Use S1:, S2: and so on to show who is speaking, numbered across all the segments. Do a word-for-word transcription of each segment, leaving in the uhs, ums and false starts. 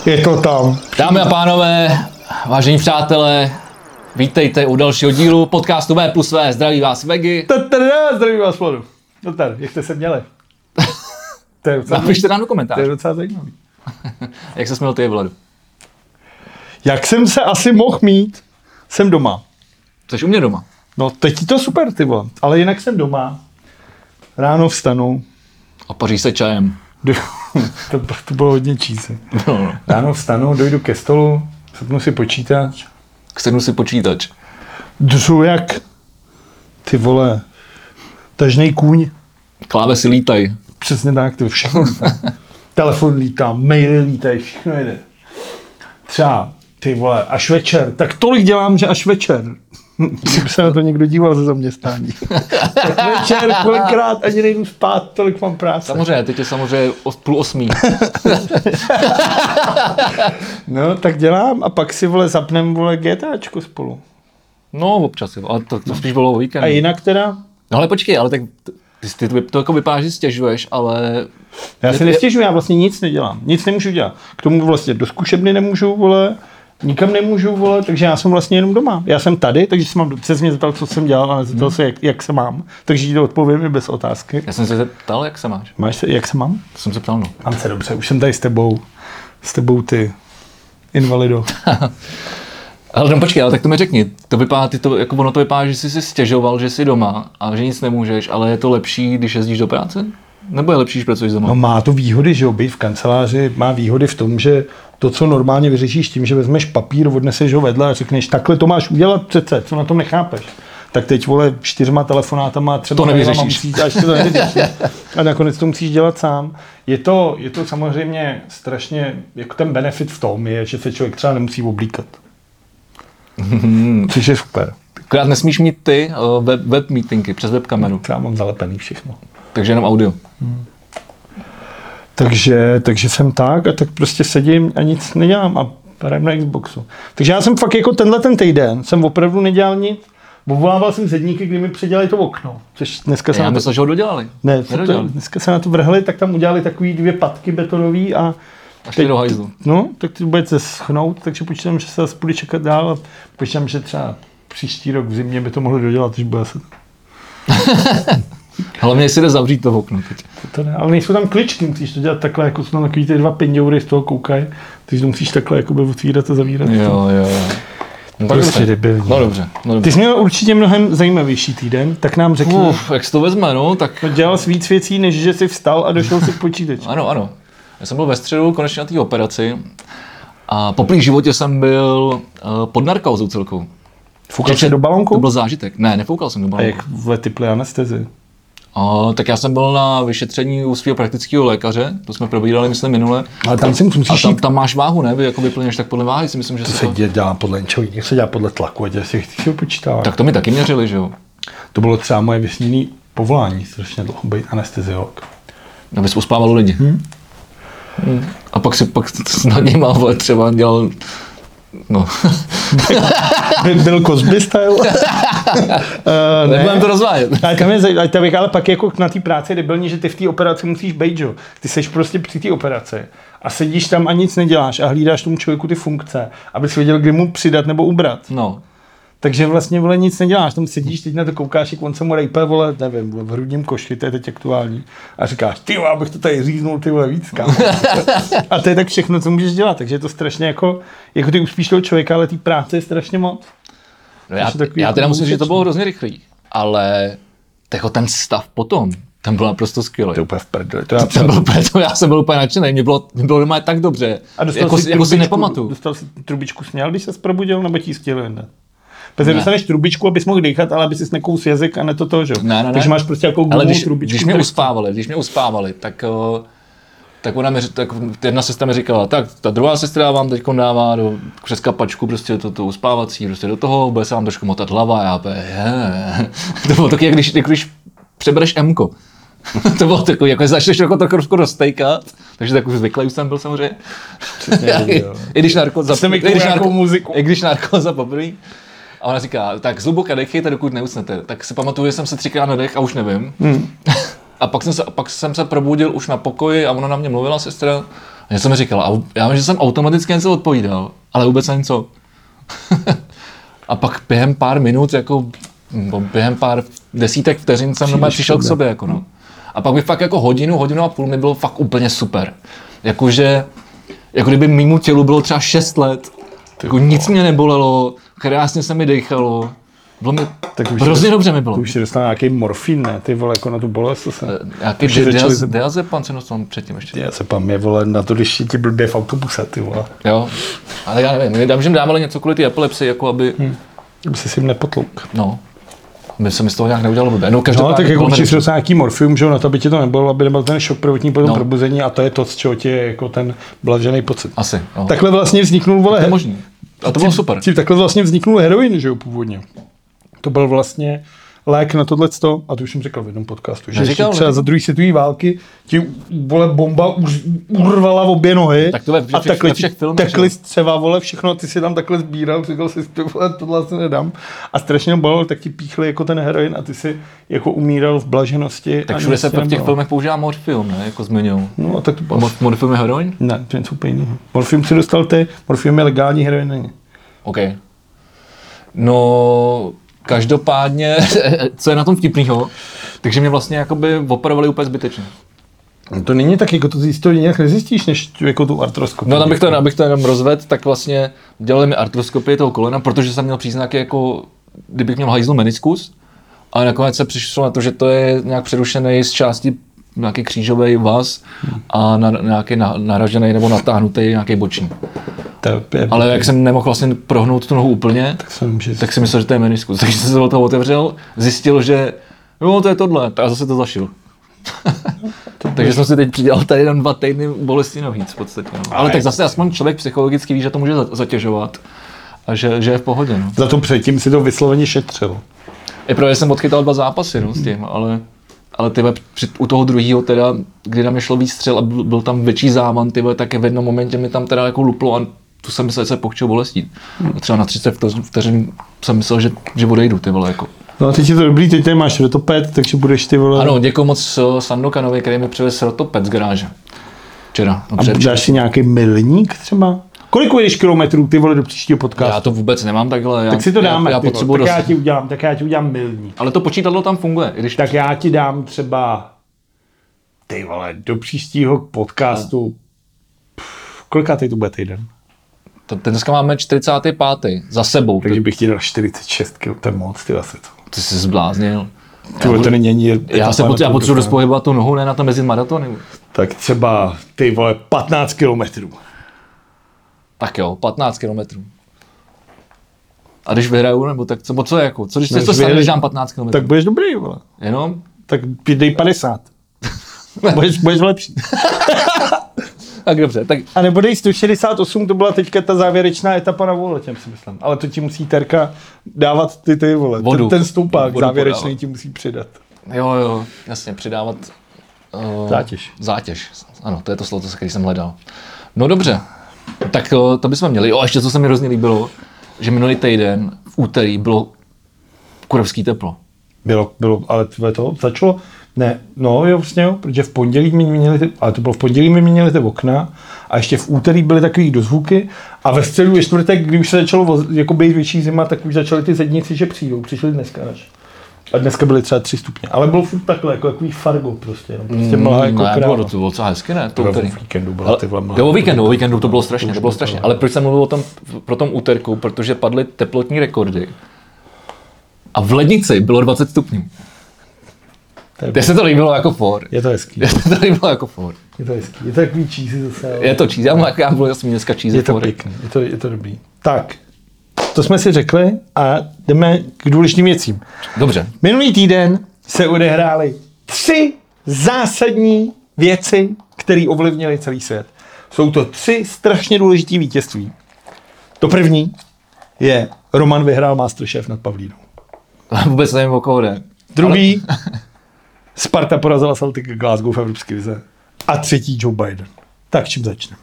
S1: Je to tam.
S2: Dámy a pánové, vážení přátelé, vítejte u dalšího dílu podcastu V plus V. Zdraví vás Vegy.
S1: Zdraví vás Vladu. No tady, jak jste se měli?
S2: Napište nám do komentářů.
S1: To je docela zajímavý.
S2: Jak se směl ty, Vladu?
S1: Jak jsem se asi mohl mít? Jsem doma.
S2: Jsi u mě doma?
S1: No teď je to super, ty vole. Ale jinak jsem doma. Ráno vstanu.
S2: Opaří se čajem.
S1: to, to bylo hodně čízy.
S2: No, no.
S1: Ráno vstanu, dojdu ke stolu, sednu si počítač.
S2: Sednu si počítač.
S1: Dřu jak, ty vole, tažnej kůň.
S2: Klávesy lítají.
S1: Přesně tak, to všechno lítá. Telefon lítá, maily lítají, všechno jede. Třeba, ty vole, až večer. Tak tolik dělám, že až večer. Kdyby se na to někdo díval ze zaměstnání. Tak večer, kolikrát ani nejdu spát, tolik mám práce.
S2: Samozřejmě, teď je samozřejmě půl osmí.
S1: No, tak dělám a pak si, vole, zapnem, vole, GTAčko spolu.
S2: No, občas, jo, ale to, to spíš bylo o víkendu.
S1: A jinak teda?
S2: No ale počkej, ale tak ty, ty to jako vypadá, že stěžuješ, ale...
S1: Já si nestěžuji, já vlastně nic nedělám. Nic nemůžu dělat. K tomu vlastně do zkušebny nemůžu, vole, nikam nemůžu, vole, takže já jsem vlastně jenom doma. Já jsem tady, takže si mám se mě zeptal, co jsem dělal, ale zeptal hmm. se, jak, jak se mám. Takže ti to odpovím i bez otázky.
S2: Já jsem se zeptal, jak se máš.
S1: Máš se, jak se mám?
S2: To jsem se ptal, no.
S1: Mám se dobře, už jsem tady s tebou. S tebou ty, invalido.
S2: Ale no počkej, ale tak to mi řekni, to vypadá, ty to, jako ono to vypadá, že jsi si stěžoval, že jsi doma a že nic nemůžeš, ale je to lepší, když jezdíš do práce? Nebo je lepší, když pracuješ doma?
S1: No má to výhody, že jo, být v kanceláři má výhody v tom, že to, co normálně vyřešíš tím, že vezmeš papír, odneseš ho vedle a řekneš, takhle to máš udělat přece, co na tom nechápeš. Tak teď, vole, čtyřma telefonátama třeba
S2: to nevyřešíš.
S1: Musíš, a ještě to nevyřešíš. A nakonec to musíš dělat sám. Je to, je to samozřejmě strašně, jako ten benefit v tom je, že se člověk třeba nemusí oblíkat. Což je super.
S2: Akorát nesmíš mít ty uh, web, web meetingy přes webkameru.
S1: Já mám zalepený všechno.
S2: Takže jenom audio.
S1: Hmm. Takže, takže jsem tak a tak prostě sedím a nic nedělám a hraju na Xboxu. Takže já jsem fakt jako tenhle ten týden jsem opravdu nedělal nic. Obvolával jsem zedníky, kdy mi předělali to okno. Což dneska
S2: Já myslel, že ho dodělali.
S1: Ne, to, dneska se na to vrhli, tak tam udělali takový dvě patky betonový a
S2: a šli do hajzlu.
S1: No, tak ty budete schnout, takže počítám, že se zase bude čekat dál a počítám, že třeba příští rok v zimě by to mohli dodělat, když bude se...
S2: Hlavně si jde zavřít to okno teď.
S1: To ne, ale nejsou tam kličky, musíš to dělat takhle, jako jsou tam takový ty dva pinďoury z toho koukají, takže to musíš takhle jako by otvírat a zavírat.
S2: Jo, jo, jo.
S1: No, tak prostě debilní.
S2: No dobře, no dobře.
S1: Ty jsi měl určitě mnohem zajímavější týden, tak nám řekni.
S2: Uf, jak to vezme, no, tak...
S1: No, dělal jsi víc věcí, než že jsi vstal a došel si k počítači.
S2: Ano, ano. Já jsem byl ve středu konečně na té operaci a poprvé v životě jsem byl uh, pod narkózou celkou.
S1: Foukal jsi do balonku?
S2: To byl zážitek. Ne, nefoukal jsem do balonku.
S1: A jak v typli anestezi?
S2: Uh, tak já jsem byl na vyšetření u svého praktického lékaře, to jsme probírali, myslím, minule.
S1: Ale tam si musíš
S2: a tam, tam máš váhu, ne? Vy jako vyplněš tak podle váhy, si myslím, že
S1: to
S2: se
S1: to... se dělá podle něčeho jiného, se dělá podle tlaku, ať si chci počítat.
S2: Tak to mi taky měřili, že jo?
S1: To bylo třeba moje vysněné povolání, strašně dlouho být anesteziolog.
S2: Abys uspával lidi. Hmm? Hmm. A pak si pak snad něma, ale třeba dělal, no.
S1: Byl, byl Cosby style? uh, ne.
S2: Nebudem to rozvádět.
S1: Ale, tam je, ale, ale pak jako na té práci je debilní, že ty v té operaci musíš být, jo. Ty seš prostě při té operaci a sedíš tam a nic neděláš a hlídáš tomu člověku ty funkce, abys věděl, kdy mu přidat nebo ubrat.
S2: No.
S1: Takže vlastně, vole, nic neděláš, tam sedíš, teď na to koukáš, jak on se mu rejpe, vole, nevím, vole, v hrudním košli, to je teď aktuální. A říkáš, ty vole, abych to tady říznul, ty vole, víc, kámo. A to je tak všechno, co můžeš dělat, takže je to strašně jako, jako ty uspíš toho člověka, ale té práce je strašně moc.
S2: No já, já teda musím říct, že to bylo hrozně rychlý, ale jako ten stav potom, ten byl naprosto skvělý.
S1: To je úplně v prdeli. To já,
S2: ten byl úplně, to já jsem byl úplně nadšený, mě bylo, mě bylo doma tak dobře,
S1: a dostal
S2: jako,
S1: si
S2: jako si nepamatuju.
S1: Dostal si trubičku směl, když ses probudil, nebo ti chtěl jen? Protože dostaneš trubičku, abys mohl dýchat, ale aby si nekous jazyk a ne to to, že?
S2: Ne, ne, ne.
S1: Takže máš prostě jako
S2: ale když,
S1: trubičku.
S2: Když mě uspávali, když mě uspávali, tak, tak ona mi, tak jedna sestra mi říkala, tak ta druhá sestra vám teď dává do, přes kapačku prostě to, to uspávací, prostě do toho, bude se vám trošku motat hlava a já pe, je. To bylo taky, jak když, jak když přebereš emko. To bylo takový, jako začneš jako trošku roztejkat, takže takový zvyklý už jsem byl samozřejmě. I, I když narko za, i když narko, muziku. I když narko za poprvé. A ona říká, tak zhluboka dechejte, dokud neusnete. Tak si pamatuju, že jsem se třikrát nadech a už nevím. Hmm. a pak jsem, se, pak jsem se probudil už na pokoji a ona na mě mluvila, sestra. A něco mi říkala. A já vím, že jsem automaticky něco odpovídal, ale vůbec ani co. A pak během pár minut, jako během pár desítek vteřin jsem normálně přišel k sobě. Jako no. A pak by fakt jako hodinu, hodinu a půl mi bylo fakt úplně super. Jakože, jako kdyby mému tělu bylo třeba šest let, jako nic mě nebolelo, krásně se mi dechalo. Bylo mi, tak hrozně dobře mi bylo.
S1: Už si dostal nějaký morfín, ne? Ty vole, jako na tu bolest, to se...
S2: Nějaký diaz, diazepam se dostal předtím ještě.
S1: Diazepam je, vole, na to, když ti blbě v autobuse, ty vole.
S2: Jo, ale já nevím, my dám, že mi dávali něco kvůli ty epilepsii, jako aby... Hmm.
S1: Aby si s tím nepotlouk.
S2: No. By se mi z toho nějak neudělalo blbě. No,
S1: no tak jako určitě si dostal nějaký morfium, že na to by ti to nebylo, aby nebyl ten šok prvotní po tom no. probuzení a to je to, z čeho ti je jako ten blažený pocit.
S2: Asi, no.
S1: Takhle vlastně vzniknul, vole...
S2: To je možný. A to bylo
S1: tím,
S2: super.
S1: Tím takhle vlastně vzniknul heroin, že jo, původně. To byl vlastně lék na tohleto, a to už jsem říkal v jednom podcastu, že
S2: Neříkal,
S1: třeba ne? Za druhé světové války ti vole bomba už urvala obě nohy
S2: tak to ve,
S1: a takhle ti
S2: filmech,
S1: tekly střeva, vole, všechno, ty si tam takhle sbíral, říkal si, vole, tohle si nedám a strašně bolelo, tak ti píchli jako ten heroin a ty si jako umíral v blaženosti.
S2: Tak všude se v těch filmech používá morfium, ne, jako zmiňují.
S1: No a tak to
S2: Mor- morfium je heroin?
S1: Ne, to je něco úplně jiného. Morfium si dostal ty, morfium je legální, heroin není.
S2: OK. No... Každopádně, co je na tom vtipnýho, takže mě vlastně jakoby operovali úplně zbytečně.
S1: No to není tak, jako to zjistíš, to nějak nezjistíš, než jako tu artroskopii.
S2: No abych to, abych to jenom rozvedl, tak vlastně dělali mi artroskopii toho kolena, protože jsem měl příznaky jako, kdybych měl hajzl meniskus, ale nakonec se přišlo na to, že to je nějak přerušený z části nějaký křížový vaz a na, nějaký na, naražený nebo natáhnutý nějaký boční.
S1: Je,
S2: ale jak jsem nemohl vlastně prohnout tu nohu úplně,
S1: tak jsem, že...
S2: tak si myslel, že to je meniskus. Takže jsem se do toho otevřel, zjistil, že jo, to je tohle, a zase to zašil. To takže jsem si teď přidělal tady jenom dva týdny bolesti nohýc v podstatě. No. Ale tak zase aspoň člověk psychologicky ví, že to může zatěžovat a že, že je v pohodě. No.
S1: Za to předtím si to vysloveně šetřil.
S2: I právě jsem odchytal dva zápasy no, s tím, ale, ale tyhle, při, u toho druhého teda, kdy na mě šlo víc střel a byl, byl tam větší závan, tyhle, tak v jednom momentě mi tam teda jako luplo a tu jsem myslel, že se pochčil bolestí. A třeba na třicet vteřin jsem myslel, že, že odejdu, ty vole, jako.
S1: No a teď je to dobrý, teď tady máš rotoped, takže budeš ty vole...
S2: Ano, děkuji moc Sandokanovi, který mi přivez rotoped z garáže. Včera.
S1: A dáš si nějaký milník třeba? Kolik jedeš kilometrů ty vole do příštího podcastu?
S2: Já to vůbec nemám takhle.
S1: Tak
S2: já,
S1: si to dáme,
S2: já, já
S1: tak
S2: dost...
S1: já ti udělám, tak já ti udělám milník.
S2: Ale to počítadlo tam funguje. Když...
S1: Tak já ti dám třeba, ty vole, do příštího podcastu, pff, kolikátej to bude týden?
S2: To, dneska máme čtyřicátý pátý za sebou.
S1: Takže bych ti dal čtyřicet šest kilogramů, to je moc, ty asi to.
S2: Ty jsi zbláznil.
S1: Tyhle, to není ani...
S2: Já, se pot, já potřebuji dost pohybovat tu nohu, ne na to mezi maratony.
S1: Tak třeba, ty vole, patnáct kilometrů.
S2: Tak jo, patnáct kilometrů. A když vyhraju, nebo tak co, co je jako? Co když se to stane, když dám patnáct kilometrů?
S1: Tak budeš dobrý, vole.
S2: Jenom?
S1: Tak dej padesát. budeš, budeš lepší.
S2: Tak dobře, tak...
S1: A nebo dej sto šedesát osm, to byla teďka ta závěrečná etapa na Volotěm, si myslím. Ale to ti musí Terka dávat ty, ty vole.
S2: Vodu.
S1: Ten, ten stoupák
S2: Vodu
S1: závěrečný
S2: podávat.
S1: Ti musí přidat.
S2: Jo, jo, jasně, přidávat... Uh,
S1: zátěž.
S2: Zátěž, ano, to je to slovo, který jsem hledal. No dobře, tak uh, to bychom měli. Jo, a ještě co se mi hrozně líbilo, že minulý týden v úterý bylo kurovský teplo.
S1: Bylo, bylo, ale to začalo... Ne, no jo, vlastně jo, protože v pondělí mi měli ty, ale to bylo v pondělí mi měli ty okna a ještě v úterý byly takový dozvuky a ve středu je čtvrtek, kdy už se začalo jako být větší zima, tak už začaly ty zedníci, že přijdou, přišli dneska až. A dneska byly třeba tři stupně, ale bylo furt takhle, jako takový fargo prostě, no, prostě mlha jako
S2: ne,
S1: kráva.
S2: Bylo to bylo docela hezky, ne? To
S1: bylo v víkendu byla ty mlha.
S2: Jo, o víkendu, o víkendu to bylo strašně, to bylo strašně, ale proč jsem mluvil o tom, pro tom úterku, protože padly teplotní rekordy a v lednici bylo dvacet stupňů. Mně se to líbilo jako for.
S1: Je to hezký.
S2: Mně se to líbilo jako for.
S1: Je to hezký. Je to takový cheesy zase. Ale...
S2: Je to cheesy, já mám já byl jasný dneska cheesy
S1: Je to
S2: for.
S1: pěkný, je to, je to dobrý. Tak, to jsme si řekli a jdeme k důležitým věcím.
S2: Dobře.
S1: Minulý týden se odehrály tři zásadní věci, které ovlivnily celý svět. Jsou to tři strašně důležitý vítězství. To první je Roman vyhrál Masterchef nad Pavlínou.
S2: Vůbec nevím, o koho jde.
S1: Druhý, ale... Sparta porazila Celtic Glasgow v Evropské lize. A třetí Joe Biden. Tak čím začneme?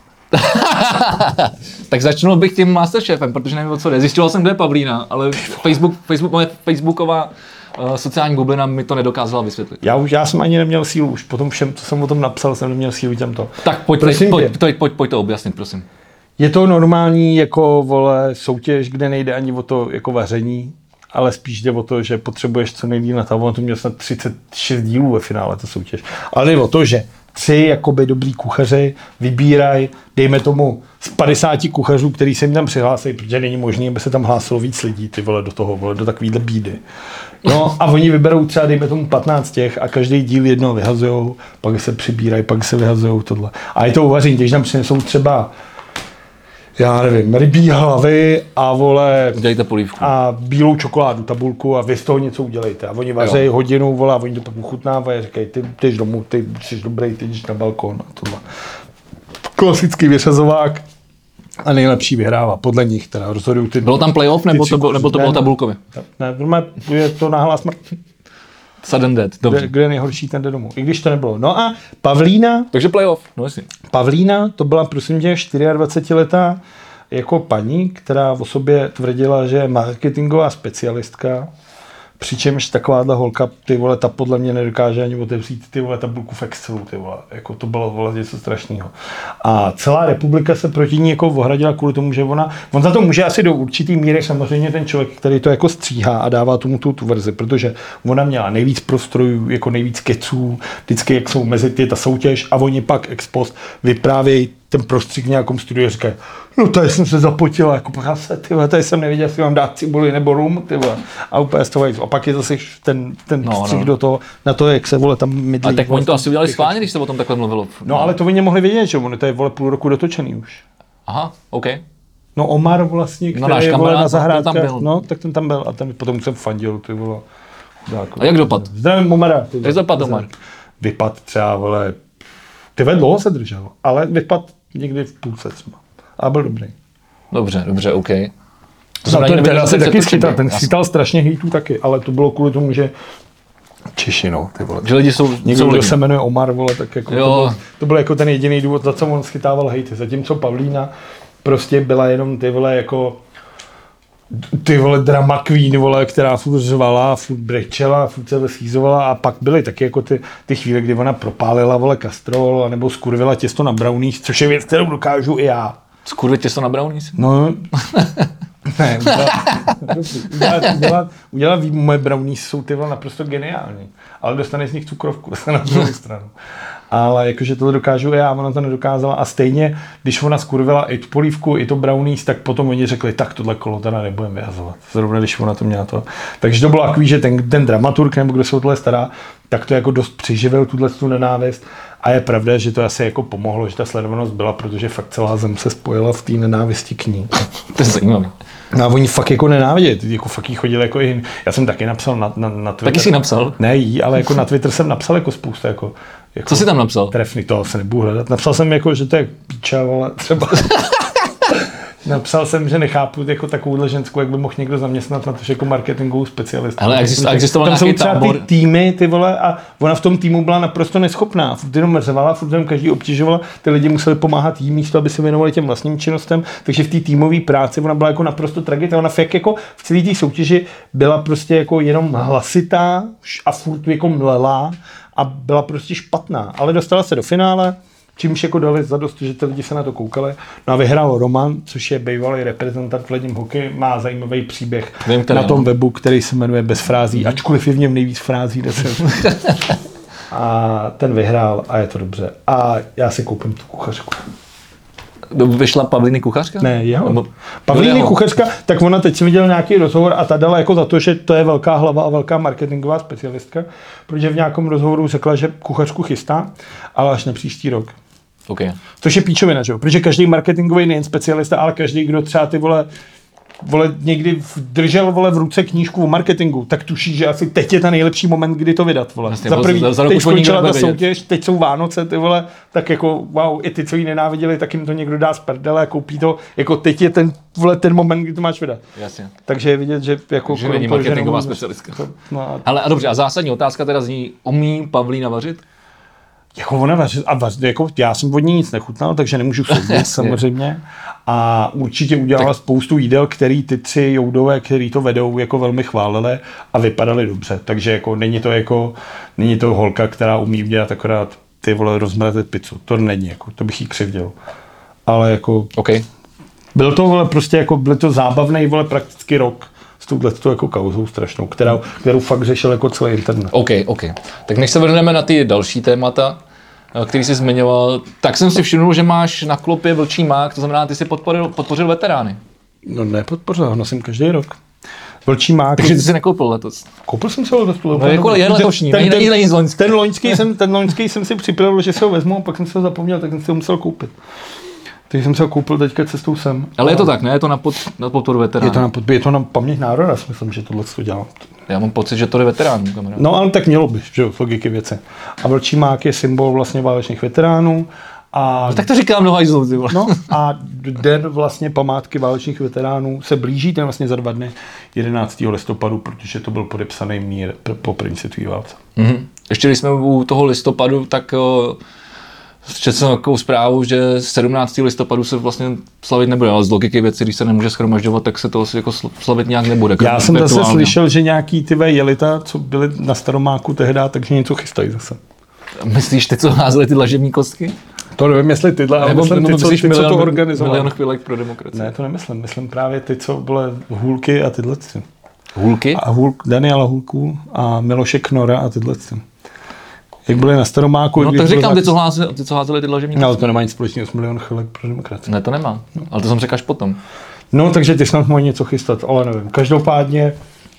S2: Tak začnul bych tím Masterchefem, protože nevím, o co jde. Zjistil jsem, kde je Pavlína, ale Facebook, Facebook, moje facebooková uh, sociální bublina mi to nedokázala vysvětlit.
S1: Já už, já jsem ani neměl sílu, už po tom všem, co jsem o tom napsal, jsem neměl sílu těm to.
S2: Tak pojď, teď, pojď, pojď, pojď, pojď to objasnit, prosím.
S1: Je to normální jako, vole, soutěž, kde nejde ani o to jako vaření, ale spíš jde o to, že potřebuješ co nejdýl na to, to měl snad třicet šest dílů ve finále, ta soutěž. Ale jde o to, že tři jakoby dobrý kuchaři vybírají, dejme tomu, z padesáti kuchařů, který se jim tam přihlásí, protože není možné, aby se tam hlásilo víc lidí, ty vole, do toho, vole, do takovýhle bídy. No a oni vyberou třeba, dejme tomu, patnáct těch a každý díl jednoho vyhazujou, pak se přibírají, pak se vyhazujou tohle. A je to uvaření, když tam přinesou třeba, já nevím, rybí hlavy a vole
S2: udělejte polívku.
S1: A bílou čokoládu, tabulku a vy z toho něco udělejte. A oni vařejí hodinu, vole, a oni to pak uchutnávají a říkají, ty jdeš domů, ty jsi dobrý, ty jdeš na balkon a tohle. Klasický vyřazovák a nejlepší vyhrává, podle nich teda rozhodují ty.
S2: Bylo tam playoff nebo to, bylo, nebo to bylo tabulkově?
S1: Ne, normálně je to náhlá smrt.
S2: Sudden death, dobře.
S1: Kde, kde je nejhorší, ten jde domů, i když to nebylo. No a Pavlína.
S2: Takže playoff, no jasně.
S1: Pavlína, to byla prosím tě čtyřiadvacetiletá jako paní, která o sobě tvrdila, že je marketingová specialistka, přičemž takováhle holka, ty vole, ta podle mě nedokáže ani otevřít ty vole tabulku v Excelu, ty vole, jako to bylo vole něco strašného. A celá republika se proti ní jako ohradila kvůli tomu, že ona, on za to může asi do určitý míry samozřejmě ten člověk, který to jako stříhá a dává tomu tu, tu verzi, protože ona měla nejvíc prostrojů, jako nejvíc keců, vždycky jak jsou mezi ty ta soutěž a oni pak ex post vyprávějí ten prostřih v nějakém studiu a říkají, no tady jsem se zapotila, jako prase, ty vole, tady jsem nevěděl, jestli mám dát cibuli nebo rum, ty vole, a úplně z toho a pak je zase ten, ten
S2: no,
S1: střih
S2: no.
S1: do toho, na to, jak se, vole, tam mydlí.
S2: Ale tak oni to asi udělali schválně, když se o tom takhle mluvilo.
S1: No, ale to oni nemohli vědět, že ono to je, vole, půl roku dotočený už.
S2: Aha, OK.
S1: No Omar vlastně, který
S2: no,
S1: je, vole, na zahrádce,
S2: tam byl.
S1: no, tak ten tam byl a ten potom jsem fandil, ty vole.
S2: A jak dopad?
S1: Zdravím Omara.
S2: Jak dopad Omar?
S1: Vypad třeba, vole, ty ve dlouho se držel, ale vypad někdy v půlce třeba. A byl dobrý.
S2: Dobře, dobře, OK.
S1: To no, ten, ten asi taky schytal, ten schytal strašně hejtů taky, ale to bylo kvůli tomu, že Češi, no, ty vole.
S2: Že lidi jsou,
S1: někdo,
S2: jsou
S1: kdo se jmenuje Omar, vole, tak jako to byl, to byl jako ten jediný důvod, za co on schytával hejty. Zatímco Pavlína prostě byla jenom ty vole jako ty vole drama queen, vole, která furt řvala, furt brečela, furt se schýzovala a pak byly taky jako ty, ty chvíle, kdy ona propálila, vole, kastrol, anebo skurvila těsto na brownies, což je věc, kterou dokážu i já.
S2: Skurvit těsto na brownies?
S1: No, ne, udělat, udělat, udělat, udělat moje brownies jsou ty vole naprosto geniální, ale dostane z nich cukrovku, na druhou stranu. Ale jakože to dokážu já, ona to nedokázala a stejně, když ona skurvila i tu polívku, i to brownies, tak potom oni řekli, tak tohle kolo teda nebudeme vyhazovat. Zrovna když ona to měla to. Takže to bylo takový, že ten, ten dramaturg, nebo kdo se o tohle stará, tak to jako dost přiživil tuhle tu nenávist. A je pravda, že to asi jako pomohlo, že ta sledovanost byla, protože fakt celá zem se spojila v té nenávisti k ní.
S2: To je zajímavé.
S1: No a oni fakt jako nenáviděli, jako fakt jí chodili jako i, já jsem taky napsal na, na, na Twitter.
S2: Taky jsi napsal?
S1: Ne jí, ale jako na Twitter jsem napsal jako spousta jako. Jako
S2: co jsi tam napsal?
S1: Trefný, to se nebudu hledat. Napsal jsem jako, že to je píča, ale třeba. Napsal jsem, že nechápu jako takovouhle ženskou, jak by mohl někdo zaměstnat na to, že jako marketingovou specialistu.
S2: Ale existoval, existoval
S1: tam
S2: nějaký
S1: jsou třeba
S2: tábor.
S1: ty týmy, ty vole, a ona v tom týmu byla naprosto neschopná. Furt jenom mrzevala, furt jenom každý obtěžovala, ty lidi museli pomáhat jí místo, aby se věnovali těm vlastním činnostem, takže v té týmové práci ona byla jako naprosto tragická. Ona fakt jako v celé té soutěži byla prostě jako jenom hlasitá a furt jako mlela a byla prostě špatná, ale dostala se do finále. Čímž jako dali zadost, že ty lidi se na to koukali. No a vyhrál Roman, což je bývalý reprezentant v ledním hokeji, má zajímavý příběh Vím, na tom webu, který se jmenuje Bez frází, ačkoliv je v něm nejvíc frází. A ten vyhrál a je to dobře. A já si koupím tu kuchařku.
S2: Vyšla Pavlíny kuchařka?
S1: Ne, jeho. Pavlíny kuchařka, tak ona teď si viděl nějaký rozhovor a ta dala jako za to, že to je velká hlava a velká marketingová specialistka, protože v nějakém rozhovoru řekla, že kuchařku chystá, ale až na příští rok.
S2: Okay.
S1: Což je píčovina, že jo? Protože každý marketingový nejen specialista, ale každý, kdo třeba ty vole, vole někdy držel vole v ruce knížku o marketingu, tak tuší, že asi teď je ten nejlepší moment, kdy to vydat, vole.
S2: Vlastně,
S1: za prvý,
S2: za, za
S1: teď skončila ta
S2: soutěž,
S1: soutěž, teď jsou Vánoce, ty vole, tak jako wow, i ty, co ji nenáviděli, tak jim to někdo dá z prdele a koupí to, jako teď je ten, vole, ten moment, kdy to máš vydat.
S2: Jasně.
S1: Takže je vidět, že jako
S2: že není marketingová specialistka.
S1: No a...
S2: Ale a dobře, a zásadní otázka teda zní, umí Pavlína vařit?
S1: Jako ona vaří, a vaří, jako já jsem od ní nic nechutnal, takže nemůžu soudit samozřejmě. A určitě udělala tak spoustu jídel, který ty tři Joudové, který to vedou, jako velmi chválili a vypadaly dobře. Takže jako není to jako, není to holka, která umí udělat akorát ty vole rozmrazit pizzu. To není, jako, to bych jí křivděl. Ale jako,
S2: okay.
S1: Byl to vole, prostě jako, byl to zábavný vole prakticky rok s touhletou jako kauzou strašnou, kterou, kterou fakt řešil jako celý internet.
S2: OK, OK. Tak než se vrhneme na ty další témata, který jsi zmiňoval, tak jsem si všiml, že máš na klopě vlčí mák, to znamená, ty jsi podporil, podpořil veterány.
S1: No nepodpořil, ho nosím každý rok. Vlčí mák.
S2: Takže ty jsi nekoupil letos.
S1: Koupil jsem se ho letos.
S2: No jako je letošní, ten, ten, ten, ten,
S1: ten loňský jsem, ten loňský jsem si připravil, že si ho vezmu, a pak jsem se ho zapomněl, tak jsem si ho musel koupit. Takže jsem se ho koupil teďka cestou sem.
S2: Ale je to tak, ne? Je to na, pod, na podporu veteránů.
S1: Je to na, pod, je to na paměť národa, myslím, že tohle to dělá.
S2: Já mám pocit, že to je veteránů. Kamarád.
S1: No ale tak mělo by, že jo, logiky věci. A vlčí mák je symbol vlastně válečných veteránů. A
S2: no, tak to říká mnoho hajzlů, ty vole.
S1: No a den vlastně památky válečných veteránů se blíží, ten vlastně za dva dny, jedenáctého listopadu, protože to byl podepsaný mír po první světové válce.
S2: Mm-hmm. Ještě když jsme u toho listopadu, tak o, četl jsem takovou zprávu, že sedmnáctého listopadu se vlastně slavit nebude, ale z logiky věci, když se nemůže shromažďovat, tak se to asi jako slavit nějak nebude.
S1: Já jsem zase slyšel, že nějaký ty jelita, co byly na Staromáku tehdy, takže něco chystají zase.
S2: Myslíš ty, co házeli ty dlažební kostky?
S1: To nevím, jestli tyhle, ale
S2: nebo,
S1: myslím
S2: nebo
S1: ty, co, ty,
S2: milion,
S1: co to organizovali.
S2: Milion chvílek pro demokracii.
S1: Ne, to nemyslím. Myslím právě ty, co byly hůlky a tyhle.
S2: Hůlky?
S1: A hůlk, Daniela Hůlku a Miloše Knora a tyhle. Jak byli na Staromáku.
S2: No tak říkám, ty, co házeli, ty, co házeli ty dlažební kostky.
S1: No, to nemá nic společného s milion chvílek pro demokracii.
S2: Ne, to nemá. No. Ale to jsem řekl až potom.
S1: No, takže ty snad mohli něco chystat, ale nevím. Každopádně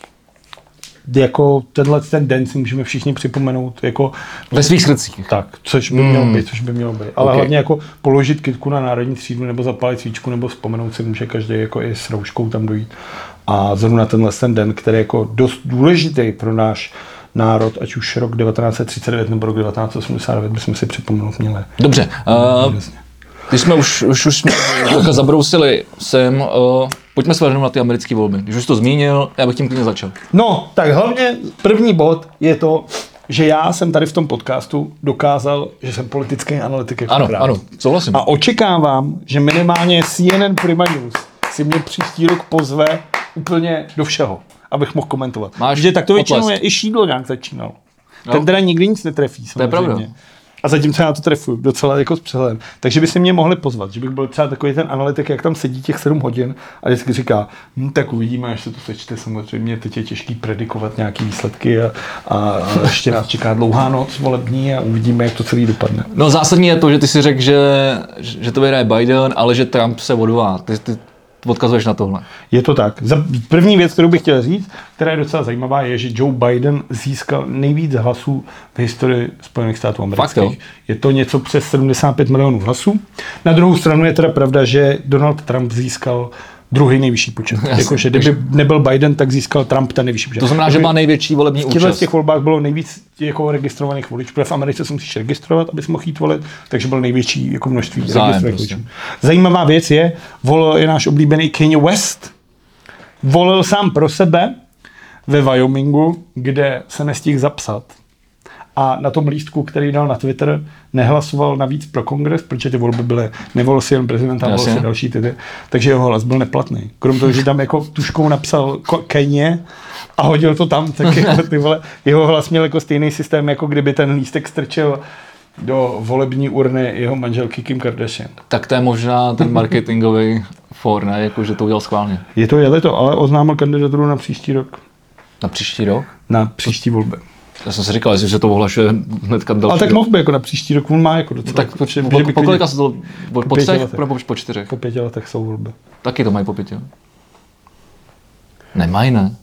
S1: jako tenhle ten den si můžeme všichni připomenout jako
S2: ve svých srdcích.
S1: Tak, což by mělo být, což by mělo být. Ale
S2: okay.
S1: Hlavně jako položit kytku na národní třídu nebo zapálit svíčku nebo vzpomenout si může každý jako i s rouškou tam dojít. A zrovna tenhle ten den, který je jako dost důležitý pro náš národ, ať už rok devatenáct set třicet devět nebo rok devatenáct set osmdesát devět, bychom si připomenout měli.
S2: Dobře. Uh, když jsme už, už, už jsme zabrousili sem, uh, pojďme se vrhnout na ty americké volby. Když už to zmínil, já bych tím klidně začal.
S1: No, tak hlavně první bod je to, že já jsem tady v tom podcastu dokázal, že jsem politický analytik jako
S2: Ano,
S1: krát.
S2: ano, souhlasím.
S1: A očekávám, že minimálně C N N Prima News si mě příští rok pozve úplně do všeho, abych mohl komentovat.
S2: Máš
S1: že tak to většinou
S2: potlesk.
S1: je, i Šídlo nějak začínal.
S2: No.
S1: Ten teda nikdy nic netrefí, samozřejmě.
S2: To je pravda.
S1: A zatím se já to trefuju docela jako s přehledem. Takže by si mě mohli pozvat, že bych byl třeba takový ten analytik, jak tam sedí těch sedm hodin a vždycky říká, hm, tak uvidíme, až se to sečte, samozřejmě teď je těžký predikovat nějaký výsledky a, a, a ještě nás čeká dlouhá noc volební a uvidíme, jak to celý dopadne.
S2: No zásadní je to, že ty si řekl, že, že to vyhraje Biden, ale že Trump se odvolá. Ty, ty odkazuješ na tohle.
S1: Je to tak. Za první věc, kterou bych chtěl říct, která je docela zajímavá, je, že Joe Biden získal nejvíc hlasů v historii Spojených států amerických. Je to něco přes sedmdesát pět milionů hlasů. Na druhou stranu je teda pravda, že Donald Trump získal druhý nejvyšší počet. Jakože kdyby nebyl Biden, tak získal Trump ten nejvyšší počet.
S2: To znamená, že má největší volební účast.
S1: V těch volbách bylo nejvíc jako registrovaných voličů, protože v Americe se musíš registrovat, abys mohl jít volit, takže byl největší jako množství registrovaných voličů. Zajímavá věc je, volil je náš oblíbený Kanye West, volil sám pro sebe ve Wyomingu, kde se nestihl zapsat. A na tom lístku, který dal na Twitter, nehlasoval navíc pro kongres, protože ty volby byly, nevolil si jen prezidenta, volil si další ty, takže jeho hlas byl neplatný. Krom toho, že tam jako tuškou napsal Kanye a hodil to tam, tak jako ty vole, jeho hlas měl jako stejný systém, jako kdyby ten lístek strčil do volební urny jeho manželky Kim Kardashian.
S2: Tak to je možná ten marketingový for, ne? Jako, že to udělal schválně.
S1: Je to, je to, ale oznámil kandidaturu na příští rok.
S2: Na příští rok?
S1: Na příští volby.
S2: Já jsem si říkal, že to ohlašuje hnedka další.
S1: Ale tak mohl by jako na příští rok, on má jako docela.
S2: Tak po, po, po kolika se to, po, po třech nebo po čtyřech?
S1: Po pěti letech jsou volby.
S2: Taky to mají po pěti. Nemají, ne?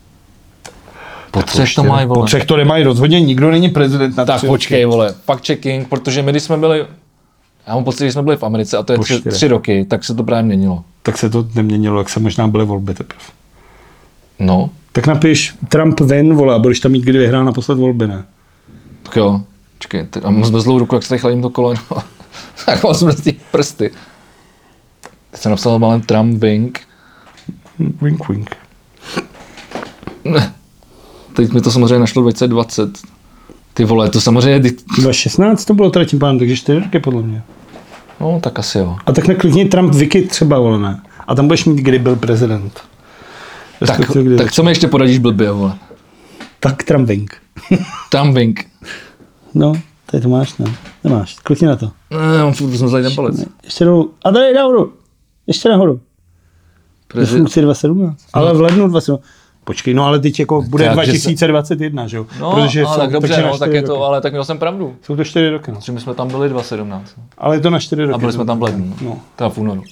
S2: Po
S1: tak
S2: třech to mají, vole.
S1: Po třech to nemají rozhodně, nikdo není prezident na
S2: tak
S1: tři.
S2: Tak počkej, vole, fact checking, protože my když jsme byli, já mám pocit, že jsme byli v Americe a to je tři, tři roky, tak se to právě měnilo.
S1: Tak se to neměnilo, jak se možná byly volby teprve.
S2: No.
S1: Tak napiš Trump win, vole, a budeš tam mít, kdy vyhrál naposled volby, ne?
S2: Tak jo, čekej, a mám zlou ruku, jak se tady chladím to koleno. Tak mám zmrzlý prsty. Teď jsem napsal malém Trump wink.
S1: Wink, wink.
S2: Teď mi to samozřejmě našlo dvacet dvacet. Ty vole, to samozřejmě...
S1: dva tisíce šestnáct to bylo teda tím pádem, takže čtyři roky podle mě.
S2: No, tak asi jo.
S1: A tak neklikni Trump Wiki třeba, vole, ne. A tam budeš mít, kdy byl prezident.
S2: Tak, tak co mi ještě poradíš blbě, vole?
S1: Tak Trumping.
S2: Trumping.
S1: No, tady to máš, ne? Nemáš, klikni na to.
S2: Ne, mám furt jsem ten palec.
S1: Ještě dolů. A tady nahoru. Ještě nahoru. Prezid... Ve funkci dva tisíce sedmnáct. No. Ale v lednu dva tisíce sedmnáct. Počkej, no ale teď jako bude tak, dva tisíce dvacet jedna, že jo?
S2: No,
S1: protože
S2: ale
S1: jsou,
S2: tak dobře, no, tak je to,
S1: roky.
S2: ale tak měl jsem pravdu.
S1: Jsou to čtyři roky, no.
S2: Protože my jsme tam byli dva tisíce sedmnáct.
S1: Ale je to na čtyři roky.
S2: A byli jsme tam v lednu,
S1: no.
S2: Teda v únoru.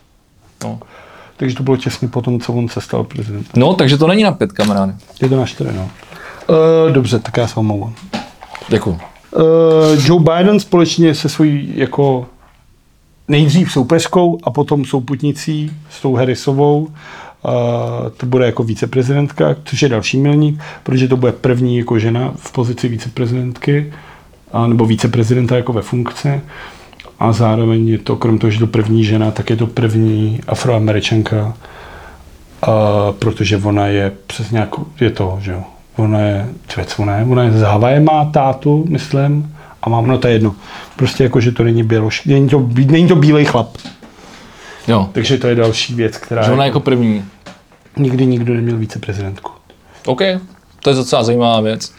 S2: No.
S1: Takže to bylo těsně po tom, co on se stal prezidentem.
S2: No, takže to není na pět, kamarády.
S1: Je to na čtyři, no. Uh, dobře, tak já se omlouvám.
S2: Děkuju.
S1: Uh, Joe Biden společně se svojí jako nejdřív soupeřkou a potom souputnicí s tou Harrisovou, uh, to bude jako viceprezidentka, což je další milník, protože to bude první jako žena v pozici viceprezidentky, a, nebo viceprezidenta jako ve funkci. A zároveň je to, krom toho, že to první žena, tak je to první Afroameričanka, uh, protože ona je přesně jako, je to, že jo. Ona je, čvec, ona je, ona je z Havaje, má tátu, myslím, a mám, no to je jedno. Prostě jako, že to není běloš, není to, není to bílej chlap.
S2: Jo.
S1: Takže to je další věc, která
S2: že ona jako první.
S1: Nikdy nikdo neměl viceprezidentku.
S2: OK, to je docela zajímavá věc.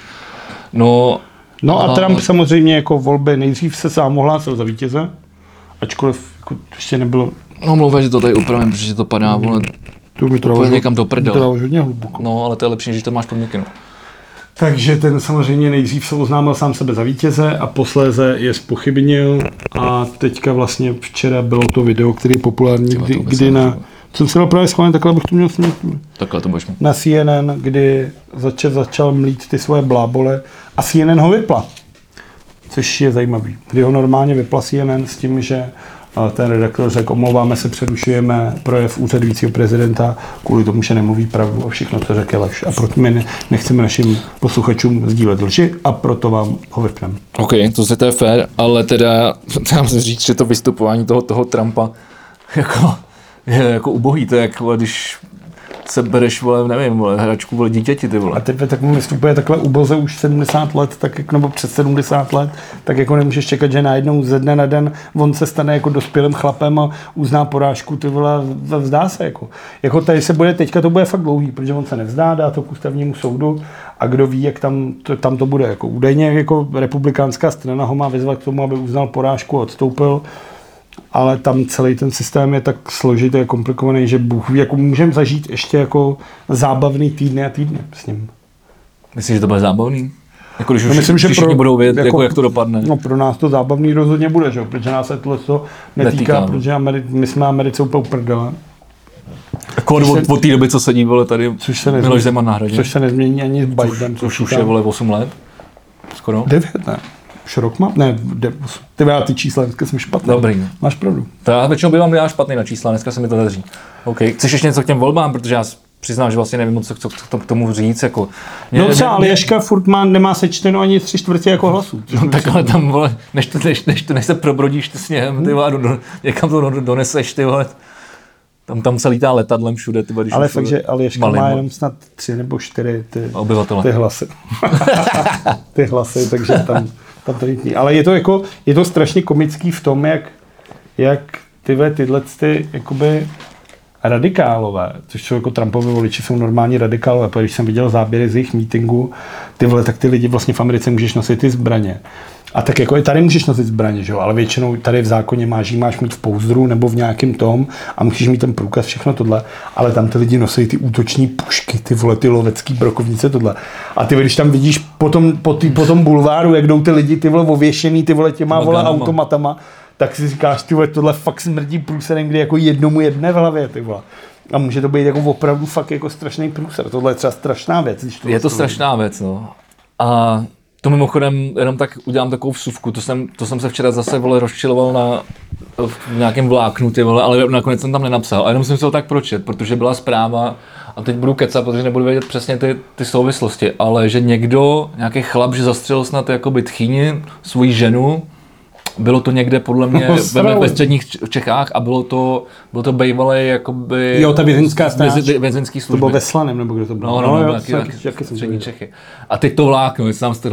S2: No,
S1: no a, a Trump samozřejmě jako volby nejdřív se sám ohlásil za vítěze, ačkoliv jako ještě nebylo...
S2: No mluvím, že to tady upravím, protože to padá, vole,
S1: to mi to
S2: úplně někam do prdele.
S1: To dalo hodně hluboko.
S2: No, ale to je lepší, že to máš pod mikinu.
S1: Takže ten samozřejmě nejdřív se oznámil sám sebe za vítěze a posléze je zpochybnil a teďka vlastně včera bylo to video, který je populární, kdy, kdy na... Jsem se dal právě schválit, takhle bych to měl smět.
S2: Takhle to budeš mít.
S1: Na C N N, kdy začal, začal mlít ty svoje blábole a C N N ho vypla. Což je zajímavý. Kdy ho normálně vypla C N N s tím, že ten redaktor řekl, omlouváme se, přerušujeme projev úřadujícího prezidenta kvůli tomu, že nemluví pravdu a všechno to řekl lež. A proto my nechceme našim posluchačům sdílet lži a proto vám ho vypneme.
S2: OK, to se to je fér, ale teda já musím říct, že to vystupování toho, toho Trumpa jako, je jako ubohý. To je jak, když se bereš, vole, nevím, vole, hračku, vole, dítěti, ty vole.
S1: A teď tak mu vystupuje takhle uboze už sedmdesát let, tak jak, nebo přes sedmdesát let, tak jako nemůžeš čekat, že najednou ze dne na den on se stane jako dospělým chlapem a uzná porážku, ty vole, vzdá se jako. Jako tady se bude, teďka to bude fakt dlouhý, protože on se nevzdá, dá to k ústavnímu soudu a kdo ví, jak tam to, tam to bude. Jako údajně jako republikánská strana ho má vyzvat k tomu, aby uznal porážku a odstoupil. Ale tam celý ten systém je tak složitý a komplikovaný, že Bůh ví, jako můžeme zažít ještě jako zábavný týdny a týdny s ním.
S2: Myslíš, že to bude zábavný? Jako když
S1: no
S2: už
S1: myslím, že
S2: všichni
S1: pro,
S2: budou vědět,
S1: jako,
S2: jako, jak to dopadne.
S1: No pro nás to zábavný rozhodně bude, že? Protože nás se tohle to netýká, netýká protože Ameri- my jsme Americe úplně uprdele.
S2: Jako od, se, od té doby, co sedí, vole, tady Miloš Zeman na hradě.
S1: Což se nezmění ani s Biden.
S2: Což, což už je, vole, osm let. Skoro.
S1: devět, ne? Už rok mám? Ne, devátý čísla, dneska jsem špatný.
S2: Dobrý.
S1: Máš pravdu.
S2: To já většinou bývám já špatný na čísla, dneska se mi to daří. OK. Chceš ještě něco k těm volbám, protože já přiznám, že vlastně nevím, co, co, co k tomu říct. Jako,
S1: mě, no třeba Aljaška furt má, nemá sečteno ani tři čtvrtě jako hlasů.
S2: No tak ale tam, vole, než, to, než, než, než se probrodíš ty sněhem, ty vole, do, do, někam to doneseš, ty vole. Tam, tam se lítá letadlem všude, ty vole.
S1: Ale fakt, že Aljaška má jenom snad tři nebo čtyři ty, ty hlasy. ty hlasy, takže tam... Ale je to jako, je to strašně komický v tom, jak, jak tyhle, tyhle ty, jakoby radikálové, což jsou jako Trumpovi voliči, jsou normální radikálové, protože když jsem viděl záběry z jejich meetingu, ty vole, tak ty lidi vlastně v Americe můžeš nosit ty zbraně. A tak jako i tady můžeš nosit zbraně, že jo? Ale většinou tady v zákoně máš, máš mít v pouzdru nebo v nějakém tom a musíš mít ten průkaz, všechno tohle, ale tam ty lidi nosí ty útoční pušky, ty vole, ty lovecký brokovnice, tohle. A ty, když tam vidíš po tom, po, tý, po tom bulváru, jak jdou ty lidi, ty vole, ověšený, ty vole, těma, vole, automatama, tak si říkáš, ty vole, tohle fakt smrdí průserem, kdy jako jednomu jedne v hlavě, ty vole. A může to být jako opravdu fakt jako strašný průser. Tohle je třeba strašná věc. Když to
S2: je to strašná věc, no. A to mimochodem, jenom tak udělám takovou vsuvku, to jsem, to jsem se včera zase, vole, rozčiloval na, v nějakém vláknu, ty vole, ale nakonec jsem tam nenapsal. A jenom jsem si to tak pročet, protože byla zpráva, a teď budu kecat, protože nebudu vědět přesně ty, ty souvislosti, ale že někdo, nějaký chlap, že zastřelil snad jakoby tchýni, svoji ženu, bylo to někde podle mě ve, ve středních Čechách a bylo to, bylo to bývalé jakoby...
S1: Jo, ta vězeňská stráž.
S2: Vězeňský služby.
S1: To bylo ve Slaném, nebo kdo to bylo?
S2: No, no, no, no, no taky, taky, taky střední Čechy. A teď to vlákno, jestli tam strhlo.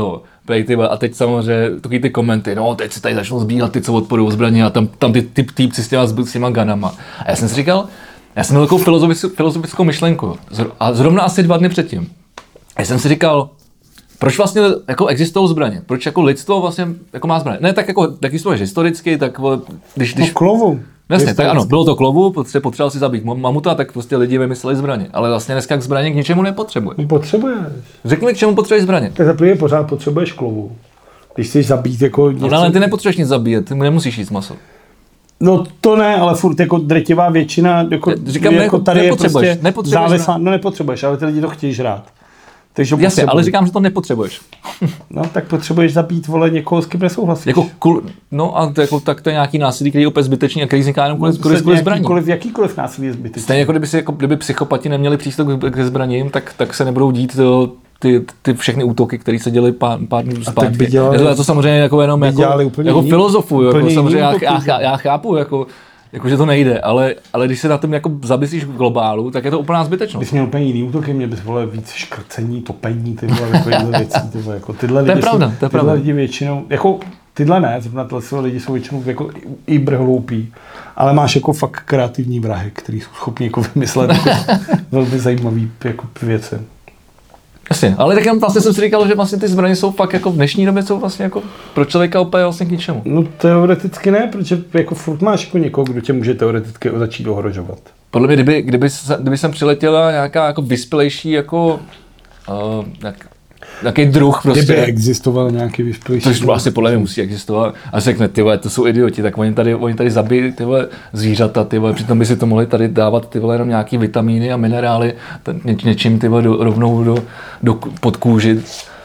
S2: Prej, ty, a teď samozřejmě takový ty komenty, no teď se tady začnou sbírat ty, co odporují zbraně a tam, tam ty, ty týpci s těma, s těma ganama. A já jsem si říkal, já jsem měl takovou filozofickou, filozofickou myšlenku a zrovna asi dva dny předtím. Já jsem si říkal, proč vlastně jako existují zbraně? Proč jako lidstvo vlastně jako má zbraně? Ne tak jako, tak existuješ historicky, tak když... když...
S1: No klovu.
S2: Jasně, tak ano, bylo to klovu, prostě potřeboval si zabít mamuta, tak prostě lidi vymysleli zbraně. Ale vlastně dneska k zbraně k ničemu nepotřebuješ.
S1: Potřebuješ.
S2: Řekni mi, k čemu potřebuješ zbraně.
S1: Tak za první pořád potřebuješ klovu. Když chceš zabít jako něco...
S2: No ale ty nepotřebuješ nic zabíjet, ty nemusíš jíst maso.
S1: No to ne, ale furt jako drtivá většina, jako,
S2: říkám,
S1: jako tady je prostě
S2: nepotřebuješ
S1: závislá, no nepotřebuješ, ale ty lidi to chtějí žrát. Takže
S2: jasně, ale říkám, že to nepotřebuješ.
S1: No tak potřebuješ zabít, vole, někoho, s kým nesouhlasíš.
S2: Jako kul, no a to, jako, tak to je nějaký násilí, který je opět zbytečný a který vzniká jenom kvůli, kvůli, kvůli zbraní.
S1: Jakýkoliv, jakýkoliv násilí je zbytečný.
S2: Stejně jako kdyby, si, jako kdyby psychopati neměli přístup k zbraním, tak, tak se nebudou dít to, ty, ty všechny útoky, které se děly pár, pár dní zpátky.
S1: By dělali,
S2: já to samozřejmě jako jenom jako, jako filozofu, jako samozřejmě já, já, já chápu, jako, jako, že to nejde, ale, ale když se na tom jako zabysíš v globálu, tak je to úplná zbytečnost.
S1: Bys měl úplně jiný útoky, mě bys vole víc škrcení, topení, tyhle takovýhle věcí, tyhle, jako tyhle
S2: to je
S1: lidi
S2: pravda,
S1: jsou,
S2: to je
S1: tyhle
S2: pravda.
S1: lidi většinou, jako tyhle ne, zrovna tyhle lidi jsou většinou jako i brhloupí, ale máš jako fakt kreativní vrahy, který jsou schopni jako vymyslet jako velmi zajímavý jako věci.
S2: Jasně, ale tak jenom vlastně jsem si říkal, že vlastně ty zbraně jsou fakt jako v dnešní době jsou vlastně jako pro člověka úplně vlastně k ničemu.
S1: No teoreticky ne, protože jako furt máš jako někoho, kdo tě může teoreticky začít ohrožovat.
S2: Podle mě, kdyby, kdyby, kdyby sem přiletěla nějaká jako vyspělejší jako uh, jak, nějaký druh prostě.
S1: Kdyby existoval nějaký vyspělejší.
S2: Což asi podle mě musí existovat. A řekne, ty vole, to jsou idioti, tak oni tady, oni tady zabijí ty vole zvířata, ty vole, přitom by si to mohli tady dávat ty vole jenom nějaký vitamíny a minerály, ně, něčím ty vole do, rovnou do, do pod kůži.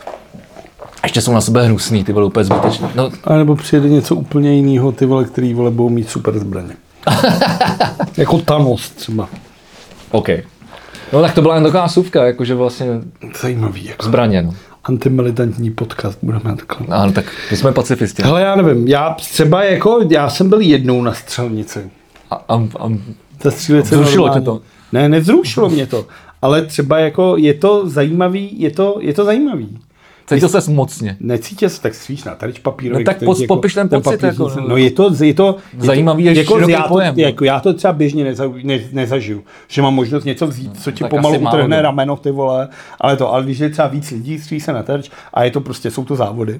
S2: Ještě jsou na sebe hnusný, ty vole, úplně zbytečný. No.
S1: A nebo přijede něco úplně jiného, ty vole, který vole budou mít super zbraně. Jako Thanos třeba.
S2: OK. No tak to byla jen taková suvka, jakože vlastně...
S1: Zajímavý. Jako.
S2: Zbraně, no.
S1: Antimilitantní podcast budeme takhle.
S2: Ano, tak my jsme pacifisti.
S1: Hele, já nevím, já třeba jako, já jsem byl jednou na střelnici.
S2: A, a, a
S1: vzrušilo
S2: tě to?
S1: Ne, nevzrušilo mě to, ale třeba jako je to zajímavý, je to, je to zajímavý.
S2: Cítil ses mocně.
S1: Necítil se, tak stříš na terč papírový.
S2: No tak pos, jako, popiš ten pocit. Ten
S1: jako,
S2: jako,
S1: no je to, je to
S2: zajímavý, je
S1: jako,
S2: široký
S1: já to,
S2: pojem.
S1: Jako, já to třeba běžně neza, ne, nezažiju, že mám možnost něco vzít, co ti
S2: tak
S1: pomalu utrhne
S2: málo,
S1: rameno, ty vole, ale to, ale když je třeba víc lidí, stří se na terč a je to prostě, jsou to závody.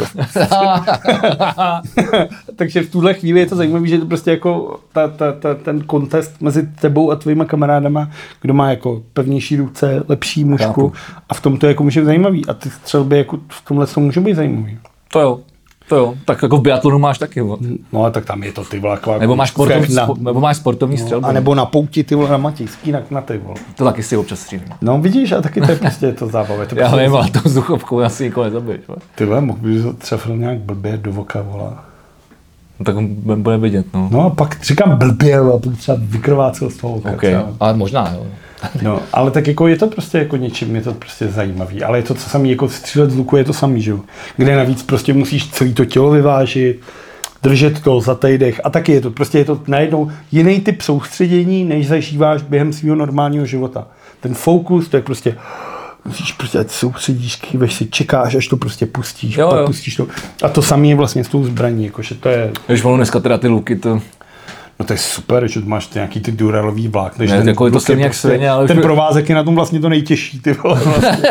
S1: Takže v tuhle chvíli je to zajímavé, že je to prostě jako ta, ta, ta, ten kontest mezi tebou a tvýma kamarádama, kdo má jako pevnější ruce, lepší mužku a v tom to jako může být zajímavý a ty střelby jako v tomhle to může být zajímavý.
S2: To jo. To jo, tak jako v biatlonu máš taky, jo.
S1: No a tak tam je to ty vole.
S2: Nebo máš sportovní, na, nebo máš sportovní střelbu.
S1: No, a nebo na pouti ty vole na Matějský na, na ty vole.
S2: To taky si občas střílím.
S1: No vidíš, a taky to je prostě to zábava. To
S2: já
S1: prostě
S2: nevím, ale tou vzduchovkou asi nikoho nezabiješ.
S1: Ty vole, mohl bys to trefil nějak blbě do voka, vole.
S2: No tak bude vidět, no.
S1: No a pak říkám blbě, a pak třeba vykrvácel z toho voka.
S2: Okay. Ale možná, jo.
S1: No, ale tak jako je to prostě jako něčím, je to prostě zajímavý, ale je to co samý, jako střílet z luku je to samý, že jo. Kde navíc prostě musíš celé to tělo vyvážit, držet to za tejdech a taky je to, prostě je to najednou jiný typ soustředění, než zažíváš během svého normálního života. Ten fokus, to je prostě, musíš prostě, ať soustředíš, kýveš si, čekáš, až to prostě pustíš,
S2: jo,
S1: pak
S2: jo.
S1: pustíš to. A to samé je vlastně s tou zbraní, jakože to je...
S2: Když ono dneska teda ty luky, to...
S1: No to je super, že máš nějaký ty duralový vlák.
S2: Ne, ten, jako je to silně jak svině, ale...
S1: Ten provázek je na tom vlastně to nejtěžší, ty vole. Vlastně.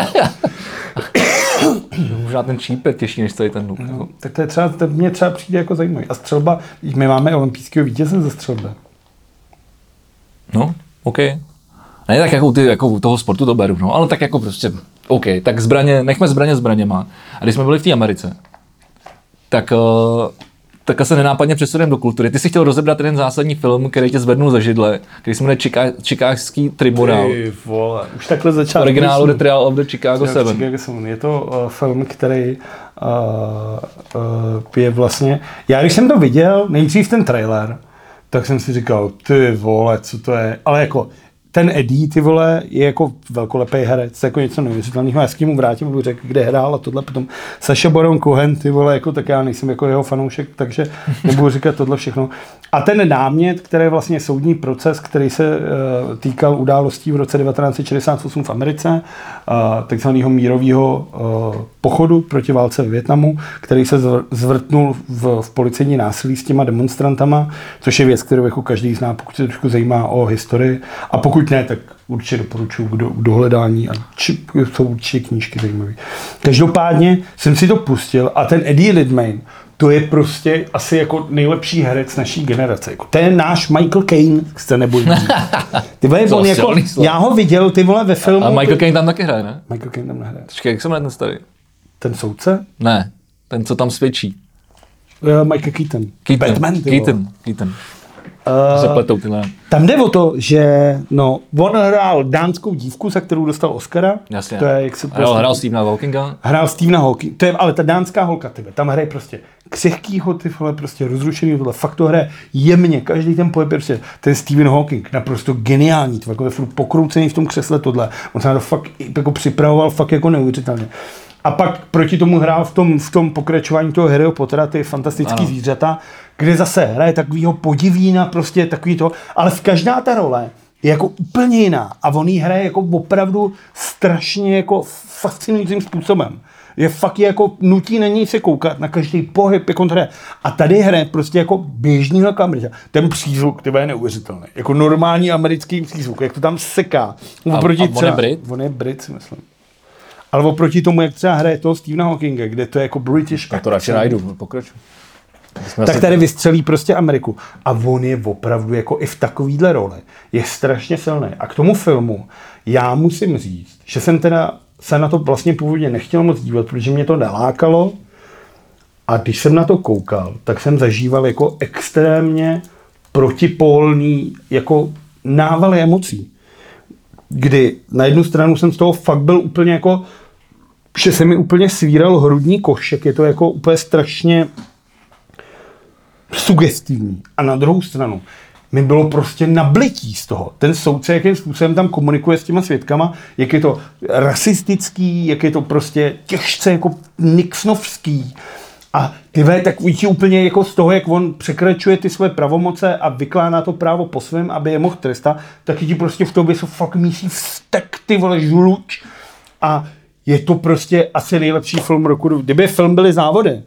S2: Možná ten číp je těžší než tady ten luk.
S1: No, tak to je třeba, to mně třeba přijde jako zajímavý. A střelba, my máme olympijského vítěze ze střelby.
S2: No, OK. Ne, tak jako, ty, jako u toho sportu to beru, no, ale tak jako prostě, OK, tak zbraně, nechme zbraně zbraněma. A když jsme byli v té Americe, tak... Uh, tak se nenápadně přesuneme do kultury. Ty jsi chtěl rozebrat ten zásadní film, který tě zvednul ze židle, který se jmenuje Chicagský tribunál.
S1: Ty vole, už takhle začal.
S2: Originálu The Trial of the Chicago Seven.
S1: Chicago Seven. Je to uh, film, který uh, uh, je vlastně... Já když jsem to viděl, nejdřív ten trailer, tak jsem si říkal, ty vole, co to je? Ale jako, ten Eddie, ty vole, je jako velkolepý herec, jako něco neuvěřitelného. Já s tím mu vrátím, budu řekl, kde hrál a tohle potom. Sacha Baron Cohen, ty vole, jako tak já nejsem jako jeho fanoušek, takže nebudu říkat tohle všechno. A ten námět, který je vlastně soudní proces, který se uh, týkal událostí v roce devatenáct set šedesát osm v Americe, uh, takzvaného mírového uh, pochodu proti válce ve Vietnamu, který se zvrtnul v, v policejní násilí s těma demonstrantama, což je věc, kterou jako každý zná, pokud se trošku zajímá o historii. A pokud ne, tak určitě doporučuji k, do, k dohledání a či, jsou určitě knížky zajímavé. Každopádně jsem si to pustil a ten Eddie Redmayne, to je prostě asi jako nejlepší herec naší generace. Jako, to je náš Michael Caine, se nebojím. Ty vole, on jako, já ho viděl, ty vole, ve filmu.
S2: A Michael Caine tam taky hraje, ne?
S1: Michael Caine tam nehraje.
S2: Počkej, jak se jmenuje ten starý?
S1: Ten soudce?
S2: Ne, ten, co tam svědčí.
S1: Uh, Michael Keaton.
S2: Keaton.
S1: Batman,
S2: Keaton. Keaton.
S1: Uh,
S2: Zapletou tyhle.
S1: Tam jde o to, že no, on hrál dánskou dívku, za kterou dostal Oscara.
S2: Jasně.
S1: To je, jak se
S2: hrál, hrál Stephena Hawkinga.
S1: Hrál Stephena Hawkinga. To je, ale ta dánská holka, tyhle, tam hraje prostě křehkýho, ty vole, prostě rozrušený, tohle, fakt to hraje jemně, každý ten pohyb, prostě ten Stephen Hawking, naprosto geniální, to jako furt pokroucený v tom křesle tohle. On se na to fakt jako připravoval fakt jako neuvěřitelně. A pak proti tomu hrál v tom, v tom pokračování toho Harryho Pottera, ty fantastický ano. zvířata, kde zase hraje takovýho podivína, prostě takový to, ale v každá ta role je jako úplně jiná a on jí hraje jako opravdu strašně jako fascinujícím způsobem. Je fakt jako nutí na něj se koukat, na každý pohyb, jak on hraje. A tady hraje prostě jako běžný kameře. Ten přízvuk, ty je neuvěřitelný. Jako normální americký přízvuk, jak to tam seká.
S2: A,
S1: Oproti
S2: a on
S1: třeba,
S2: je Brit?
S1: On je Brit, si myslím. Ale oproti tomu, jak třeba hraje toho Stephena Hawkinga, kde to je jako British.
S2: Tak to radši najdu, pokračuj.
S1: Tak tady vystřelí prostě Ameriku. A on je opravdu jako i v takovýhle roli. Je strašně silný. A k tomu filmu já musím říct, že jsem teda se na to vlastně původně nechtěl moc dívat, protože mě to nelákalo. A když jsem na to koukal, tak jsem zažíval jako extrémně protipólný jako návaly emocí. Kdy na jednu stranu jsem z toho fakt byl úplně jako, že se mi úplně svíral hrudní košek, je to jako úplně strašně sugestivní. A na druhou stranu mi bylo prostě nablití z toho. Ten soudce, jakým způsobem tam komunikuje s těma svědkama, jak je to rasistický, jak je to prostě těžce jako nixnovský. A ty ve, tak ti úplně jako z toho, jak on překračuje ty své pravomoce a vykládá to právo po svém, aby je mohl trestat, tak ti prostě v tobě jsou fakt mísí vztek, ty vole, žluč. A je to prostě asi nejlepší film roku. Kdyby film byly závody,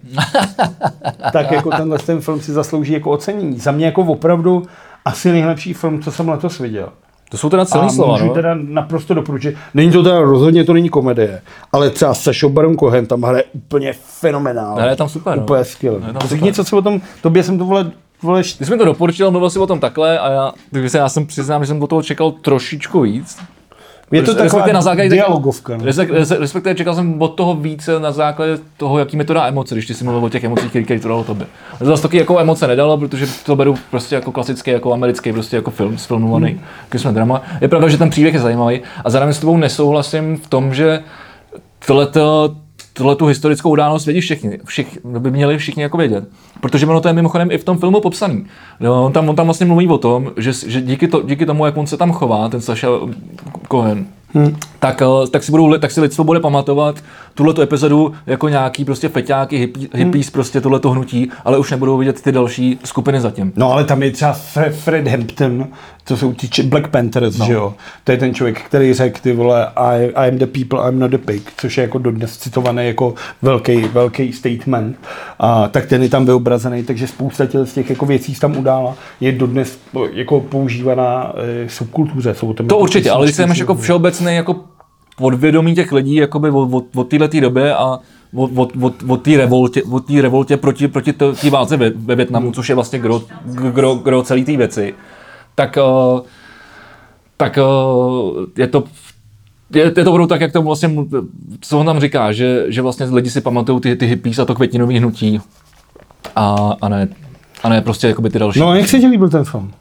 S1: tak jako tenhle ten film si zaslouží jako ocenění. Za mě jako opravdu asi nejlepší film, co jsem letos viděl.
S2: To jsou teda celý slova,
S1: můžu
S2: no?
S1: teda naprosto doporučit. Není to teda rozhodně, to není komedie, ale třeba Sacha Baron Cohen tam hraje úplně fenomenálně.
S2: Hraje tam super,
S1: úplně
S2: no.
S1: skvěle. Řekni, co si o tom, tobě jsem to vole, vole...
S2: Ty jsi mi to doporučil, mluvil si o tom takhle a já, takže já jsem přiznám, že jsem do toho čekal trošičku víc.
S1: Je to taková
S2: na základě
S1: dialogovka. No.
S2: Respektive čekal jsem od toho víc na základě toho, jaký mi to dá emoce, když ty jsi mluvil o těch emocích, které to dalo tobě. To zase taky jako emoce nedalo, protože to beru prostě jako klasický, jako americký prostě jako film, sfilmovaný, hmm. jako jsme drama. Je pravda, že ten příběh je zajímavý a zároveň s tebou nesouhlasím v tom, že tohleto, tuhletu historickou událost vědí všichni, všichni, by měli všichni jako vědět. Protože ono to je mimochodem i v tom filmu popsaný. No, on, tam, on tam vlastně mluví o tom, že, že díky, to, díky tomu, jak on se tam chová, ten Sacha Cohen, hmm. tak, tak, si budou, tak si lidstvo bude pamatovat tuhletu epizodu jako nějaký prostě feťáky, hippie, hippies, hmm. prostě tuhleto hnutí, ale už nebudou vidět ty další skupiny zatím.
S1: No ale tam je třeba Fred, Fred Hampton, to jsou ti Black Panthers, no. Že jo? To je ten člověk, který řekl, ty vole, I, I'm the people, I'm not the pig, což je jako dodnes citovaný jako velký, velký statement. A tak ten je tam vyobrazený, takže spousta z těch jako věcí se tam udála, je dodnes jako používaná e, subkultuře. Jsou tam
S2: to
S1: jako
S2: určitě, ale když se máš jako všeobecný jako podvědomí těch lidí jakoby od, od, od této době a od, od, od, od té revoltě, od té revoltě proti, proti té válce ve, ve Vietnamu, hmm. což je vlastně gro, gro, gro celé té věci, tak, uh, tak uh, je to Je, je to budou tak, jak to vlastně, co on tam říká, že, že vlastně lidi si pamatují ty, ty hippies a to květinový hnutí a, a, ne, a ne prostě jakoby ty další.
S1: No, jak se ti líbil ten film?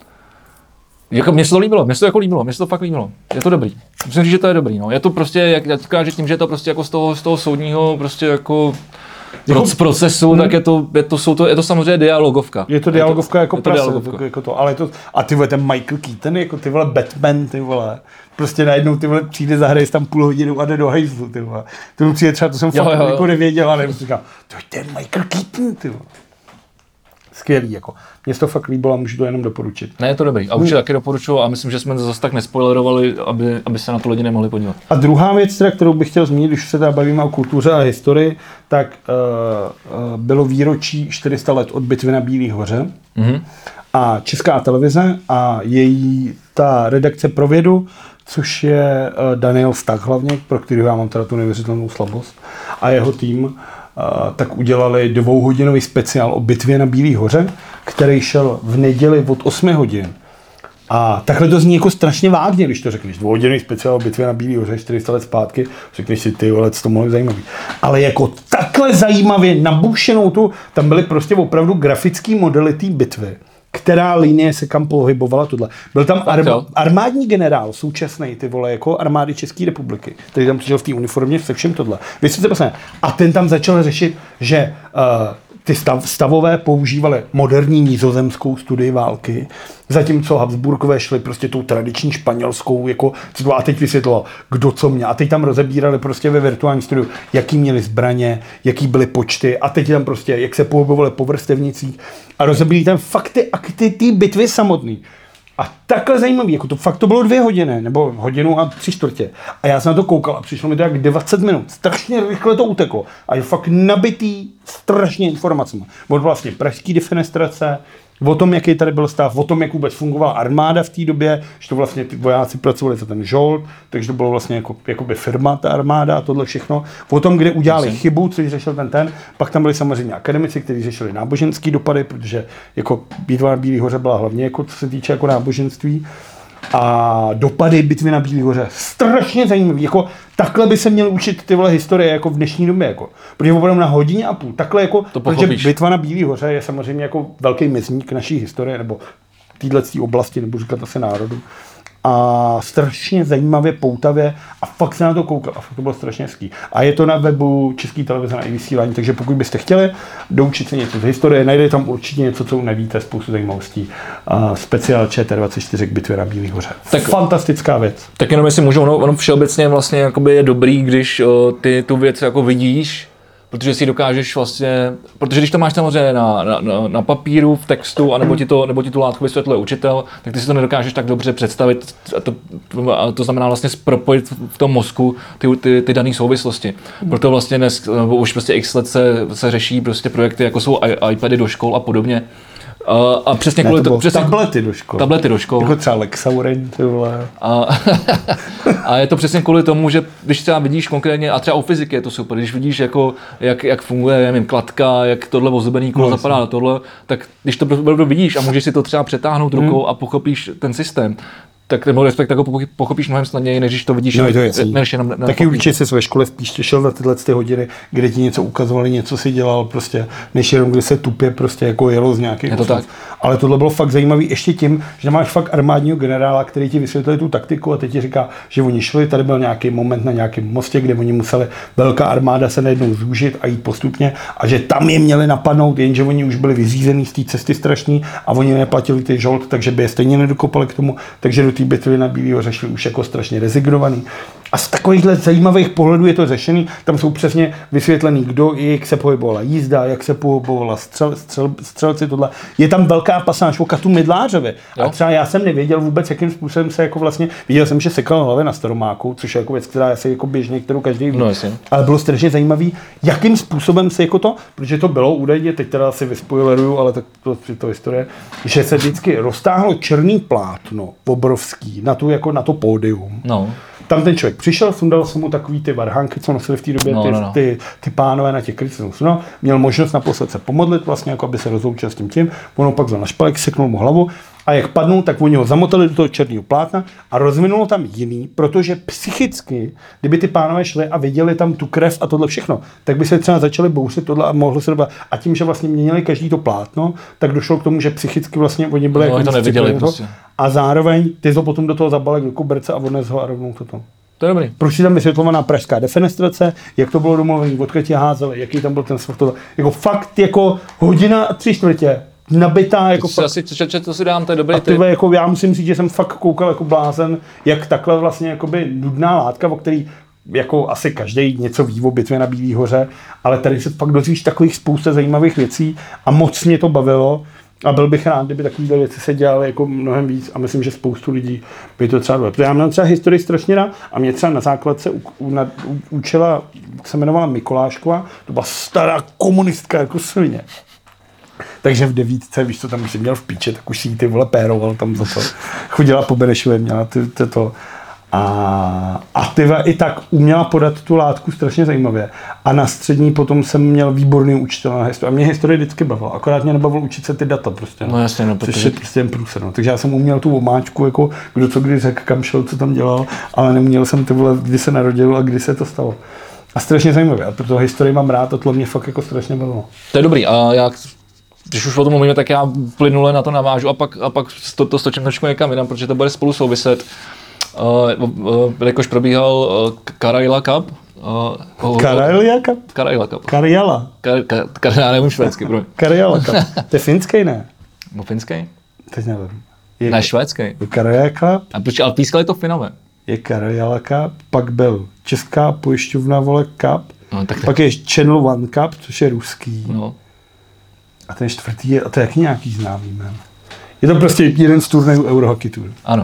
S2: Jako, mně se to líbilo, mně se to jako líbilo, mně se to fakt líbilo. Je to dobrý. Myslím, že to je dobrý, no. Je to prostě, jak já říkám, že tím, že je to prostě jako z toho, z toho soudního prostě jako jako, procesu, hmm. tak je to, je to, jsou to, je to samozřejmě dialogovka.
S1: Je to dialogovka je to, jako prase,
S2: dialogovka.
S1: jako to, ale to, a ty vole, ten Michael Keaton, jako ty vole Batman, ty vole, prostě najednou ty vole přijde, zahraje tam půl hodinu a jde do hajzlu, ty vole. To mi přijde třeba, to jsem jo, fakt jo, jako nevěděl, ale jsem říkal, to je ten Michael Keaton, ty vole. Skvělý, jako. Mně to fakt líbilo a můžu to jenom doporučit.
S2: Ne, je to dobrý. A určitě taky doporučuju a myslím, že jsme to zase tak nespoilerovali, aby, aby se na to lidi nemohli podívat.
S1: A druhá věc, teda, kterou bych chtěl zmínit, když se teda bavíme o kultuře a historii, tak uh, uh, bylo výročí čtyři sta let od bitvy na Bílé hoře. Mm-hmm. A Česká televize a její ta redakce pro vědu, což je uh, Daniel Stach hlavně, pro kterého já mám teda tu neuvěřitelnou slabost, a jeho tým, uh, tak udělali dvouhodinový speciál o bitvě na Bílé hoře, který šel v neděli od osmi hodin. A takhle to zní jako strašně vágně, když to řekneš. Dvouhodinový speciál o bitvě na Bílé hoře, čtyři sta let zpátky, řekneš si, ty vole, to mohlo být zajímavý. Ale jako takhle zajímavě nabušenou tu, tam byly prostě opravdu grafický modely té bitvy, která linie se kam pohybovala tohle. Byl tam arma, armádní generál, současný, ty vole, jako armády České republiky, který tam přišel v té uniformě se všem tohle. A ten tam začal řešit, že uh, ty stav, stavové používali moderní nizozemskou studii války, zatímco Habsburkové šli prostě tou tradiční španělskou, jako, a teď vysvětloval, kdo co měl. A teď tam rozebírali prostě ve virtuální studiu, jaký měli zbraně, jaký byly počty, a teď tam prostě, jak se pohybovali po vrstevnicích a rozebírali tam fakty a ty, ty bitvy samotný. A takhle zajímavý, jako to fakt to bylo dvě hodiny, nebo hodinu a tři čtvrtě. A já jsem na to koukal a přišlo mi to jak dvacet minut. Strašně rychle to uteklo. A je fakt nabitý strašně informacemi. Od vlastně pražský defenestrace, o tom, jaký tady byl stav, o tom, jak vůbec fungovala armáda v té době, že to vlastně ty vojáci pracovali za ten žolt, takže to bylo vlastně jako, jakoby firma, ta armáda a tohle všechno. O tom, kde udělali Myslím. chybu, což řešil ten ten, pak tam byli samozřejmě akademici, kteří řešili náboženský dopady, protože jako bitva na Bílé hoře byla hlavně jako co se týče jako náboženství. A dopady bitvy na Bílé hoře. Strašně zajímavý. Jako, takhle by se měl učit ty vole historie jako v dnešní době. Jako. Protože opravdu na hodině a půl. Takhle jako, protože bitva na Bílé hoře je samozřejmě jako velký mezník naší historie, nebo této oblasti, nebo říkat asi národu. A strašně zajímavě, poutavě a fakt se na to koukal a fakt to bylo strašně hezký. A je to na webu České televize na i-vysílání, takže pokud byste chtěli doučit se něco z historie, najdete tam určitě něco, co nevíte, spoustu zajímavostí. Uh, speciál Č T dvacet čtyři k bitvě na Bílé hoře. Tak, fantastická věc.
S2: Tak jenom jestli můžu, ono, ono všeobecně vlastně jakoby je dobrý, když uh, ty tu věc jako vidíš, protože si dokážeš vlastně, protože když to máš samozřejmě na, na, na papíru, v textu, anebo ti to, nebo ti tu látku vysvětluje učitel, tak ty si to nedokážeš tak dobře představit, a to, a to znamená vlastně propojit v tom mozku ty, ty, ty dané souvislosti. Proto vlastně dnes, už prostě x let se, se řeší prostě projekty, jako jsou iPady do škol a podobně. A, a přesně
S1: ne,
S2: kvůli
S1: to,
S2: to, přesně,
S1: tablety do škol.
S2: Tablety do škol.
S1: Jako třeba Lexaurin, ty vole.
S2: A, a je to přesně kvůli tomu, že když třeba vidíš konkrétně, a třeba o fyziky je to super, když vidíš, jako, jak, jak funguje, nevím, kladka, jak tohle ozubený kolo no, zapadá na tohle, tak když to opravdu vidíš a můžeš si to třeba přetáhnout hmm. rukou a pochopíš ten systém, tak nebo respekt jako pochopíš mnohem snadněji, než když to vidíš.
S1: No, to
S2: než jenom na
S1: taky určitě se ve škole spíš šel na tyhle ty hodiny, kde ti něco ukazovali, něco si dělal prostě, než jenom kde se tupě prostě jako jelo z nějakých
S2: to tak.
S1: Ale tohle bylo fakt zajímavý ještě tím, že máš fakt armádního generála, který ti vysvětlil tu taktiku a teď ti říká, že oni šli, tady byl nějaký moment na nějakém mostě, kde oni museli, velká armáda se najednou zúžit a jít postupně a že tam je měli napadnout, jenže oni už byli vyřízený z té cesty strašný a oni neplatili ty žolt, takže by je stejně nedokopali k tomu, takže do té bitvy na Bílé hoře šli už jako strašně rezignovaný. A z takovýchhle zajímavých pohledů je to řešený, tam jsou přesně vysvětlený, kdo i jak se pohybovala jízda, jak se pohybovala střel, střel, střelci, tohle. Je tam velká pasáž o Katu Mydlářovi. A třeba já jsem nevěděl vůbec, jakým způsobem se jako vlastně, viděl jsem, že sekal hlavě na Staromáku, což je jako věc, která je asi jako běžně, kterou každý ví. No, ale bylo strašně zajímavý, jakým způsobem se jako to, protože to bylo údajně, teď teda asi vyspoileruju, ale tak to je to historie, že se vždycky roztáhlo černý plátno, obrovský, na tu, jako na to pódium.
S2: No.
S1: Tam ten člověk přišel, sundal se mu takový ty varhánky, co nosili v té době
S2: no,
S1: ty,
S2: no, no.
S1: Ty, ty pánové na těch krycích. No, měl možnost naposled se pomodlit, vlastně, jako aby se rozloučil s tím tím. Ono pak vzal na špalek, seknul mu hlavu a jak padnul, tak oni ho zamotali do toho černého plátna a rozvinulo tam jiný, protože psychicky, kdyby ty pánové šli a viděli tam tu krev a tohle všechno, tak by se třeba začali bouřit tohle a mohlo se doba. A tím, že vlastně měnili každý to plátno, tak došlo k tomu, že psychicky vlastně oni byli
S2: no,
S1: jako
S2: to neviděli prostě.
S1: A zároveň ty to potom do toho zabalek do koberce a odnes ho a rovnou to.
S2: To je dobrý.
S1: Proč je tam vysvětlovaná pražská defenestrace, jak to bylo domluvený, odkud je házeli, jaký tam byl ten sportový. Jako fakt jako hodina a tři čtvrtě. Nabitá jako fakt.
S2: Asi, čo, čo, to si dám, to je dobrý.
S1: A tyhle, jako já musím říct, že jsem fakt koukal jako blázen, jak takhle vlastně jakoby nudná látka, o který jako asi každý něco ví o bitvě na Bílý hoře, ale tady se fakt dozvíš takových spousta zajímavých věcí a moc mě to bavilo a byl bych rád, kdyby takovýhle věci se dělaly jako mnohem víc a myslím, že spoustu lidí by to třeba bylo. Já mám třeba historii strašně rád a mě třeba na základce u, u, na, u, učila, jak se jmenovala Mikolášková, to byla stará komunistka jako svině. Takže v devítce, víš co, tam už jsi měl v píče, tak už si jí ty vole péroval tam za to. Chodila po Benešově, měla ty, ty to. A, a ty i tak uměla podat tu látku strašně zajímavě. A na střední potom jsem měl výborný učitel na historii. A mě historie vždycky bavilo. Akorát mě nebavilo učit se ty data prostě. No,
S2: no jasně, no,
S1: protože... Což je prostě jen průser. No. Takže já jsem uměl tu omáčku, jako kdo co kdy řekl, kam šel, co tam dělal, ale neměl jsem ty vole, kdy se narodil a kdy se to stalo. A strašně zajímavé. A proto historii mám rád a tohle mě fakt jako strašně bavilo.
S2: To je dobrý. A jak když už o tom mluvíme, tak já plynule na to navážu a pak, a pak to, to stočím trošku někam jinam, protože to bude spolu souviset. Uh, uh, jakož probíhal uh, Karajala Cup. Uh,
S1: Karajala Cup?
S2: Karajala Cup.
S1: Karjala.
S2: Kar, kar, kar, já nevím švédsky, bro.
S1: Karjala Cup. To je finský, ne?
S2: No finský?
S1: Teď nevím.
S2: Je, ne, švédský.
S1: Karajala Cup.
S2: A proč, ale pískali to Finové.
S1: Je Karjala Cup, pak byl Česká pojišťovna vole Cup,
S2: no, tak
S1: pak je Channel One Cup, což je ruský.
S2: No.
S1: A ten čtvrtý je, a to je jaký nějaký známý jmen. Je to prostě jeden z turnajů Eurohockey Tour.
S2: Ano.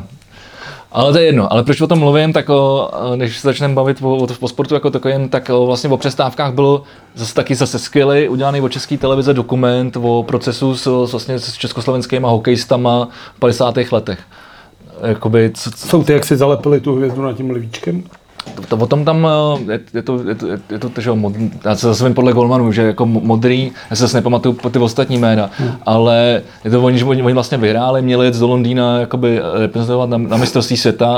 S2: Ale to je jedno. Ale proč o tom mluvím, tak o, než se začneme bavit o, o, o sportu jako takovém, tak o, vlastně o přestávkách bylo zase taky zase skvělý udělaný od České televize dokument o procesu s, vlastně s československými hokejistama v padesátých letech. Jakoby, co, co...
S1: Jsou ty, jak si zalepili tu hvězdu nad tím levíčkem?
S2: To, to, o tom tam je, je to, je to, je to, že mod, já se zase vím podle Golmanu, že jako modrý, já se zase nepamatuju ty ostatní jména, hmm. ale je to oni, že oni, oni vlastně vyhráli, měli jet do Londýna jakoby reprezentovat na, na mistrovství světa,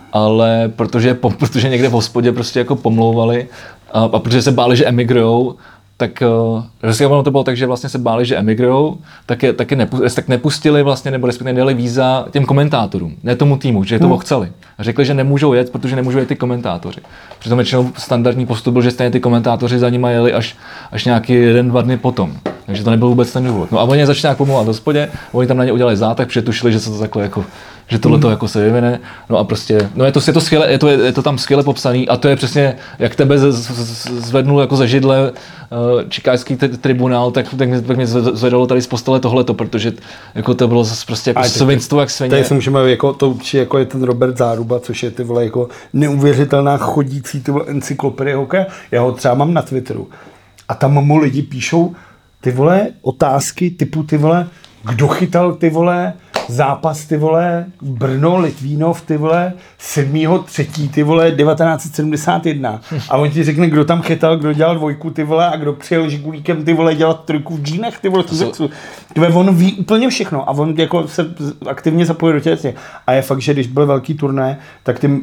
S2: ale protože, protože někde v hospodě prostě jako pomlouvali a, a protože se báli, že emigrujou, tak uh, to bylo tak, že vlastně se báli, že emigrujou, tak, je, tak, je nepu, tak nepustili vlastně, nebo respektive nedali víza těm komentátorům, ne tomu týmu, že to hmm. chceli. A řekli, že nemůžou jet, protože nemůžou jet ty komentátoři. Přitom většinou standardní postup byl, že stejně ty komentátoři za nimi jeli až, až nějaký jeden, dva dny potom. Takže to nebyl vůbec ten důvod. No a oni začali nějak pomlouvat v hospodě, oni tam na ně udělali zátah, protože tušili, že se to takhle jako že tohle to jako se vyvine, no a prostě, no je to, je to skvěle, je to, je to tam skvěle popsaný a to je přesně, jak tebe z, z, z, zvednul jako ze židle uh, čikářský t- tribunál, tak, tak, mě, tak mě zvedalo tady z postele tohleto, protože jako to bylo zase prostě jako svinstvo jak svině.
S1: Tady si můžeme, jako, to určitě jako je ten Robert Záruba, což je ty vole jako neuvěřitelná chodící ty vole encyklopedie hokeje, já ho třeba mám na Twitteru a tam mu lidi píšou ty vole otázky typu ty vole, kdo chytal ty vole zápas ty vole Brno, Litvínov ty vole sedmého třetího ty vole devatenáct set sedmdesát jedna a on ti řekne, kdo tam chytal, kdo dělal dvojku ty vole a kdo přijel žigulíkem ty vole dělat trojku v džínech ty vole tu věcu. On ví úplně všechno a on jako se aktivně zapojí do těch a je fakt, že když byl velký turné, tak ty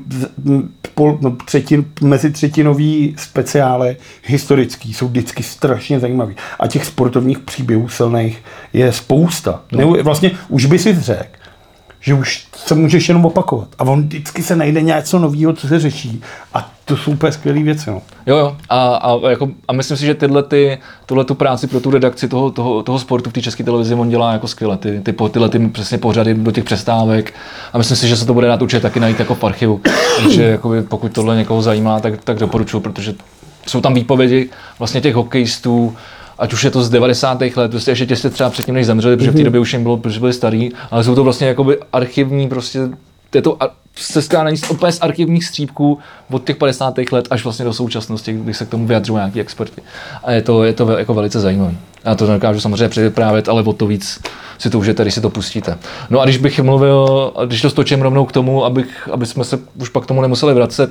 S1: pol, no, třetin, mezi třetinový speciály historický jsou vždycky strašně zajímavý a těch sportovních příběhů silných je spousta. No. Ne, vlastně už by si řekl, že už se můžeš jenom opakovat. A on vždycky se najde něco nového, co se řeší. A to jsou úplně skvělé věci. No.
S2: Jo, jo. A, a, jako, a myslím si, že tyhle ty, tuhle tu práci pro tu redakci toho, toho, toho sportu v té České televizi on dělá jako skvěle. Ty, ty, tyhle ty přesně pořady do těch přestávek. A myslím si, že se to bude dát určitě taky najít jako v archivu. Takže jakoby, pokud tohle někoho zajímá, tak, tak doporučuji, protože jsou tam výpovědi vlastně těch hokejistů, ať už je to z devadesátých let, prostě ještě těsně třeba předtím, než zemřeli, protože v té době už jim bylo, protože byli starý, ale jsou to vlastně jakoby archivní, prostě, je to seskládání úplně z archivních střípků od těch padesátých let až vlastně do současnosti, když se k tomu vyjadřují nějaký experti. A je to, je to jako velice zajímavé. Já to nedokážu samozřejmě předvyprávět, ale o to víc si to užijete, když si to pustíte. No a když bych mluvil, když to stočím rovnou k tomu, abych, aby jsme se už pak k tomu nemuseli vracet,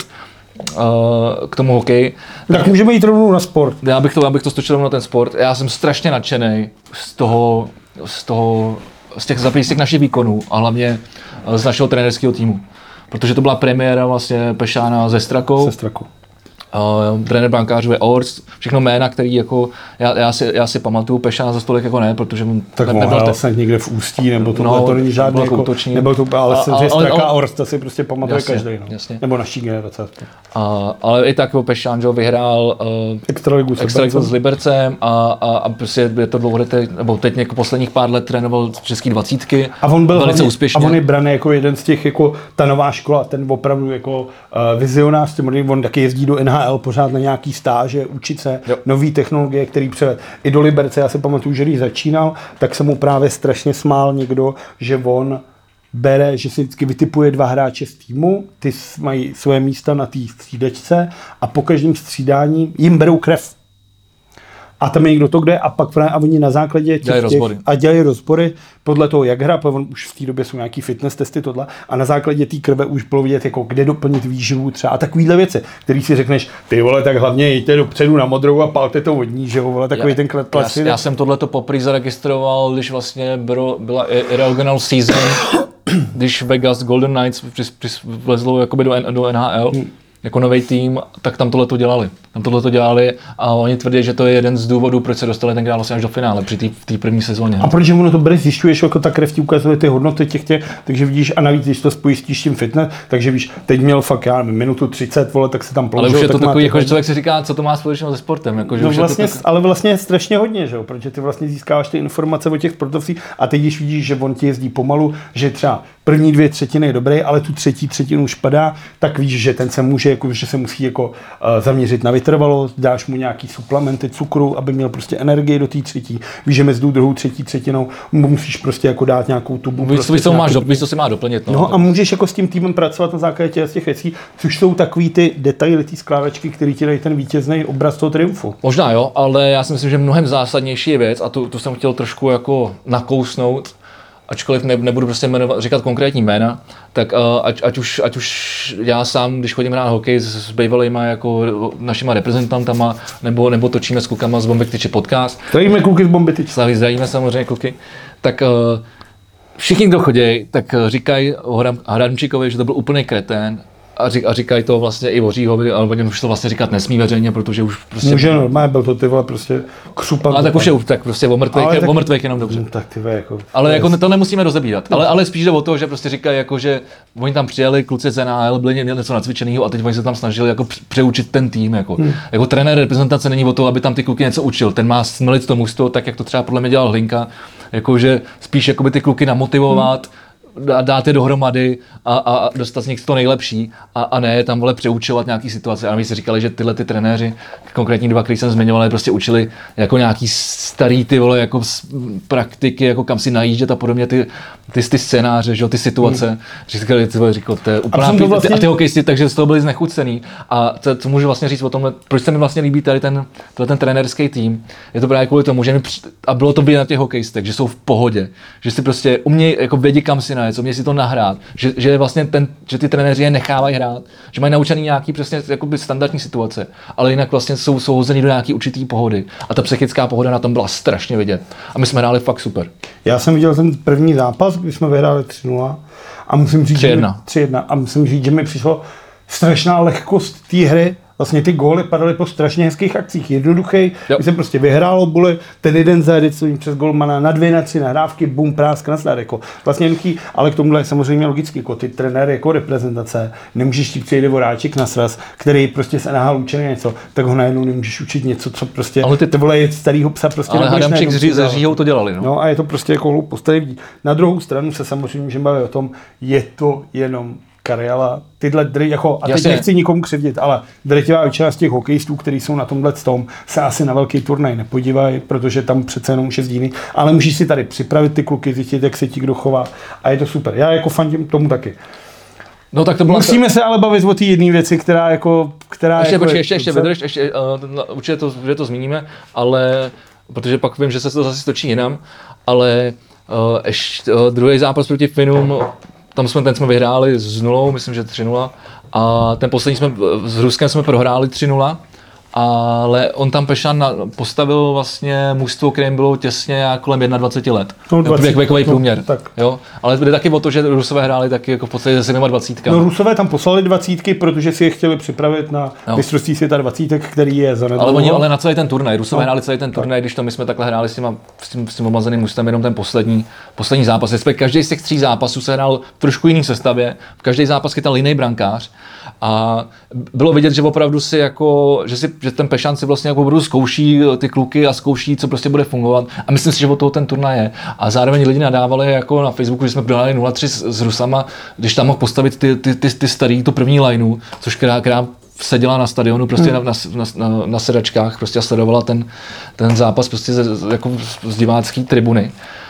S2: Uh, k tomu hokeji.
S1: Tak, tak můžeme jít rovnou na sport.
S2: Já bych to, já bych to stočil rovnou na ten sport. Já jsem strašně nadšený z toho, z toho, z těch, z těch našich výkonů a hlavně z našeho trenérského týmu. Protože to byla premiéra vlastně Pešána se Strakou.
S1: Se Strakou.
S2: Uh, trenér brankářů je Orst, všechno jména, který jako, já, já, si, já si pamatuju, Pešána za stolik jako ne, protože
S1: tak ne, nebyl snad někde v Ústí, nebo to, no, to není žádný, jako, nebyl to, ale jsem že Straka a Orst, to si prostě pamatuje jasně, každý, no. Jasně. Nebo naší generace.
S2: Uh, ale i tak Pešán, že vyhrál uh,
S1: Extraligu
S2: s Libercem a, a, a prostě je to dlouholetý, nebo teď jako posledních pár let trénoval český dvacítky,
S1: a on byl
S2: velice
S1: hlavně,
S2: úspěšně.
S1: A on je braný jako jeden z těch, jako ta nová škola, ten opravdu jako uh, vizionář, on taky jezdí do N H L pořád na nějaký stáže, učit se jo. nový technologie, který převed i do Liberce. Já si pamatuju, že když začínal, tak se mu právě strašně smál někdo, že on bere, že si vždycky vytipuje dva hráče z týmu, ty mají své místa na té střídačce a po každém střídání jim berou krev. A tam je někdo to kde a pak právě a oni na základě těch,
S2: dělají rozbory.
S1: a dělají rozbory podle toho, jak hra, protože už v té době jsou nějaký fitness testy tohle a na základě té krve už bylo vidět, jako kde doplnit výživu třeba a takovýhle věci, který si řekneš, ty vole, tak hlavně jděte dopředu na modrou a palte to vodní, že jo, vole, takový já, ten klasický.
S2: Já, já jsem tohleto poprvé zaregistroval, když vlastně bylo, byla Irregular Season, když Vegas Golden Knights vlezlo jakoby do, do N H L. Hmm. jako nový tým, tak tam tohle to dělali. Tam tohle to dělali a oni tvrdí, že to je jeden z důvodů, proč se dostali tenkrát vlastně až do finále při té první sezóně.
S1: A protože ono to brzy zjišťuješ, jako ta krev ti ukazuje ty hodnoty těch těch, takže vidíš a navíc, když to spojíš s tím fitness, takže víš, teď měl fakt já nevím, minutu třicet, vole, tak se tam položil.
S2: Ale už je to takový, jako,
S1: že
S2: člověk si říká, co to má společného se sportem. Jako, že
S1: no
S2: už
S1: vlastně,
S2: je to tak...
S1: ale vlastně strašně hodně, že jo, protože ty vlastně získáváš ty informace o těch sportovcích a teď když vidíš, že on ti jezdí pomalu, že třeba první dvě třetiny je dobrý, ale tu třetí třetinu už padá, tak víš, že ten se může, jako, že se musí jako uh, zaměřit na vytrvalost, dáš mu nějaký suplementy cukru, aby měl prostě energii do té třetí. Víš, že mezi druhou třetí třetinou musíš prostě jako dát nějakou tubu.
S2: Víš,
S1: prostě
S2: co, máš, do, víš, co si má doplnit. No,
S1: no a můžeš jako s tím týmem pracovat na základě těch věcí, což jsou takový ty detaily, ty skládačky, které ti dají ten vítězný obraz toho triumfu.
S2: Možná jo, ale já si myslím, že mnohem zásadnější je věc, a tu, tu jsem chtěl trošku jako nakousnout, ačkoliv ne, nebudu prostě jmenovat, říkat konkrétní jména, tak uh, ať, ať, už, ať už já sám, když chodím hrát hokej s, s bývalýma jako našima reprezentantama, nebo, nebo točíme s klukama z Bomby Tyče podcast.
S1: Zdravíme kluky z Bomby Tyče.
S2: Zdravíme samozřejmě kluky. Tak uh, všichni, kdo chodí, tak říkají o Hradčíkovi, že to byl úplný kretén. A, řík, a říkají to vlastně i o Říhovi, ale oni už to vlastně říkat nesmí veřejně, protože už prostě...
S1: Může normálně, byl to ty vole prostě křupan.
S2: Ale tak už je tak prostě o mrtvých, tak, o mrtvých jenom dobře.
S1: No, tak ty vole, jako...
S2: Ale jako to nemusíme rozebírat, ale, ale spíš jde o to, že prostě říkají jako, že oni tam přijeli, kluci z N H L, byli něco nacvičenýho a teď oni se tam snažili jako přeučit ten tým, jako. Hmm. Jako trenér reprezentace není o to, aby tam ty kluky něco učil, ten má smlit to mužstvo, tak jak to třeba podle mě dělal Hlinka, jakože spíš jakoby ty kluky namotivovat, hmm. dát je dohromady a, a dostat z nich to nejlepší a, a ne tam vole přeučovat nějaký situace. A my si říkali, že tyhle ty trenéři, konkrétní dva, který jsem zmiňoval, prostě učili jako nějaký starý ty vole jako praktiky, jako kam si najíždět a podobně ty, ty, ty scénáře, že, ty situace. Mm. Říkali, ty vole, říkali, to je úplná pít, vlastně... a ty hokejisti, takže z toho byli znechucený. A to, co můžu vlastně říct o tomhle, proč se mi vlastně líbí tady ten, ten trenérský tým, je to právě kvůli tomu, že mi, a bylo to vidět na těch hokejistech, že jsou v pohodě, že si prostě umějí jako vědí, kam si najet, umějí si to nahrát, že, že vlastně ten, že ty trenéři je nechávají hrát, že mají naučený nějaký přesně jakoby standardní situace, ale jinak vlastně jsou souhození do nějaký určitý pohody. A ta psychická pohoda na tom byla strašně vidět. A my jsme hráli fakt super.
S1: Já jsem viděl ten první zápas, kdy jsme vyhráli tři nula a musím říct,
S2: tři jedna.
S1: tři jedna a musím říct, že mi přišlo strašná lehkost té hry. Vlastně ty góly padaly po strašně hezkých akcích. Jednoduchý, když se prostě vyhrálo, byly ten jeden zajedit přes golmana na dvě, na tři nahrávky, bum, prásk, nasled, jako. Vlastně jednoduchý, ale k tomuhle je samozřejmě logicky, jako ty trenéry jako reprezentace, nemůžeš ti přijít voráček na sraz, který prostě se nahal učený něco, tak ho najednou nemůžeš učit něco, co prostě,
S2: ale ty
S1: to vole je starýho psa prostě.
S2: Ale Hadamčík se Říhou to dělali, no.
S1: No a je to prostě jako hloupost, tady vidí. Na druhou stranu se samozřejmě můžeme bavit o tom, je to jenom Karjala, tyhle dry, jako, a teď Jasně. nechci nikomu křivdit, ale drtivá většina z těch hokejistů, kteří jsou na tomhle tom, se asi na velký turnaj nepodívají, protože tam přece jenom už je zdíný, ale můžeš si tady připravit ty kluky, zjistit, jak se ti kdo chová a je to super. Já jako fandím tomu taky.
S2: No, tak to bylo
S1: Musíme to... se ale bavit o té jedné věci, která jako... Která
S2: ještě,
S1: jako
S2: počkej,
S1: je,
S2: ještě, ještě, vydrž, ještě uh, určitě to, že to zmíníme, ale, protože pak vím, že se to zase stočí jinam, ale uh, ještě uh, druhý zápas proti Finům, tam jsme, ten jsme vyhráli s nulou, myslím, že tři nula. A ten poslední jsme, s Ruskem jsme prohráli tři nula. ale on tam Pešan na, postavil vlastně mužstvo, kterým bylo těsně kolem dvacet jedna let.
S1: No, dvacet,
S2: věkový
S1: no,
S2: průměr.
S1: Tak.
S2: Jo? Ale jde taky o to, že Rusové hráli taky jako v podstatě se dvacet sedm.
S1: No Rusové tam poslali dvacítky, protože si je chtěli připravit na no. mistrovství světa dvacítek, který je za
S2: ale oni ale na celý ten turnaj. Rusové no. hráli celý ten turnaj, když to my jsme takhle hráli s, těma, s tím, s tím omazeným mužstvem jenom ten poslední, poslední zápas. Respektive každý z těch tří zápasů se hrál v trošku jiný sestavě. V každý zápas chytal jiný brankář. A bylo vidět, že opravdu si jako, že, si, že ten Pešan si vlastně jako opravdu zkouší ty kluky a zkouší, co prostě bude fungovat. A myslím si, že od toho ten turnaj je. A zároveň lidi nadávali jako na Facebooku, že jsme prohráli nula tři s, s Rusama, když tam mohl postavit ty, ty, ty, ty starý, tu první lineu, což která, která seděla na stadionu prostě hmm. na, na, na, na sedačkách prostě a sledovala ten, ten zápas prostě z, jako z divácké tribuny.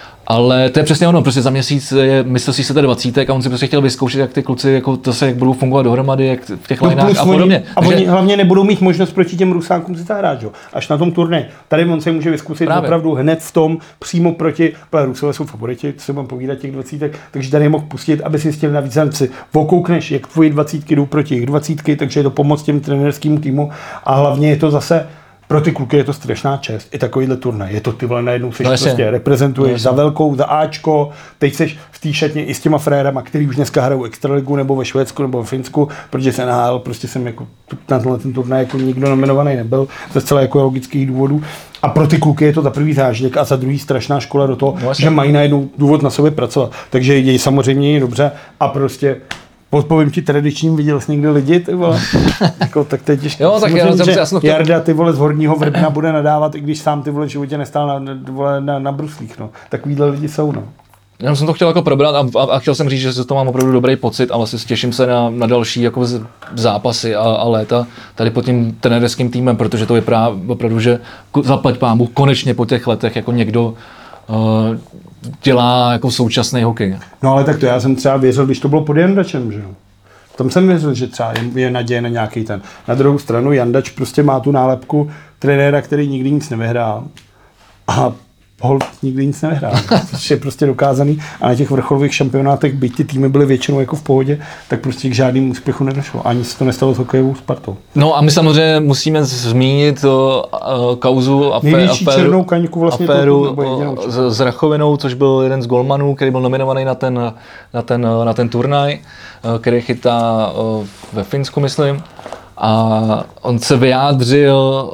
S2: Ale to je přesně ono, prostě za měsíc je mistrovství světa dvacítek a on si prostě chtěl vyzkoušet, jak ty kluci jako to se jak budou fungovat dohromady, jak v těch
S1: no,
S2: lineách a podobně.
S1: A oni Takže... hlavně nebudou mít možnost proti těm Rusákům si zahrát, jo? Až na tom turnaji. Tady on se může vyzkoušet opravdu hned v tom, přímo proti, protože Rusové jsou favoriti, co se mám povídat těch dvacítek, takže tady je mohl pustit, aby si chtěl navíc si vokoukneš, jak tvoji dvacítky jdou proti jejich dvacítky, takže je to pomoc těm trenérskému týmu a hlavně je to zase pro ty kluky je to strašná čest. I takovýhle turnaj. Je to ty vole najednou seš no prostě reprezentuješ no za velkou, za Ačko, teď seš v té šatně i s těma frérama, který už dneska hrajou extraligu nebo ve Švédsku nebo ve Finsku, protože se nahájel, prostě jsem jako na tenhle ten turnaj jako nikdo nominovaný nebyl, ze zcela jako logických důvodů. A pro ty kluky je to za prvý zážitek a za druhý strašná škola do toho, no že mají najednou důvod na sobě pracovat. Takže jej samozřejmě je dobře a prostě odpovím ti tradičním, viděl jsi někdy lidi, ty vole? Jako, tak teď ještě.
S2: Jo, tak já,
S1: že
S2: já jsem to...
S1: Jarda, ty vole, z Horního Vrbna bude nadávat, i když sám ty vole v životě nestál na, vole, na, na bruslích, no. Takovýhle lidi jsou, no.
S2: Já jsem to chtěl jako probrat a, a, a chtěl jsem říct, že to mám opravdu dobrý pocit a vlastně těším se na, na další jako zápasy a, a léta tady pod tím trenérským týmem, protože to vypadá opravdu, že zaplať pámu konečně po těch letech jako někdo uh, dělá jako současný hokej.
S1: No ale tak to já jsem třeba věřil, když to bylo pod Jandačem, že jo. Tam jsem věřil, že třeba je, je naděje na nějaký ten. Na druhou stranu Jandač prostě má tu nálepku trenéra, který nikdy nic nevyhrál. A Holt nikdy nic nevyhrál, což je prostě dokázaný a na těch vrcholových šampionátech, byť ty týmy byly většinou jako v pohodě, tak prostě k žádným úspěchu nedošlo. Ani se to nestalo s hokejovou Spartou.
S2: No a my samozřejmě musíme zmínit o, o kauzu afé,
S1: největší
S2: aféru,
S1: černou kaňku vlastně
S2: aféru to, s, s Rachovinou, což byl jeden z golmanů, který byl nominovaný na ten, na ten, na ten turnaj, který chytá ve Finsku, myslím. A on se vyjádřil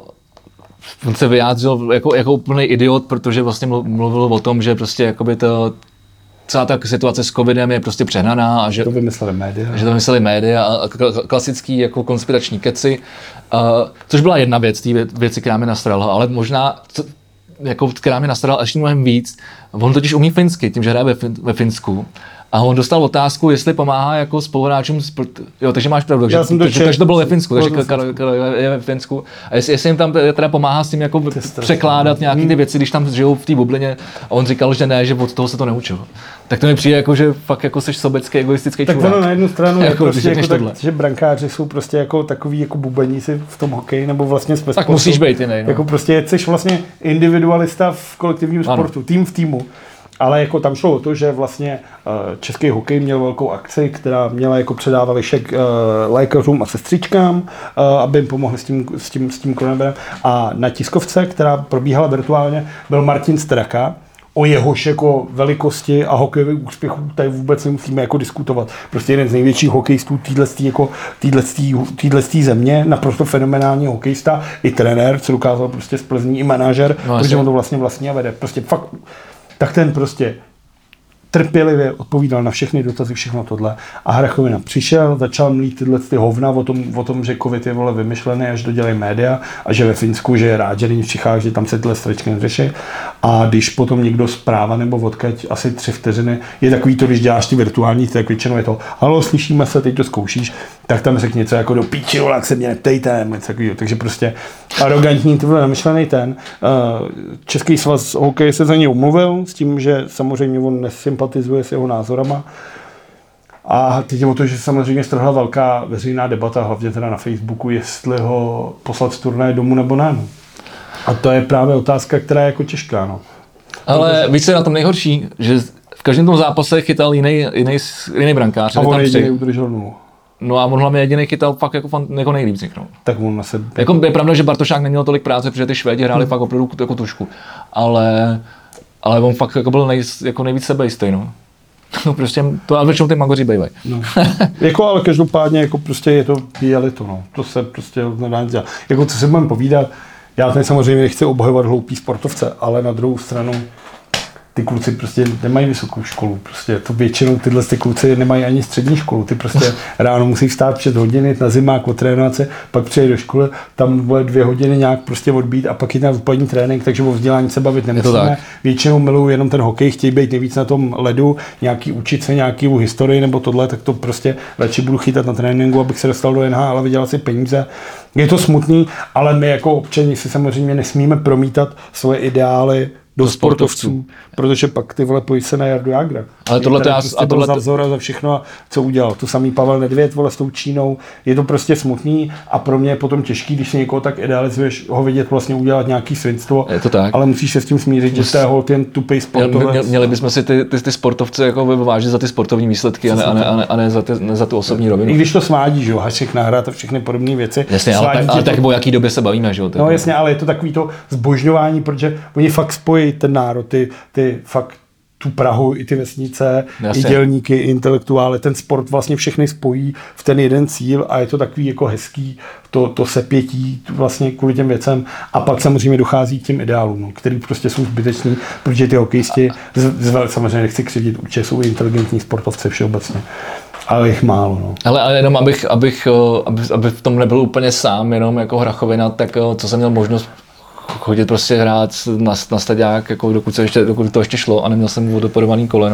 S2: On se vyjádřil jako, jako úplný idiot, protože vlastně mluvil o tom, že prostě jakoby to, celá ta situace s covidem je prostě přehnaná a že
S1: to vymysleli média.
S2: Že to vymysleli média a klasický jako konspirační keci, uh, což byla jedna věc, té věci, která mě nastrala, ale možná, jako, která mě nastrala ještě mnohem víc. On totiž umí finsky, tím, že hraje ve, fin, ve Finsku. A on dostal otázku, jestli pomáhá jako spoluhráčům, jo, takže máš pravdu, že to, takže to bylo ve Finsku, takže je ve Finsku. A jestli, jestli jim tam teda pomáhá s tím jako překládat nějaké ty věci, když tam žijou v té bublině, a on říkal, že ne, že od toho se to neučil. Tak to mi přijde jako, že fakt jako seš sobecký, egoistický
S1: tak
S2: člověk.
S1: Tak na jednu stranu
S2: jako,
S1: je prostě jako tak, že brankáři jsou prostě jako takový jako bubeníci v tom hokeji, nebo vlastně ve
S2: tak musíš být jiný, no.
S1: Jako prostě jsi vlastně individualista v kolektivním sportu, ano. Tým v týmu. Ale jako tam šlo o to, že vlastně český hokej měl velkou akci, která měla jako předávat lišek lékařům a sestřičkám, aby jim pomohli s tím, s tím, s tím koronavirem. A na tiskovce, která probíhala virtuálně, byl Martin Straka. O jehož jako velikosti a hokejových úspěchů tady vůbec nemusíme jako diskutovat. Prostě jeden z největších hokejistů téhletý jako téhletý země, naprosto fenomenální hokejista, i trenér, co dokázal prostě z Plzní, i manažer, no, protože on to vlastně vlastní a vede. Prostě fakt, tak ten prostě trpělivě odpovídal na všechny dotazy, všechno tohle. A Hrachovina přišel, začal mlít tyhle ty hovna o tom, o tom, že covid je vole vymyšlený, až to dělají média a že ve Finsku, že je rád, že není v Čechách, že tam se tyhle stračky neřeší. A když potom někdo zpráva nebo odkaď asi tři vteřiny, je takový to, když děláš ty virtuální, tak většinou je to, halo, slyšíme se, teď to zkoušíš, tak tam řekni něco jako do píči, vole, jak se mě neptejte, takže prostě arrogantní, to byl namyšlený ten. Český svaz hokeje se za něj umluvil s tím, že samozřejmě on nesympatizuje s jeho názorama. A teď je o to, že samozřejmě strhla velká veřejná debata, hlavně teda na Facebooku, jestli ho poslat z turnaje domů nebo ne. A to je právě otázka, která je jako těžká. No.
S2: Ale víš, co je na tom nejhorší, že v každém tom zápase chytal jiný, jiný, jiný brankář.
S1: A on jediný udržel nulu.
S2: No a on hlavně jediný chytal fakt jako, fan, jako nejlíp z nich, no.
S1: Tak on na sebe...
S2: Jako je pravda, že Bartošák neměl tolik práce, protože ty Švédi hráli hmm. fakt opravdu jako tušku. Ale, ale on fakt jako byl nej, jako nejvíc sebejistý, no. No prostě, to a většinou ty Magoři bývají.
S1: No. Jako ale každopádně, jako prostě je to, je to, no. To se prostě nedá dělat. Jako co se budeme povídat, já tady samozřejmě nechci obhajovat hloupý sportovce, ale na druhou stranu ty kluci prostě nemají vysokou školu, prostě to většinou tyhle ty kluci nemají ani střední školu, ty prostě ráno musí vstát před hodiny na zimák otrénovat se, pak přijde do školy, tam bude dvě hodiny nějak prostě odbít a pak jít na odpolední trénink, takže o vzdělání se bavit nemusíme. Většinou milují jenom ten hokej, chtějí být nejvíc na tom ledu, nějaký učit se nějakou historii nebo tohle, tak to prostě radši budu chytat na tréninku, abych se dostal do N H L a vydělal si peníze. Je to smutný, ale my jako občani si samozřejmě nesmíme promítat svoje ideály do sportovců, protože pak ty vole pojí se na Jardu Jágra.
S2: Ale tohle já
S1: prostě
S2: a tohle
S1: za vzor a za všechno, co udělal. To samý Pavel Nedvěd, vole, s tou Čínou. Je to prostě smutný a pro mě je potom těžký, když si někoho tak idealizuješ, ho vidět vlastně udělat nějaký svinstvo.
S2: Je to tak.
S1: Ale musíš se s tím smířit, že jste hol ten tupej sportovec.
S2: Mě, měli bychom si ty, ty, ty sportovce jako vyvážit za ty sportovní výsledky a ne, a ne, a ne, a ne za, ty, ne za tu osobní rovinu.
S1: I když to svádí, že jo, Hašek nahrát a všechny podobné věci.
S2: Jasně, ale, tak, ale tak o jaký době se bavíme, že jo?
S1: No jasně, ale je to takový to zbožňování, protože oni fakt spojí ten národ, ty, ty fakt tu Prahu, i ty vesnice, jasně. I dělníky, i intelektuály, ten sport vlastně všechny spojí v ten jeden cíl a je to takový jako hezký, to, to sepětí vlastně kvůli těm věcem a pak samozřejmě dochází k těm ideálům, no, který prostě jsou zbytečný, protože ty hokejisti, samozřejmě nechci křivdit, určitě jsou inteligentní sportovci všeobecně. Ale jich málo, no.
S2: Ale, ale jenom abych, abych, aby, aby v tom nebyl úplně sám, jenom jako hrachovina, tak co jsem měl možnost chodit prostě hrát na, na stadiák, jako dokud, se ještě, dokud to ještě šlo a neměl jsem odopodovaný koleno.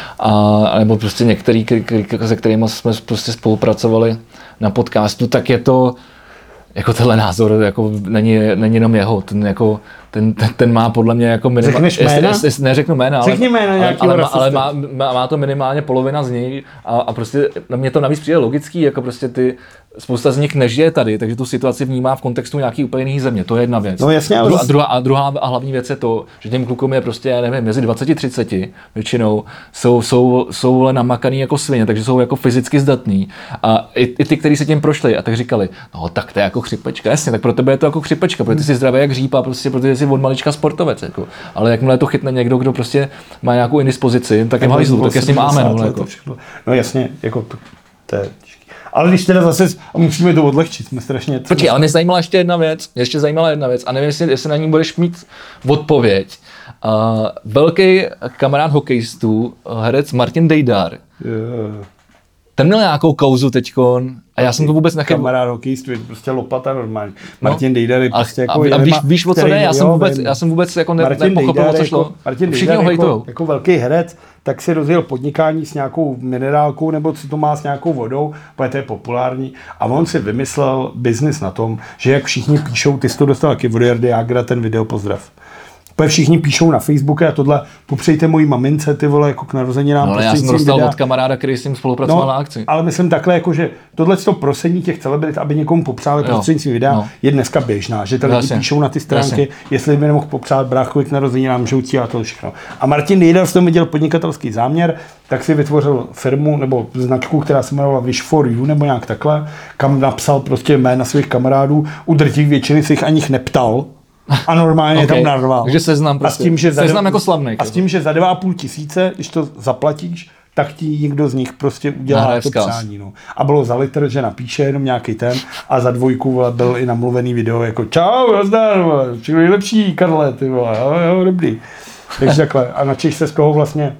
S2: A, nebo prostě některý, se kterými jsme prostě spolupracovali na podcastu, tak je to jako tenhle názor jako není, není jenom jeho, ten, jako, ten, ten, ten má podle mě jako minimálně, neřeknu jména, ale,
S1: jména,
S2: ale, ale, ale má, má, má to minimálně polovina z něj a, a prostě na mě to navíc přijde logický, jako prostě ty spousta z nich nežije tady, takže tu situaci vnímá v kontextu nějaký úplně jiný země, to je jedna věc.
S1: No jasně,
S2: ale... a, druhá, a druhá a hlavní věc je to, že těm klukům je prostě, já nevím, mezi dvacet a třicet většinou jsou, jsou, jsou namakaný jako svině, takže jsou jako fyzicky zdatní a i, i ty, kteří se tím prošli a tak říkali, no tak to je jako chřipečka, jasně, tak pro tebe je to jako chřipečka, protože ty jsi zdravý jak řípa, prostě protože jsi od malička sportovec, jako. Ale jakmile to chytne někdo, kdo prostě má nějakou indispozici, tak je v hajzlu, tak je s ním ámen. No, jako.
S1: No jasně, jako to, to je ale když teda zase, a musíme to odlehčit, jsme strašně...
S2: Počkej, ale mě zajímala ještě jedna věc, mě ještě zajímala jedna věc a nevím, jestli, jestli na ní budeš mít odpověď. Uh, velký kamarád hokejistů, herec Martin Dejdar,
S1: yeah.
S2: Ten měl nějakou kauzu teďkon a já jsem to vůbec nechytil.
S1: Kamarád hokejistů, je to prostě lopata normálně. Martin no, Dejdar je prostě jako...
S2: A, a víš, víš o co ne? Já jsem vůbec, já jsem vůbec jako ne, nepochopil, o co šlo.
S1: Jako, Martin Dejdar jako, jako velký herec, tak si rozjel podnikání s nějakou minerálkou, nebo co to má s nějakou vodou, protože to je populární. A on si vymyslel biznis na tom, že jak všichni píšou, ty jsi to dostal taky od Jardy Jágra, ten video pozdrav. Všichni píšou na Facebooku a tohle, popřejte mojí mamince, ty vole, jako k narozeninám.
S2: No ale já jsem dostal videa. Od kamaráda, který s tím spolupracoval no, na akci.
S1: Ale myslím takhle, jako, že tohle to prosení těch celebrit, aby někomu popřáli prostřednictvím videa, no. Je dneska běžná, že tady lidi píšou na ty stránky, jasně. Jestli by nemohl popřát bráchovi k narozeninám, žoucí a to všechno. A Martin Dejdar v tom viděl podnikatelský záměr, tak si vytvořil firmu nebo značku, která se jmenovala Wish for You nebo nějak takhle, kam napsal prostě jména svých kamarádů, u drtivých většiny si jich ani neptal. A normálně okay. Tam narval.
S2: Takže seznam prostě. A s tím, že seznam jako slavný.
S1: A s tím, že za dva a půl tisíce, když to zaplatíš, tak ti někdo z nich prostě udělá Nahraje to přání. No. A bylo za litr, že napíše jenom nějaký ten a za dvojku vole, byl i namluvený video jako čau, nazdar, všechno nejlepší, Karle, ty vole, jo, jo, dobrý. Takže takhle. A načeš se z koho vlastně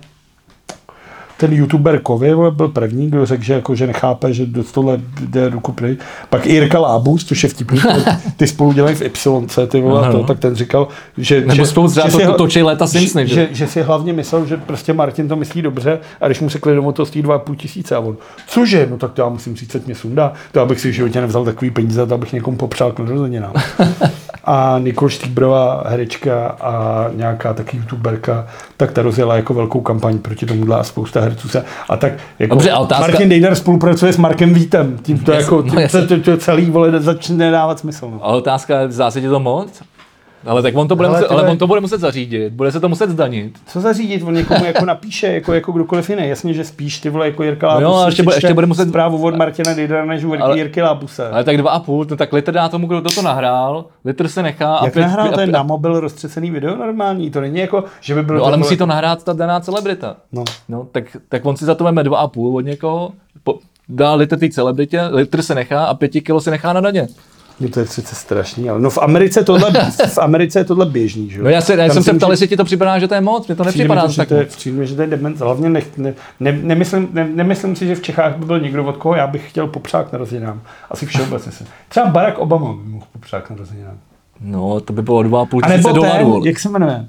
S1: ten youtuber Kovy byl první, kdo řekl, že, jako, že nechápe, že do tohle jde ruku pryč. Pak i Jirka Lábus, což je vtipný, ty spolu dělají v Y C, ty vole, no, no. To, tak ten říkal, že,
S2: že,
S1: spolu
S2: že, to, to točí léta Simpsony,
S1: že, že, že si hlavně myslel, že prostě Martin to myslí dobře a když mu se klidnou, to stojí dva a půl tisíce a on, cože, no tak to já musím říct, mě sundá, to abych si v životě nevzal takový peníze, to abych někomu popřál k narozeninám. A Nikol Štýbrová herečka a nějaká taky youtuberka, tak ta rozjela jako velkou kampaň proti tomuhle a spousta herců se. A tak jako
S2: Dobře, otázka...
S1: Martin Dejdar spolupracuje s Markem Vítem. Tím to, yes, jako, tím no, to, to, to celý vole začne dávat smysl. No.
S2: A otázka, v zásadě to moc? Ale tak on to bude,
S1: ale,
S2: muset,
S1: tyhle...
S2: ale on to bude muset zařídit, bude se to muset zdanit.
S1: Co zařídit? On někomu jako napíše, jako, jako kdokoliv jiný. Jasně, že spíš ty vole jako Jirka Lábus.
S2: No, ale ještě, bude, ještě bude muset
S1: zprávu od Martina Dejdara než u ale... Jirky Lábuse.
S2: Ale tak dva a půl, no tak Litr dá tomu, kdo to nahrál, Litr se nechá.
S1: Jak a nahrál, a... to je na mobil roztřesený video normální, to není jako, že by bylo...
S2: No ale musí to nahrát ta daná celebrita.
S1: No.
S2: No, tak, tak on si za to veme dva a půl od někoho, po, dá Litr té celebritě, Litr se nechá a pěti kilo se nechá na daně.
S1: No to je přece strašný, ale no v Americe tohle, v Americe je tohle běžný, že jo?
S2: No já, se, já jsem se ptal, jestli ti to připadá, že to je moc, mně to nepřipadá
S1: to,
S2: tak
S1: moc.
S2: Přijde
S1: mi, že to je dement, hlavně ne, ne, ne, nemyslím, ne, nemyslím si, že v Čechách by byl někdo, od koho já bych chtěl popřát narozeninám. Asi všeobecně se. Třeba Barack Obama by mohl popřát narozeninám.
S2: No, to by bylo dva a půl tisíce dolarů.
S1: Jak se jmenuje? Uh,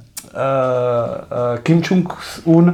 S1: uh, Kim Jong-un.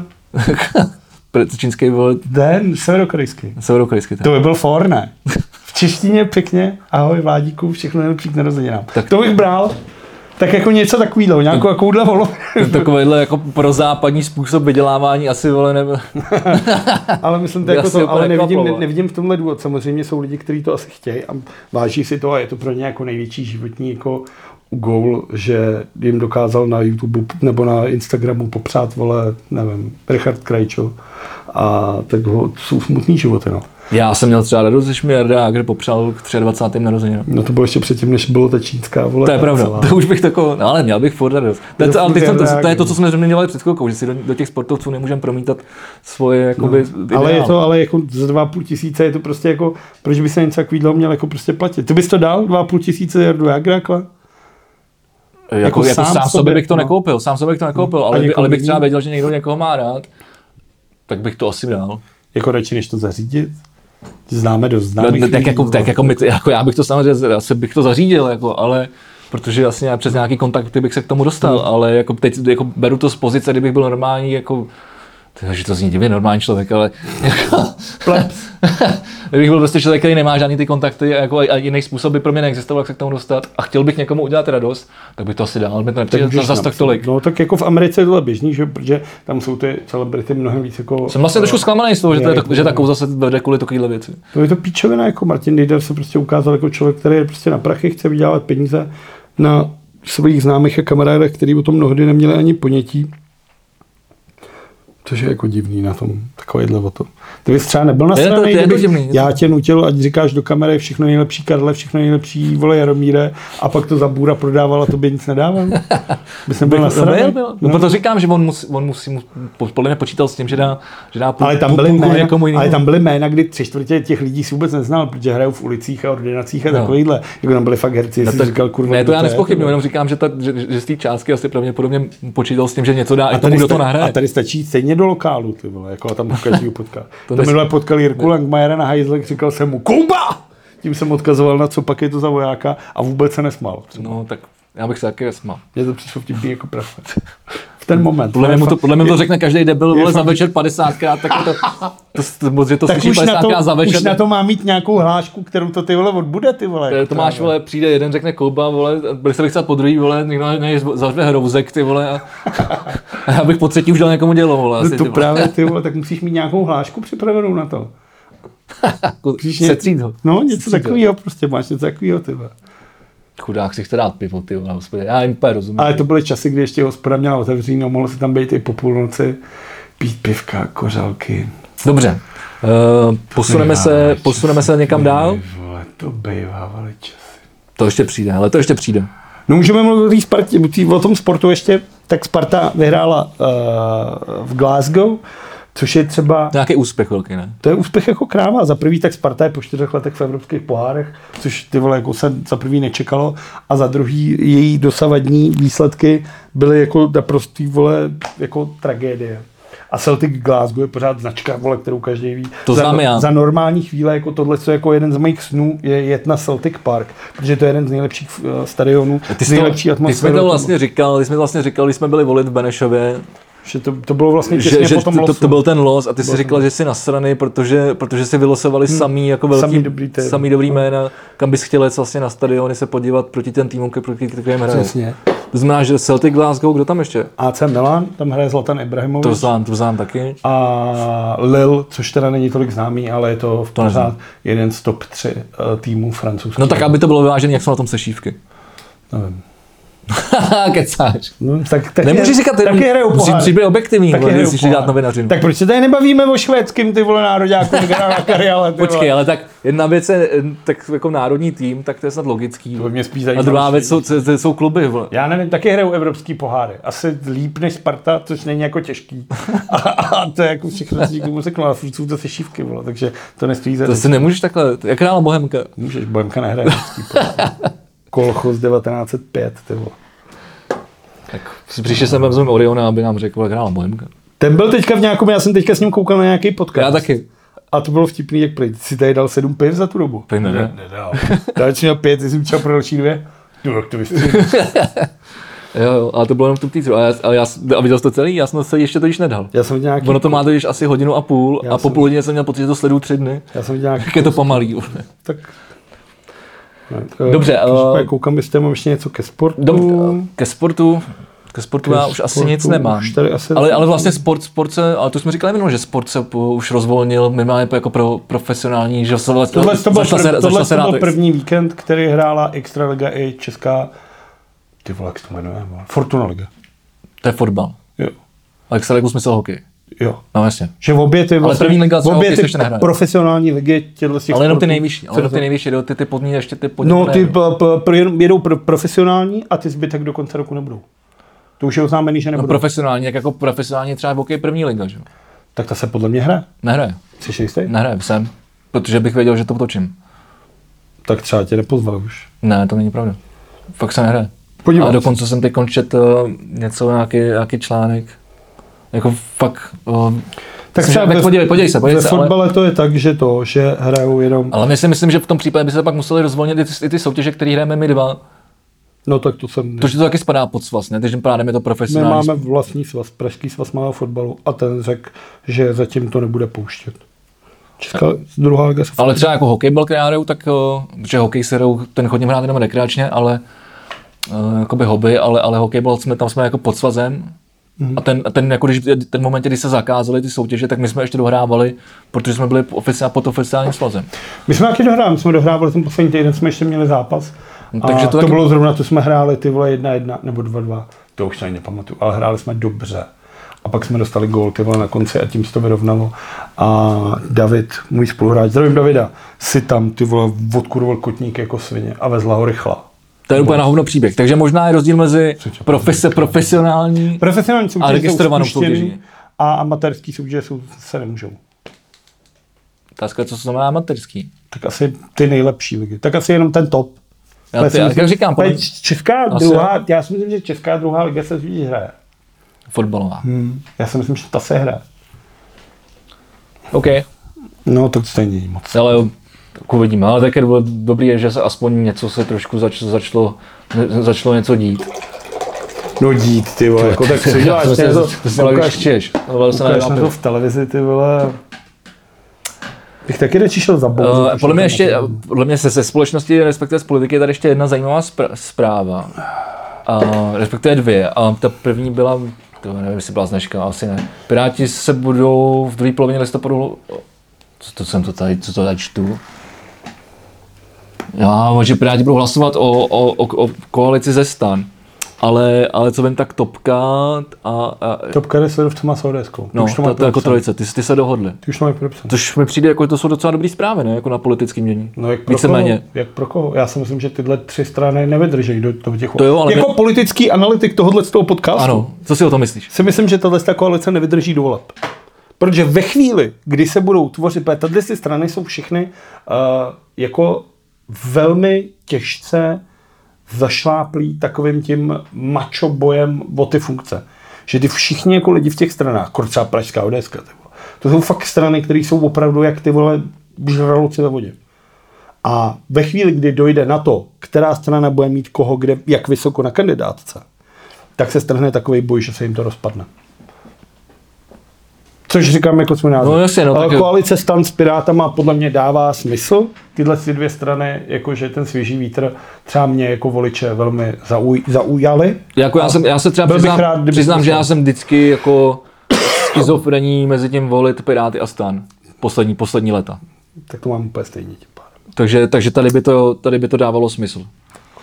S2: Čínský byl...
S1: Den, severokorejský.
S2: Severokorejský,
S1: to by byl for, ne? V češtině pěkně, ahoj Vládíku, všechno nejlepší k narozeninám. Tak to bych bral, tak jako něco takovýhle, nějakou takovouhle volu.
S2: Takovýhle jako prozápadní způsob vydělávání asi, vole, nebyl.
S1: Ale myslím to jako to, ale nevidím, ne, nevidím v tomhle důvod. Samozřejmě jsou lidi, kteří to asi chtějí a váží si to a je to pro ně jako největší životní jako goal, že jim dokázal na YouTube nebo na Instagramu popřát, vole, nevím, Richard Krajčo a tak ho, jsou smutný životy, no.
S2: Já jsem měl třeba radost, když mi Jarda Agr popřál k dvacátým třetím narozeninám.
S1: No to bylo ještě předtím, než bylo ta čínská, vole.
S2: To je pravda, celá. To už bych tako, no ale měl bych furt radost. To, to, to, to, to je to, co jsme zmiňovali před chvilkou, že si do, do těch sportovců nemůžeme promítat svoje, jakoby,
S1: no, ale je to, ale jako za dva a půl tisíce je to prostě jako, proč by se něco takovýhle měl jako prostě platit? Ty bys to dal, dva a půl tisíce Jardu Agra?
S2: Jako, jako sám, jako sám sobě bych to no. nekoupil, sám sobě bych to nekoupil, no. ale, by, ale bych třeba věděl, že někdo někoho má rád, tak bych to asi dal.
S1: Jako radši, než to zařídit? Známe dost známých
S2: no, tak, jako, tak jako, my, jako já bych to samozřejmě, asi bych to zařídil, jako, ale protože vlastně přes nějaký kontakty bych se k tomu dostal, hmm. ale jako teď jako beru to z pozice, kdybych byl normální, jako, že to zní divně normální člověk, ale jako, kdybych byl prostě člověk, který nemá žádný ty kontakty a, jako, a jiný způsob by pro mě neexistoval, jak se k tomu dostat a chtěl bych někomu udělat radost, tak bych to asi dal, ale to nepřijde zase tak tolik.
S1: No tak jako v Americe je tohle běžný, že, protože tam jsou ty celebrity mnohem víc jako...
S2: Jsem vlastně trošku zklamaný z toho, že, to je to, že ta kouza se vede kvůli takovýhle věci.
S1: To je to píčovina, jako Martin Dejdar se prostě ukázal jako člověk, který je prostě na prachy, chce vydělávat peníze na svých známých a kamarádech, kteří o tom mnohdy neměli ani ponětí. Což je jako divný na tom, takovýhle o to. Ty bys třeba nebyl nasranej, kdybych já tě nutil, ať říkáš do kamery všechno nejlepší Karle, všechno nejlepší, vole Jaromíre, a pak to za bůra prodával a tobě nic nedával. Bys nebyl nasranej?
S2: No, no, no, proto říkám, že on musí, on musí, mu, podle mě počítal s tím, že dá, že dá půl,
S1: ale tam byly
S2: půl,
S1: jména, půl ale tam byly jména, kdy tři čtvrtě těch lidí si vůbec neznal, protože hrajou v ulicích a ordinacích a no. takovýhle. Jako tam byli fakt herci, no,
S2: to,
S1: říkal, kurva,
S2: ne, to já nezpochybnuju, jenom říkám, že, ta, že, že z té částky asi pravděpodobně počítal s tím, že něco dá a i tomu, kdo to nahraje.
S1: A tady stačí stejně do lokálu, ty vole, jako tam každý potká. To, to minule potkal Jirku Langmajera na hajzlech, říkal jsem mu Kuba! Tím jsem odkazoval na co pak je to za vojáka a vůbec se nesmál. Třeba.
S2: No tak já bych se taky nesmál.
S1: Mně to přišlo vtipný jako prase. V ten moment.
S2: Podle mě to, podle mě to řekne každý debil, vole, za večer padesátkrát, tak to, to, to, že to
S1: tak
S2: slyší padesátkrát za večer.
S1: Už na to má mít nějakou hlášku, kterou to ty vole odbude, ty vole.
S2: To, to máš, vole, přijde jeden, řekne Kuba, vole, byli se bych chtěl po druhý, vole, někdo než zařve hrouzek, ty vole, a, a já bych po třetí už dal někomu dělo, vole.
S1: Asi, to ty právě, ty vole, tak musíš mít nějakou hlášku připravenou na to.
S2: Setřít ho.
S1: No, něco takového, prostě máš něco takového, ty vole.
S2: Chudák si chce dát pivo, ty vole, hospodě, já jim úplně rozumím.
S1: Ale to byly časy, kdy ještě hospoda měla otevřený, mohlo si tam být i po půlnoci, pít pivka, kořalky.
S2: Dobře, uh, posuneme, se, posuneme se někam dál.
S1: Vole, to bývávaly časy.
S2: To ještě přijde, ale to ještě přijde.
S1: No můžeme mluvit o té Spartě, o tom sportu ještě, tak Sparta vyhrála uh, v Glasgow, což je třeba...
S2: Nějaký úspěch velký, ne?
S1: To je úspěch jako kráva. Za prvý tak Sparta je po čtyřech letech v evropských pohárech, což ty vole jako se za prvý nečekalo, a za druhý její dosavadní výsledky byly jako naprostý, vole, jako tragédie. A Celtic Glasgow je pořád značka, vole, kterou každý ví.
S2: To
S1: za,
S2: znám já.
S1: Za normální chvíle, jako tohle, co jako jeden z mých snů, je jet na Celtic Park, protože to je jeden z nejlepších uh, stadionů, z nejlepší atmosféry.
S2: Ty jsme to vlastně říkal, ty jsme vlastně říkal, když jsme byli volit v Benešově,
S1: že to, to bylo vlastně těsně
S2: že,
S1: po tom
S2: že
S1: losu.
S2: To, to byl ten los a ty jsi říkal, že jsi nasranej, protože, protože si vylosovali hmm. samý, jako velký, samý dobrý, samý dobrý jména, kam bys chtěl jít vlastně na stadiony se podívat proti ten týmům, proti kterým hraje.
S1: Přesně.
S2: To znamená, že Celtic Glasgow, kdo tam ještě?
S1: A C Milan, tam hraje Zlatan Ibrahimovič.
S2: To znám, to znám taky.
S1: A Lille, což teda není tolik známý, ale je to v pořád jeden z top tři týmů francouzských.
S2: No tak, aby to bylo vyvážené, jak jsou na tom sešívky.
S1: Nevím.
S2: Kecáš.
S1: No, tak, tak
S2: Nemůžeš říkat,
S1: taky hrajou
S2: musíš
S1: pohár.
S2: být objektivní,
S1: Taky
S2: vole,
S1: hrajou
S2: musíš
S1: pohár.
S2: dát novinařinu.
S1: Tak proč se tady nebavíme o švédským, ty vole, nároďáku, hra na kariále, ty
S2: Počkej,
S1: vole.
S2: ale tak jedna věc je tak jako národní tým, tak to je snad logický.
S1: To mě spíš
S2: A
S1: zajímá.
S2: druhá věc jsou, to, to jsou kluby, vole.
S1: Já nevím, taky hrajou evropský poháry. Asi líp než Sparta, což není jako těžký. A, a to je jako všechno, co komu řeknu, ale furt jsou to sešívky, vole, takže to nestojí za
S2: To
S1: řeč.
S2: si nemůžeš takhle, jak hrála Bohemka.
S1: Můžeš, Bohemka nehraje evropský pohár. Kolchos devatenáct set pět, ty vole.
S2: Tak příště jsem vezmeme Oriona, aby nám řekl, jak hrála Bohemka.
S1: Ten byl teďka v nějakom, já jsem teďka s ním koukal na nějaký podcast.
S2: Já taky.
S1: A to bylo vtipný, jak prý. Ty si tady dal sedm piv za tu dobu.
S2: Prý ne, ne.
S1: Nedal. Já jsem měl pět, ty jsi měl pro další dvě. No, jak to vystřelil.
S2: Jo, jo, ale to bylo jenom v tom teaseru. A, já, a, já, a viděl jsi to celý? Já jsem se ještě to již nedal.
S1: Já jsem viděl nějaký...
S2: Ono to má totiž asi hodinu a půl
S1: Já
S2: a po
S1: jsem-
S2: půl hodině jsem měl pocit, že to sleduju tři dny.
S1: Já jsem viděl nějaký...
S2: Jak je to pomalý. Už.
S1: Tak...
S2: Dobře,
S1: Uh,
S2: eh,
S1: koukám, jestli mám ještě něco ke sportu.
S2: Dom, ke sportu, ke sportu
S1: Ke
S2: já už asi
S1: sportu
S2: nic nemám.
S1: už tady asi-
S2: Ale, ale vlastně sport, sport se, ale to jsme říkali minule, že sport se po, už rozvolnil, my máme jako pro profesionální, že se
S1: Tohle to byl,
S2: začala se,
S1: prv, tohle
S2: začala se
S1: to byl
S2: rád.
S1: první víkend, který hrála Extraliga i česká... Ty vole, jak se to jmenuje? vole? Fortuna Liga.
S2: To je fotbal.
S1: Jo.
S2: A jak se jako smysl hokej.
S1: Jo.
S2: No jasně.
S1: Že v obě ty, vlastně,
S2: první liga
S1: v
S2: třeba
S1: obě
S2: hokej se ještě
S1: ty
S2: nehraje.
S1: profesionální ligy těchto z těch
S2: Ale jenom ty
S1: sportů
S2: nejvyšší, ale jenom ty nejvyšší, ty, ty podní ještě ty podní.
S1: No, ty p, p, p, jedou pro profesionální a ty zbytek do konce roku nebudou. To už je oznámený, že
S2: No,
S1: nebudou.
S2: profesionální, jak jako profesionální třeba v hokej první liga, že jo?
S1: Tak ta se podle mě hraje.
S2: Nehraje.
S1: Jsi jistý?
S2: Nehraje, jsem. Protože bych věděl, že to potočím.
S1: Tak třeba tě nepozval už.
S2: Ne, to není pravda. Fakt se nehraje.
S1: Podívám
S2: A
S1: se.
S2: dokonce jsem teď četl něco, nějaký, nějaký článek. Jako fakt... Uh,
S1: Tak
S2: myslím,
S1: třeba
S2: že,
S1: ve-
S2: podívej, podívej se, podívej
S1: Ve
S2: se, ale,
S1: fotbale to je tak, že to, že hrajou jenom...
S2: ale my si myslím, že v tom případě by se pak museli rozvolnit i ty, i ty soutěže, které hrajeme my dva.
S1: No tak to jsem...
S2: To, že to taky spadá pod svaz, ne? Takže pádem je to
S1: My
S2: profesionální.
S1: máme vlastní svaz, Pražský svaz malého fotbalu a ten řekl, že zatím to nebude pouštět. Česká druhá liga se...
S2: Ale třeba jako hokejbal, který já hraju, tak, uh, že hokej se hraju, ten chodím hrát jenom rekreačně, ale uh, jakoby hobby, ale, ale hokejbal jsme, tam jsme jako pod svazem. Mm. A ten, ten, jako když, ten moment, kdy se zakázaly ty soutěže, tak my jsme ještě dohrávali, protože jsme byli oficiál, pod oficiálním svazem.
S1: My jsme taky dohrávali, my jsme dohrávali ten poslední týden, jsme ještě měli zápas.
S2: No,
S1: A
S2: takže to
S1: to,
S2: taky-
S1: bylo zrovna, to jsme hráli ty vole jedna jedna nebo dva dva, to už ani nepamatuju, ale hráli jsme dobře. A pak jsme dostali gól ty vole na konci a tím se to vyrovnalo. A David, můj spoluhráč, zdravím Davida, si tam ty vole odkurval kotník jako svině a vezla ho rychla.
S2: To je úplně na hovno příběh. Takže možná je rozdíl mezi profese, profesionální
S1: Profesionální
S2: a
S1: soutěže
S2: registrovanou
S1: jsou spuštěný
S2: soutěží.
S1: a amatérský soutěže jsou, se nemůžou.
S2: Otázka je, co to znamená amatérský.
S1: Tak asi ty nejlepší ligy. Tak asi jenom ten top.
S2: Já,
S1: Ale
S2: ty,
S1: si
S2: jak
S1: myslím-
S2: říkám,
S1: ale
S2: podle
S1: česká
S2: Asi
S1: druhá, já si myslím, že česká druhá liga se spíš hraje.
S2: fotbalová.
S1: Hmm. Já si myslím, že ta se hraje.
S2: OK,
S1: No, to stejně není moc.
S2: ale tak uvidíme. Ale také bylo dobrý, je, že se aspoň něco se trošku zač, začalo, začalo něco dít.
S1: No dít, ty vole, jako tak co děláš,
S2: To
S1: ty
S2: se-
S1: to,
S2: to se ale když češ. Ale se
S1: ukáž na
S2: nevím,
S1: to v televizi, ty vole. Bych taky radši šel za bouzu.
S2: Uh, podle mě ještě, podle mě se ze společnosti, respektive z politiky, je tady ještě jedna zajímavá spr- zpráva. Uh, respektive dvě. A ta první byla, to nevím, jestli byla z dneška, asi ne. Piráti se budou v druhé polovině listopadu, co to jsem to tady, co to tady čtu? Já, že Piráti budou hlasovat o, o, o, o koalici ze stan. Ale, ale co vím, tak Topka a... a
S1: Topka jde sledovcema s ODSkou.
S2: no, ta, ta jako trojice, ty, ty se dohodli.
S1: Ty už to mají podepsané.
S2: Což mi přijde, jako že to jsou docela dobrý zprávy, ne? Jako na politickém dění.
S1: No jak pro
S2: Víceméně.
S1: koho? Jak pro koho? Já si myslím, že tyhle tři strany nevydrží do, do těch...
S2: To jo, ale
S1: jako
S2: my-
S1: politický analytik tohohle z toho podcastu
S2: Ano, co si o tom myslíš?
S1: si myslím, že tahle koalice nevydrží do voleb. Protože ve chvíli, kdy se budou tvořit, protože tahle ty strany jsou všechny uh, jako velmi těžce zašláplí takovým tím macho bojem o ty funkce. Že ty všichni jako lidi v těch stranách, jako třeba Pražská O D S, to jsou fakt strany, které jsou opravdu jak ty vole žraloci ve vodě. A ve chvíli, kdy dojde na to, která strana bude mít koho, kde, jak vysoko na kandidátce, tak se strhne takový boj, že se jim to rozpadne. Což říkám jako svůj názor.
S2: No jasně, no,
S1: Ale
S2: tak-
S1: koalice stan s Pirátama podle mě dává smysl. Tyhle si dvě strany, jakože ten svěží vítr, třeba mě jako voliče velmi zauj, zaujaly.
S2: Jako já, jsem, já se třeba
S1: Byl bych
S2: přiznám,
S1: rád, kdyby
S2: přiznám
S1: to
S2: že
S1: šlo.
S2: já jsem vždycky jako schizofrení mezi tím volit Piráty a stan. Poslední, poslední léta.
S1: Tak to mám úplně stejně tím pádem.
S2: Takže, takže tady, by to, tady by to dávalo smysl.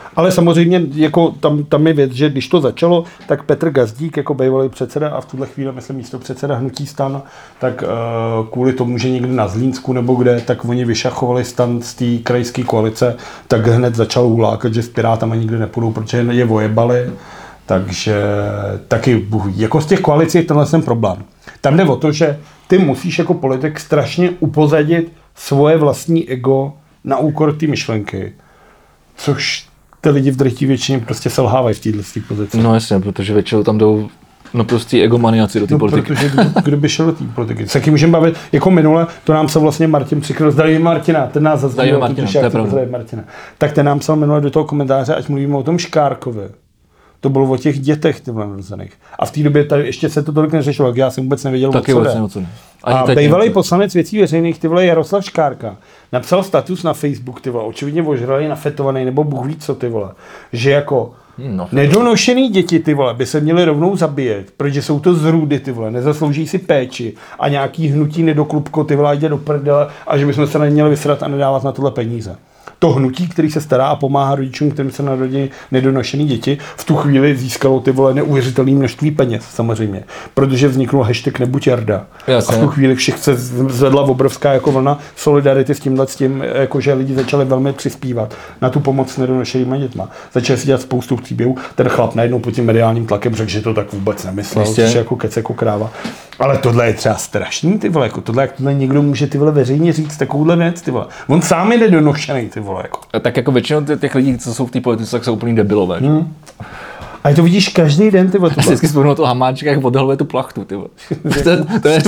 S1: Ale samozřejmě jako tam, tam je věc, že když to začalo, tak Petr Gazdík jako bývalý předseda a v tuhle chvíli myslím místo předseda hnutí STAN, tak uh, kvůli tomu, že někde na Zlínsku nebo kde, tak oni vyšachovali STAN z té krajské koalice, tak hned začal ulákat, že s Pirátama nikdy nepůjdou, protože je vojebali. Takže taky jako z těch koalicí je tenhle ten problém. Tam jde o to, že ty musíš jako politik strašně upozadit svoje vlastní ego na úkor té myšlenky, což ty lidi v drtí většině prostě selhávají v této pozici.
S2: No jasně, protože většinou tam jdou no prostě egomaniaci do té
S1: no,
S2: politiky.
S1: Protože kdo, kdo by šel do té politiky? Se taky můžeme bavit, jako minule, to nám se vlastně Martin přikryl, zdravím Martina, ten nás
S2: zdravím Martina, to je pravda.
S1: Martina. Tak ten nám psal minule do toho komentáře, ať mluvíme o tom Škárkovi. To bylo o těch dětech tyhle narozených. A v té době tady ještě se to tolik neřešilo, jak já jsem vůbec nevěděl,
S2: taky
S1: o co jde. A bývalý poslanec Věcí veřejných, ty vole Jaroslav Škárka, napsal status na Facebook, ty vole, očividně ožralý, nafetovaný, nebo Bůh ví co, ty vole, že jako no, nedonošený děti, ty vole, by se měly rovnou zabíjet, protože jsou to zrůdy, ty vole, nezaslouží si péči a nějaký hnutí nedoklubko, ty vole, jde do prdele a že bychom se na ně měli vysrat a nedávat na tohle peníze. To hnutí, který se stará a pomáhá rodičům, kterým se narodí nedonošený děti, v tu chvíli získalo ty vole neuvěřitelné množství peněz, samozřejmě. Protože vzniknul hashtag Nebuď Jarda.
S2: Jasně.
S1: A v tu chvíli všech se zvedla obrovská jako vlna solidarity s tímhle, s tím, jako že lidi začali velmi přispívat na tu pomoc s nedonošenýma dětma. Začali si dělat spoustu příběhů. Ten chlap najednou pod tím mediálním tlakem řekl, že to tak vůbec nemyslel, což je jako kec jako kráva. Ale tohle je třeba strašný, ty vole, jako tohle, jak tohle někdo může ty vole veřejně říct takovouhle věc, ty vole. On sám je nedonošený, ty vole, jako.
S2: A tak jako většinou těch lidí, co jsou v té politice, tak jsou úplný debilové. Hmm.
S1: A to vidíš každý den, ty vole.
S2: Já si vždycky vzpomínal toho Hamáčka, jak odhaluje tu plachtu, ty vole. To je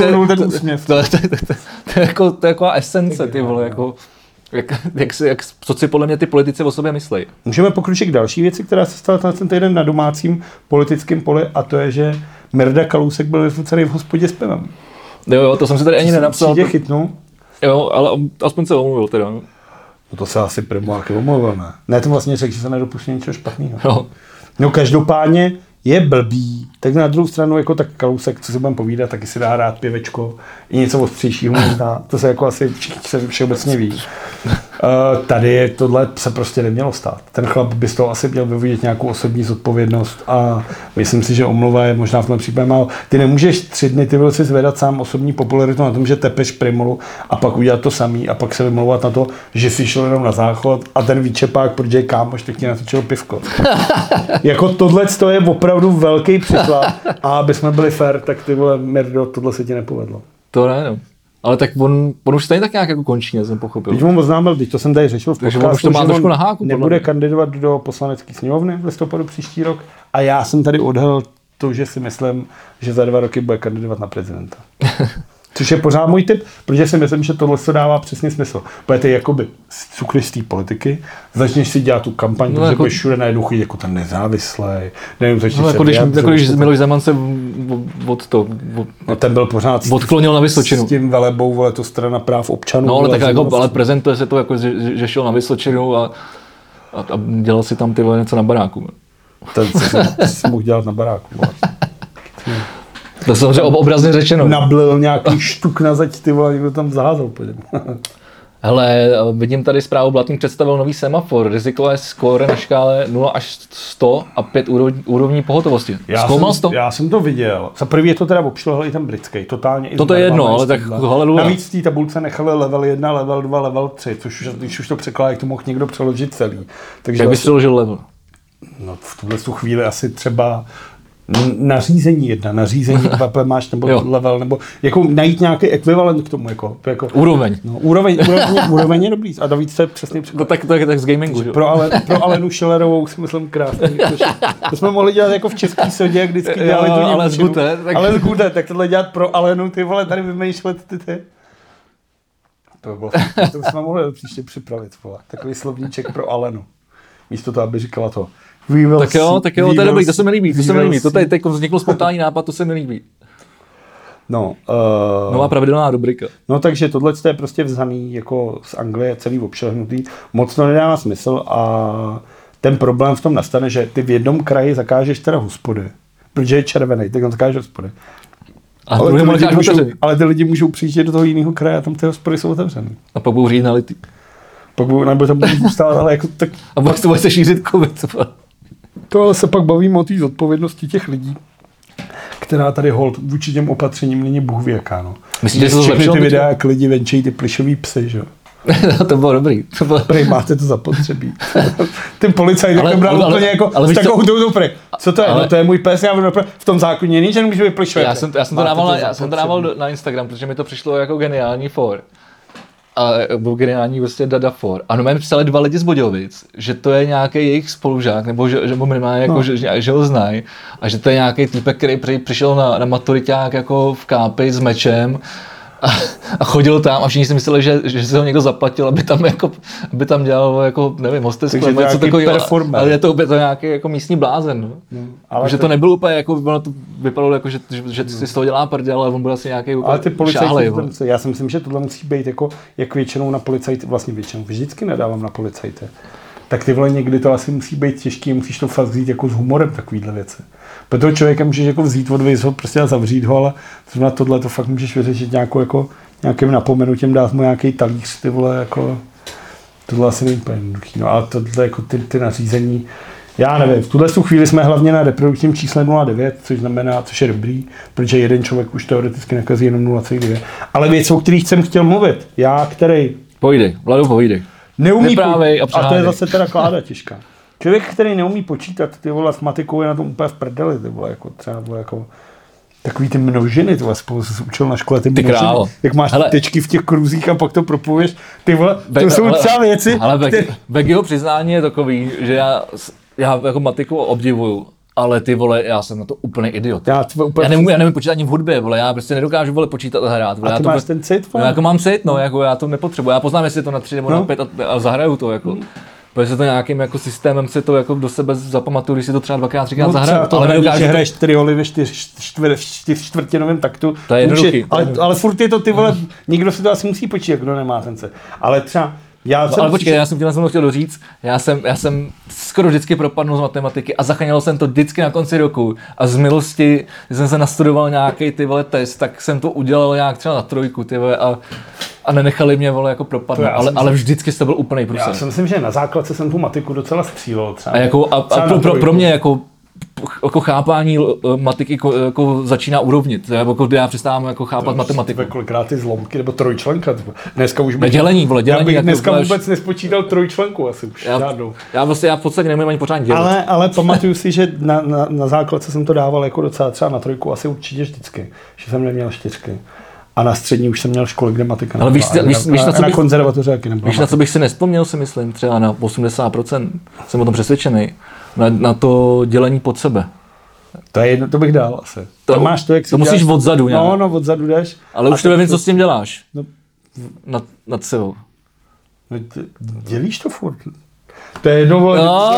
S2: taková esence, ty vole, jako jak, jak, si, jak, co si podle mě ty politici o sobě myslejí.
S1: Můžeme pokročit k další věci, která se stala ten týden na domácím politickém poli, a to je, že Mirda Kalousek byl vyfocený v hospodě s pivem.
S2: Jo, jo, to jsem si tady ani nenapsal.
S1: To chytnul.
S2: Jo, ale aspoň se omluvil teda. No,
S1: to se asi primárky omluvil, ne? Ne, to vlastně řekl, že se nedopustí něčeho špatného.
S2: Jo.
S1: No každopádně je blbý, tak na druhou stranu jako tak Kalousek, co si budeme povídat, taky si dá rád pěvečko i něco ostřejšího možná, to se jako asi vše, všeobecně ví. Uh, tady tohle se prostě nemělo stát. Ten chlap by z toho asi měl vyvodit nějakou osobní zodpovědnost a myslím si, že omluva je možná v tom případě málo. Ty nemůžeš tři dny ty si zvedat sám osobní popularitu na tom, že tepeš Primulu a pak udělat to samý a pak se vymlouvat na to, že jsi šel jenom na záchod a ten výčepák, protože je kámoš, tak ti natočil pivko. Jako tohle je opravdu velký příklad a aby jsme byli fair, tak ty vole, Mirdo, tohle se ti nepovedlo.
S2: To ne, no. Ale tak on, on už stejně tak nějak jako končí, já jsem pochopil.
S1: Teď mu oznámil, teď to jsem tady řešil v podcastu,
S2: to má trošku na háku,
S1: nebude kandidovat do poslanecké sněmovny v listopadu příští rok a já jsem tady odhalil to, že si myslím, že za dva roky bude kandidovat na prezidenta. Což je pořád můj tip, protože si myslím, že tohle se dává přesně smysl. Budete jakoby cukry z té politiky, začneš si dělat tu kampaň, no, protože jako, budeš všude najednou chodit jako ten nezávislý, nevím, začneš
S2: no,
S1: se
S2: jako vyjádřit. Jako když Miloš Zeman se od to, od,
S1: no, ten byl pořád
S2: odklonil na Vysočinu.
S1: S tím velebou, vole, to strana práv občanů.
S2: No, ale tak jako, ale prezentuje se to jako, že, že šel na Vysočinu a, a, a dělal si tam ty vole něco na baráku.
S1: Ten si mohl dělat na baráku.
S2: To jsem že obrazně řečeno.
S1: Nablil nějaký štuk na zeď, ty vole, někdo tam zaházel.
S2: Hele, vidím tady zprávu, Blatný představil nový semafor, rizikové skóre na škále nula až sto a pět úrovní, úrovní pohotovosti.
S1: Já
S2: Zkoumal
S1: jsem,
S2: to?
S1: Já jsem to viděl. Za prvý je to teda obšlehl i ten britský, totálně.
S2: Toto je jedno, ale tak haleluja.
S1: Navíc v té tabulce nechali level jedna, level dva, level tři, což když už to překládá, to mohl někdo přeložit celý. Takže
S2: jak bys přeložil level?
S1: No v tuhle chvíli asi třeba nařízení jedna, nařízení dva máš, nebo jo. level, nebo jako najít nějaký ekvivalent k tomu. Jako, jako
S2: úroveň.
S1: No, úroveň, úroveň, úroveň je dobrý. A navíc to je přesně překlad.
S2: No tak to je tak z gamingu.
S1: Pro, Ale, pro Alenu Schillerovou si myslím krásný. To jsme mohli dělat jako v český sodě, jak vždycky dělali
S2: jo,
S1: tu
S2: ale z Gute.
S1: Tak... Ale z Gute, tak tohle dělat pro Alenu, ty vole, tady vymýšlet ty ty. To bylo, to jsme mohli příště připravit, vole. Takový slovníček pro Alenu. Místo toho, aby říkala to.
S2: Tak jo, tak jo, to je dobrý, to se mi líbí, to se mi líbí. To tady teď vznikl spontánní nápad, to se mi líbí.
S1: No, uh,
S2: nová pravidelná rubrika.
S1: No takže tohle je prostě vzaný jako z Anglie, celý obšlehnutý. Moc to nedává smysl a ten problém v tom nastane, že ty v jednom kraji zakážeš teda hospody, protože je červený, tak tam zakážeš hospody.
S2: A
S1: ale, ty lidi můžou, ale ty lidi můžou přijít do toho jiného kraje a tam ty hospody jsou otevřený.
S2: A pak budou říct nalitý.
S1: Pak budu, nebo tam budu zůstávat, ale jako tak...
S2: A pak to bude se šířit covid.
S1: To se pak bavíme o té zodpovědnosti těch lidí, která tady hold vůči těm opatřením není bůh ví jaká, no.
S2: Myslíte, že to
S1: zlepšilo? Ty videa, jak lidi venčejí ty plišový psy, že jo.
S2: No, to bylo dobrý. To bylo...
S1: Prej, máte to zapotřebí. Ten policajt to bral
S2: ale,
S1: úplně jako
S2: ale,
S1: s takovou to... prej. Co to je?
S2: Ale,
S1: no to je můj pes, já budu v tom zákoně není, že nemůžu být plišový.
S2: Já jsem, já jsem to dával, to já jsem to dával na Instagram, protože mi to přišlo jako geniální for. A byl geniální prostě Dada for. A no mě psali dva lidi z Budějovic, že to je nějaký jejich spolužák, nebo že, že minimálně jako, no. že, že ho znají, a že to je nějaký týpek, který přišel na, na maturiťák jako v kápi s mečem a, a chodil tam a všichni si mysleli, že, že se ho někdo zaplatil, aby tam, jako, aby tam dělal, jako, nevím, hostesku, nebo něco takového, ale je to, je to nějaký jako místní blázen. No. No, ale že to... to nebylo úplně, jako, ono to vypadalo jako, že, že, že si z toho dělá prdě, ale on byl asi nějaký
S1: ale ty policajti, já si myslím, že tohle musí být jako, jak většinou na policajty, vlastně většinou, vždycky nedávám na policajty. Tak ty vole, někdy to asi musí být těžký, musíš to fakt vzít jako s humorem, takovýhle věci. Protože člověka můžeš jako vzít, odvést ho prostě a zavřít ho, ale na tohle to fakt můžeš vyřešit nějakou, jako, nějakým napomenutím, dát mu nějaký talíř, ty vole, jako, tohle asi není úplně jednoduchý, no, ale tohle jako ty, ty nařízení, já nevím, v tuhle chvíli jsme hlavně na reprodukčním čísle nula celá devět, což znamená, což je dobrý, protože jeden člověk už teoreticky nakazí jenom nula celá devět. Ale věc, o kterých jsem chtěl mluvit, já, který...
S2: Pojdej, Vladu, pojdej.
S1: Neumí po... a, a to je zase teda kláda těžká. Člověk, který neumí počítat, ty vole, s matikou je na tom úplně v prdeli, ty vole, jako třeba, vole, jako takový ty množiny, ty vole, spolu se učil na škole, ty, ty množiny, král. Jak máš hele, tečky v těch kruzích a pak to propoješ, ty vole, to be, jsou třeba věci,
S2: ale které... Begiho přiznání je takový, že já, já jako matiku obdivuju. Ale ty vole, já jsem na to úplně idiot. Já, úplně já, nemůžu, já nemůžu počítat ani v hudbě, vole, já prostě nedokážu vole počítat a hrát. Vole,
S1: a ty
S2: já to
S1: máš ten cit?
S2: No, jako mám cit, no, jako já to nepotřebuji. Já poznám, jestli to na tři nebo no. na pět a, a zahraju to, jako. Hmm. Protože se to nějakým jako systémem se to jako do sebe zapamatuju, když si to třeba dvakrát, třikrát no, zahraju.
S1: To ale nedokážu. Hraješ čtyři holy ve čtyř, čtyř, čtyř čtvrtinovém taktu.
S2: To je jednoduchý.
S1: Ale, ale furt je to ty vole, nikdo si to asi musí počítat, kdo nemá ten cit. Ale třeba Já
S2: no, ale počkej, já jsem tím jsem chtěl doříct, já jsem, já jsem skoro vždycky propadnul z matematiky a zachránil jsem to vždycky na konci roku a z milosti, když jsem se nastudoval nějaký ty vole test, tak jsem to udělal nějak třeba na trojku ty vole a, a nenechali mě vole jako propadnout, ale, ale vždycky to byl úplný průser.
S1: Já si myslím, že na základce jsem tu matiku docela střílel třeba.
S2: A, jako, a, a pro, pro, pro mě jako jako chápání matiky jako, jako začíná urovnit, jako kdy já přestávám jako chápat matematiku.
S1: Kolikrát ty zlomky nebo trojčlenka. Dneska už bych,
S2: dělení, vole, dělení.
S1: Já bych
S2: jako
S1: dneska vůbec až... nespočítal trojčlenku asi už.
S2: Já, já vlastně já v podstatě nemůžu ani pořádně dělat.
S1: Ale, ale pamatuju si, že na, na, na základce jsem to dával jako docela třeba na trojku asi určitě vždycky, že jsem neměl čtyřky. A na střední už jsem měl školy, kde matika
S2: ale víš,
S1: nebyla.
S2: Víš, víš,
S1: na, na, na konzervatoře taky nebyla.
S2: Víš, na co bych si nevzpomněl, si myslím, třeba na osmdesát procent, jsem o tom přesvědčený, na, na to dělení pod sebe.
S1: To je jedno, to bych dal asi.
S2: To, to máš to, jak
S1: to
S2: musíš děláš, odzadu nějak.
S1: No, no, odzadu jdeš.
S2: Ale už to nevím, co s tím děláš. No, nad, nad sebou.
S1: No, dělíš to furt. To je jedno, vole, no.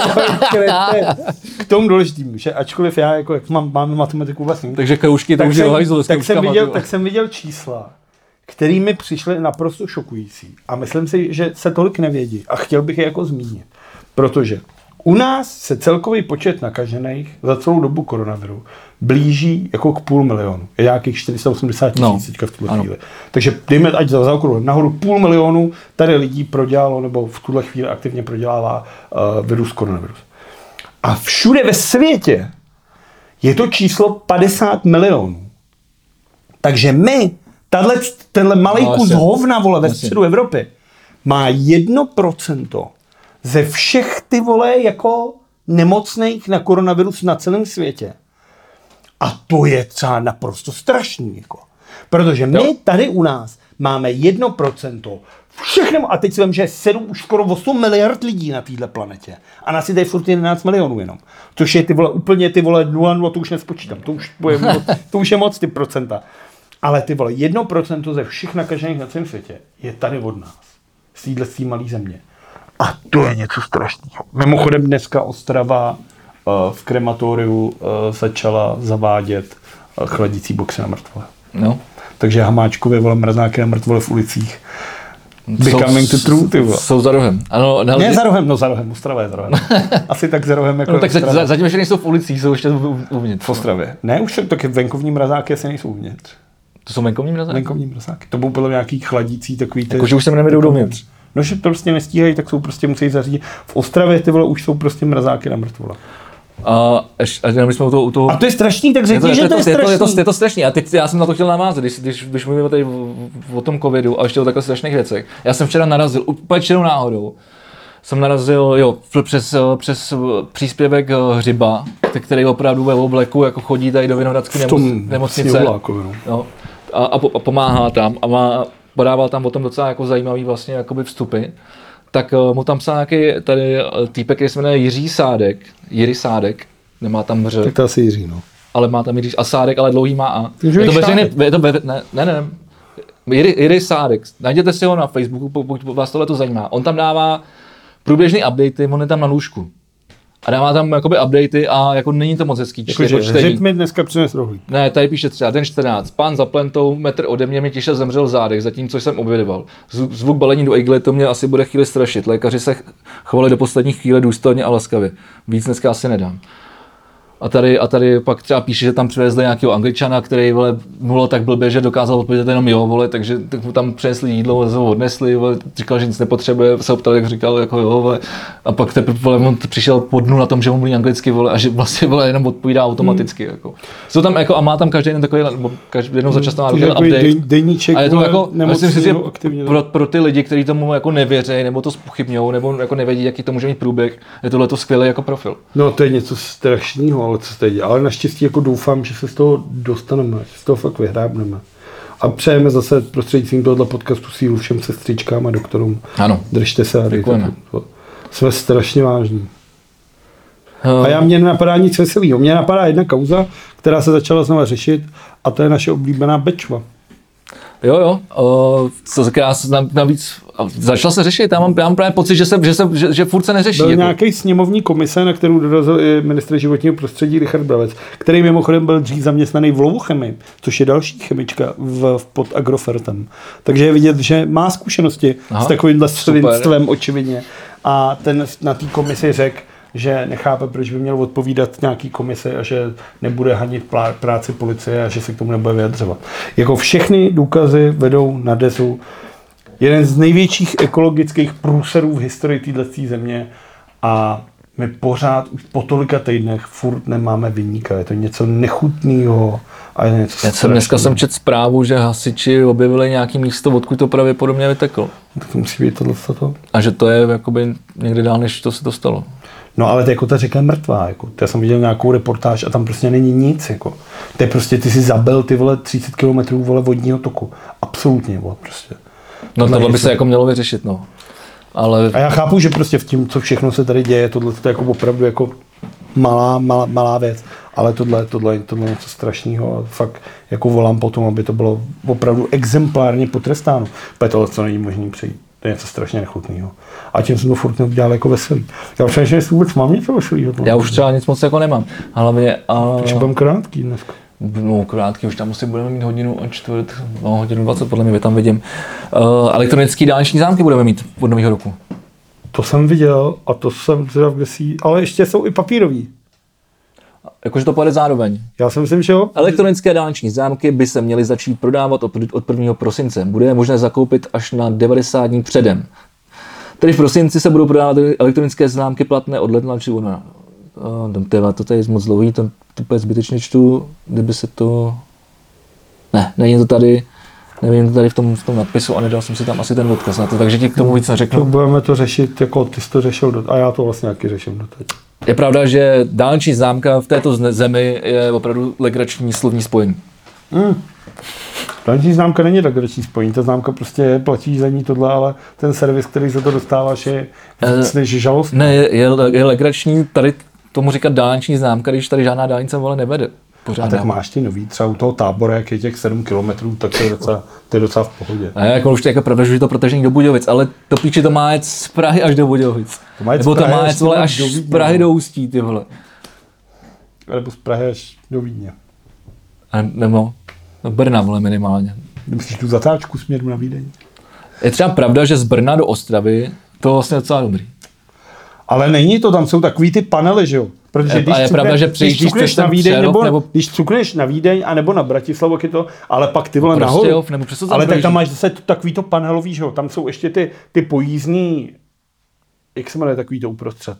S1: K tomu důležitým, že ačkoliv já, jako, jak mám, mám matematiku vlastně.
S2: Takže kroužky, tak, jsem, hajzl,
S1: tak, jsem viděl, tak jsem viděl čísla, které mi přišly naprosto šokující. A myslím si, že se tolik nevědí. A chtěl bych je jako zmínit. Protože u nás se celkový počet nakažených za celou dobu koronaviru blíží jako k půl milionu. Je nějakých čtyři sta osmdesát tisíc no. teďka v tuhle chvíli. Takže dejme, ať za zaokrouhlím nahoru, půl milionu tady lidí prodělalo, nebo v tuhle chvíli aktivně prodělává uh, virus koronavirus. A všude ve světě je to číslo padesát milionů. Takže my, tato, tenhle malej no, kus hovna, vole, ve středu Evropy, má jedno procento ze všech ty vole jako nemocných na koronavirus na celém světě. A to je třeba naprosto strašný. Jako. Protože my jo. tady u nás máme jedno procento všechno, a teď si vím, že je sedm, už skoro osm miliard lidí na téhle planetě. A nás je tady furt jedenáct milionů jenom. Což je ty vole úplně ty vole nula nula, to už nespočítám. To už, je moc, to už je moc ty procenta. Ale ty vole jedno procento ze všech nakažených na celém světě je tady od nás. Z téhle malé země. A to je něco strašného. Mimochodem dneska Ostrava uh, v krematoriu uh, začala zavádět uh, chladicí boxy na mrtvole.
S2: No.
S1: Takže Hamáčkově vole mrazáky na mrtvole v ulicích. Becoming to true, ty vole.
S2: Jsou za rohem. Ano,
S1: ne, ne za rohem, no za rohem, Ostrava je za rohem. Asi tak za rohem jako
S2: no, tak za, zatím ještě nejsou v ulicích, jsou ještě uvnitř.
S1: V Ostravě. Ne, už jsou taky venkovní mrazáky asi nejsou uvnitř.
S2: To jsou venkovní mrazáky?
S1: Venkovní mrazáky. To bylo nějaký chladící takový ty...
S2: Jakože už se nevedou dovnitř.
S1: No, že prostě nestíhají, tak jsou prostě musí zařídit. V Ostravě ty vole už jsou prostě mrazáky na mrtvola.
S2: A až, až my jsme u toho, u toho...
S1: A to je strašný, tak řekni, že to je strašný.
S2: Je to, je to, je to strašný. A teď já jsem na to chtěl navázat, když, když, když mluvíme tady o, o tom covidu a ještě o takhle strašných věcech. Já jsem včera narazil, úplně čirou náhodou, jsem narazil, jo, přes, přes příspěvek Hřiba, který opravdu ve obleku jako chodí tady do Vinohradské nemoc, nemocnice. Jo, a, a, a pomáhá tam a má, podával tam o tom docela jako zajímavý vlastně jakoby vstupy. Tak uh, mu tam psal nějaký tady týpek, který se jmenuje Jiří Sádek, Jiří Sádek, nemá tam ř.
S1: Tak to asi Jiří, no.
S2: Ale má tam Jiří a Sádek, ale dlouhý má A. Je to veřejný, je to ve, ne, ne, ne, Jiří, Jiří Sádek, najděte si ho na Facebooku, pokud vás tohle to zajímá. On tam dává průběžný updaty, on je tam na lůžku. A dává tam jakoby updaty a jako není to moc hezký čtení.
S1: Jakože Hřib mi dneska přines rohlík.
S2: Ne, tady píše třeba den čtrnáct. Pán za plentou, metr ode mě mi tiše zemřel zádech, zatímco jsem obědoval. Zvuk balení do igle, to mě asi bude chvíli strašit. Lékaři se chovali do poslední chvíle důstojně a laskavě. Víc dneska asi nedám. A tady, a tady pak třeba píše, že tam přivezli nějakého Angličana, který vole, mluvil tak blbě, že dokázal odpovědět jenom jo, vole, takže tak mu tam přinesli jídlo, ho odnesli, vole, říkal, že nic nepotřebuje, se optal, jak říkal, jako jo, vole, a pak teprve vole, on přišel po dnu na tom, že mu mluví anglicky, vole, a že vlastně vole, jenom odpovídá automaticky. Hmm. Jako. Jsou tam, jako, a má tam každý jeden takový, každý jednou za čas tam má hmm. update. Dej,
S1: dejníček,
S2: a je to jako, myslím si, že pro,
S1: pro
S2: ty lidi, kteří tomu jako nevěří, nebo to zpochybňují, nebo jako nevědí, jaký to může mít průběh, je tohle to skvělý jako profil.
S1: No to je něco strašného, ale co teď, ale naštěstí jako doufám, že se z toho dostaneme, že z toho fakt vyhrábneme. A přejeme zase prostřednictvím tohoto podcastu sílu všem sestřičkám a doktorům.
S2: Ano.
S1: Držte se a dejte to. Jsme strašně vážní.
S2: Uh.
S1: A já mě nenapadá nic veselého. Mně napadá jedna kauza, která se začala znova řešit, a to je naše oblíbená Bečva.
S2: Jo, jo, uh, co krás, navíc začal se řešit, já mám, já mám právě pocit, že, se, že, se, že, že furt se neřeší.
S1: Byl
S2: jako.
S1: Nějaký sněmovní komise, na kterou dorazil i ministr životního prostředí Richard Brabec, který mimochodem byl dřív zaměstnaný v Lovochemii, což je další chemička v, v pod Agrofertem. Takže je vidět, že má zkušenosti Aha, s takovýmhle svinstvem očividně. A ten na té komisi řekl, že nechápe, proč by měl odpovídat nějaký komise a že nebude hanit plá, práci policie a že se k tomu nebude vyjadřovat. Jako všechny důkazy vedou na desu. Jeden z největších ekologických průserů v historii této země a my pořád už po tolika týdnech furt nemáme viníka. Je to něco nechutného a je něco
S2: Já jsem dneska jsem četl zprávu, že hasiči objevili nějaký místo, odkud to pravděpodobně vyteklo.
S1: Tak to musí být tohle to.
S2: A že to je jakoby někde dál, než to se to stalo.
S1: No ale to, jako ta řeka je mrtvá, jako. Já jsem viděl nějakou reportáž a tam prostě není nic, jako. To je prostě, ty si zabil ty vole třicet kilometrů vole vodního toku. Absolutně, vole, prostě.
S2: No tohle by se jako mělo vyřešit, no. Ale...
S1: A já chápu, že prostě v tím, co všechno se tady děje, tohle to je jako opravdu jako malá, malá, malá věc. Ale tohle, tohle, tohle je něco strašného a fakt jako volám potom, aby to bylo opravdu exemplárně potrestáno. Protože tohle, co není možný přejít. To je něco strašně nechutného. A tím jsem to furt neudělal jako veselý. Já přemýšlím, jestli vůbec mám něco veselého.
S2: Já už třeba nic moc jako nemám. Hlavně... A...
S1: Takže budeme krátký dneska.
S2: No krátký, už tam asi budeme mít hodinu a čtvrt, no hodinu dvacet, podle mě tam vidím. Uh, elektronický dálniční zámky budeme mít od nového roku.
S1: To jsem viděl a to jsem teda v desí, ale ještě jsou i papírový.
S2: Jakože to pojede zároveň.
S1: Já si myslím, že jo.
S2: Elektronické dálniční zámky by se měly začít prodávat od prvního prosince. Bude je možné zakoupit až na devadesát dní předem. Tedy v prosinci se budou prodávat elektronické známky platné od ledna či února. Uh, to tady je moc dlouhý, to, to zbytečně čtu, kdyby se to... Ne, není to tady, nevím to tady v tom, v tom nadpisu a nedal jsem si tam asi ten odkaz na to, takže ti k tomu víc neřeknu.
S1: Tak budeme to řešit, jako ty jsi to řešil do, a já to vlastně taky řeším doteď.
S2: Je pravda, že dálniční známka v této zemi je opravdu legrační slovní spojení.
S1: Hmm. Dálniční známka není legrační spojení, ta známka prostě platí za ní tohle, ale ten servis, který za to dostáváš, je víc než žalostný.
S2: Ne, je, je, je legrační tady tomu říkat dálniční známka, když tady žádná dálnice vole nevede. Pořádná.
S1: A tak máš ty nový, třeba u toho Tábora, jak je těch sedm kilometrů, tak to je docela, to je docela v pohodě.
S2: A jako už to je jako pravda, že je to protažení do Budějovic, ale to píči to má jet z Prahy až do Budějovic.
S1: To má jet
S2: Nebo
S1: z Prahy
S2: to má jet vole, až
S1: do
S2: z Prahy do Ústí, ty vole.
S1: Nebo z Prahy až do Vídně.
S2: A nebo do Brna, vole, minimálně.
S1: Myslíš tu zatáčku směrem na Vídeň?
S2: Je třeba pravda, že z Brna do Ostravy to vlastně docela dobrý.
S1: Ale není to, tam jsou takový ty panely, že jo? Protože
S2: Je-
S1: když
S2: a je
S1: cukne-
S2: pravda, že
S1: když
S2: přejíždíš
S1: cukneš
S2: přes
S1: na
S2: ten
S1: Vídeň,
S2: Přerov,
S1: nebo,
S2: nebo-
S1: když cukneš na Vídeň, anebo na Bratislavu, jak je to, ale pak ty vole nahoru.
S2: Prostějov, nebo přes co tam
S1: Ale tak
S2: projíždíš?
S1: tam máš zase to, takový to panelový, že jo, tam jsou ještě ty, ty pojízdný, jak se jmenuje takový to uprostřed?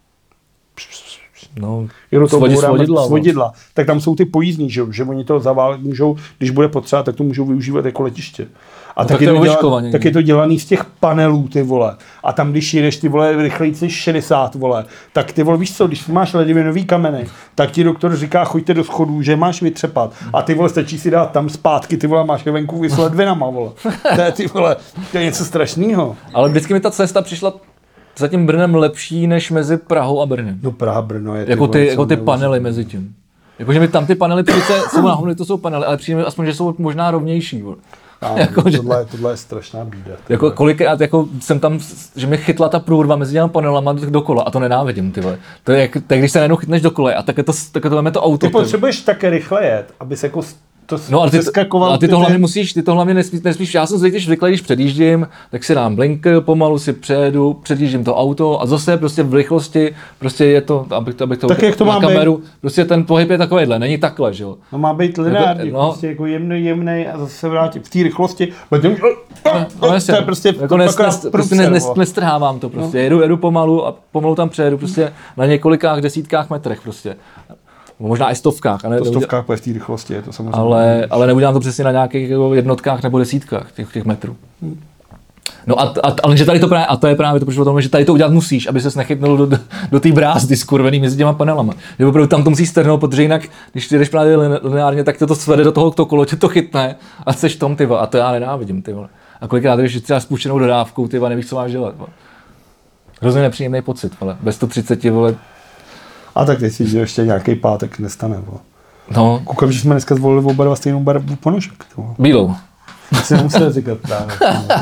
S2: No,
S1: Jenom to
S2: svodi-
S1: bourá-
S2: svodidla,
S1: svodidla. Tak tam jsou ty pojízdní, že, jo, že oni to zavál, můžou, když bude potřeba, tak to můžou využívat jako letiště. A
S2: No,
S1: tak,
S2: tak
S1: je
S2: to je
S1: to děla,
S2: ověškovaně,
S1: tak je to dělaný z těch panelů, ty vole. A tam, když jedeš ty vole rychlejc než šedesát, vole, tak ty vole, víš co, když máš ledivinový kameny, tak ti doktor říká, choďte do schodů, že máš vytřepat. A ty vole, stačí si dát tam zpátky, ty vole, máš je venku s ledvinama, vole. To je, ty vole, to je něco strašného.
S2: ale vždycky mi ta cesta přišla za tím Brnem lepší než mezi Prahou a Brnem.
S1: No Praha, Brno je
S2: Jako
S1: vole,
S2: ty,
S1: co
S2: jako ty
S1: neuvěřitelné.
S2: panely mezi tím. Jakože mi tam ty panely přece jsou náhodou, to jsou panely, ale přijde mi aspoň, že jsou možná rovnější. Vole.
S1: Ano,
S2: Jako, že-
S1: tohle, je- tohle je strašná bída. ty
S2: Jako
S1: vole.
S2: kolikrát jako jsem tam, že mi chytla ta průrva mezi těmi panelama dokola a to nenávidím, ty vole. To je, jak, tak když se najednou chytneš do koleje a tak je to, tak to veme to auto.
S1: Ty
S2: ty vole.
S1: potřebuješ také rychle jet, aby se jako s- to
S2: No ale ty,
S1: seskakoval.
S2: a ty to hlavně musíš, ty to hlavně nesmíš, nesmíš, já jsem zvyklý, zvyklý, když předjíždím, tak si dám blinker, pomalu si přejedu, předjíždím to auto a zase prostě v rychlosti, prostě je to, abych to, abych to
S1: Tak jak to
S2: na
S1: má
S2: kameru, prostě ten pohyb je takovýhle, není takhle, že jo.
S1: No má být lineární,
S2: no.
S1: no. prostě jako jemný, jemný a zase se vrátit v té rychlosti. Potom,
S2: No, jasně,
S1: to je prostě
S2: jako nes,
S1: taková
S2: nes, prostě
S1: průser,
S2: nes, nes,
S1: vole.
S2: nestrhávám to prostě, no. jedu, jedu pomalu a pomalu tam přejedu prostě na několikách desítkách metrech prostě. Možná i stovkách, a ne,
S1: To
S2: neudělám-
S1: stovkách v té rychlosti je to samozřejmě.
S2: ale, ale neudělám to přesně na nějakých jako jednotkách nebo desítkách těch, těch metrů. No a, a, ale že tady to právě, a to je právě to, proč o tom, že tady to udělat musíš, aby ses nechytnul do, do, do té brázdy skurvený mezi těma panelama. Že opravdu tam to musíš strhnout, protože jinak, když ty jdeš právě lineárně, tak to, to svede do toho to kolo, tě to chytne a seš tom, ty vole, a to já nenávidím, ty vole. A kolikrát jdeš třeba spuštěnou dodávkou, ty vole, nevíš, co máš dělat, vole. Hrozně nepříjemný pocit, vole. Bez sto třicet, vole.
S1: A tak teď si, že ještě nějaký pátek nestane. Vole.
S2: No,
S1: Koukám, že jsme dneska zvolili oba dva stejnou barvu ponožek. ty vole.
S2: bílou.
S1: To si nemusel říkat právě.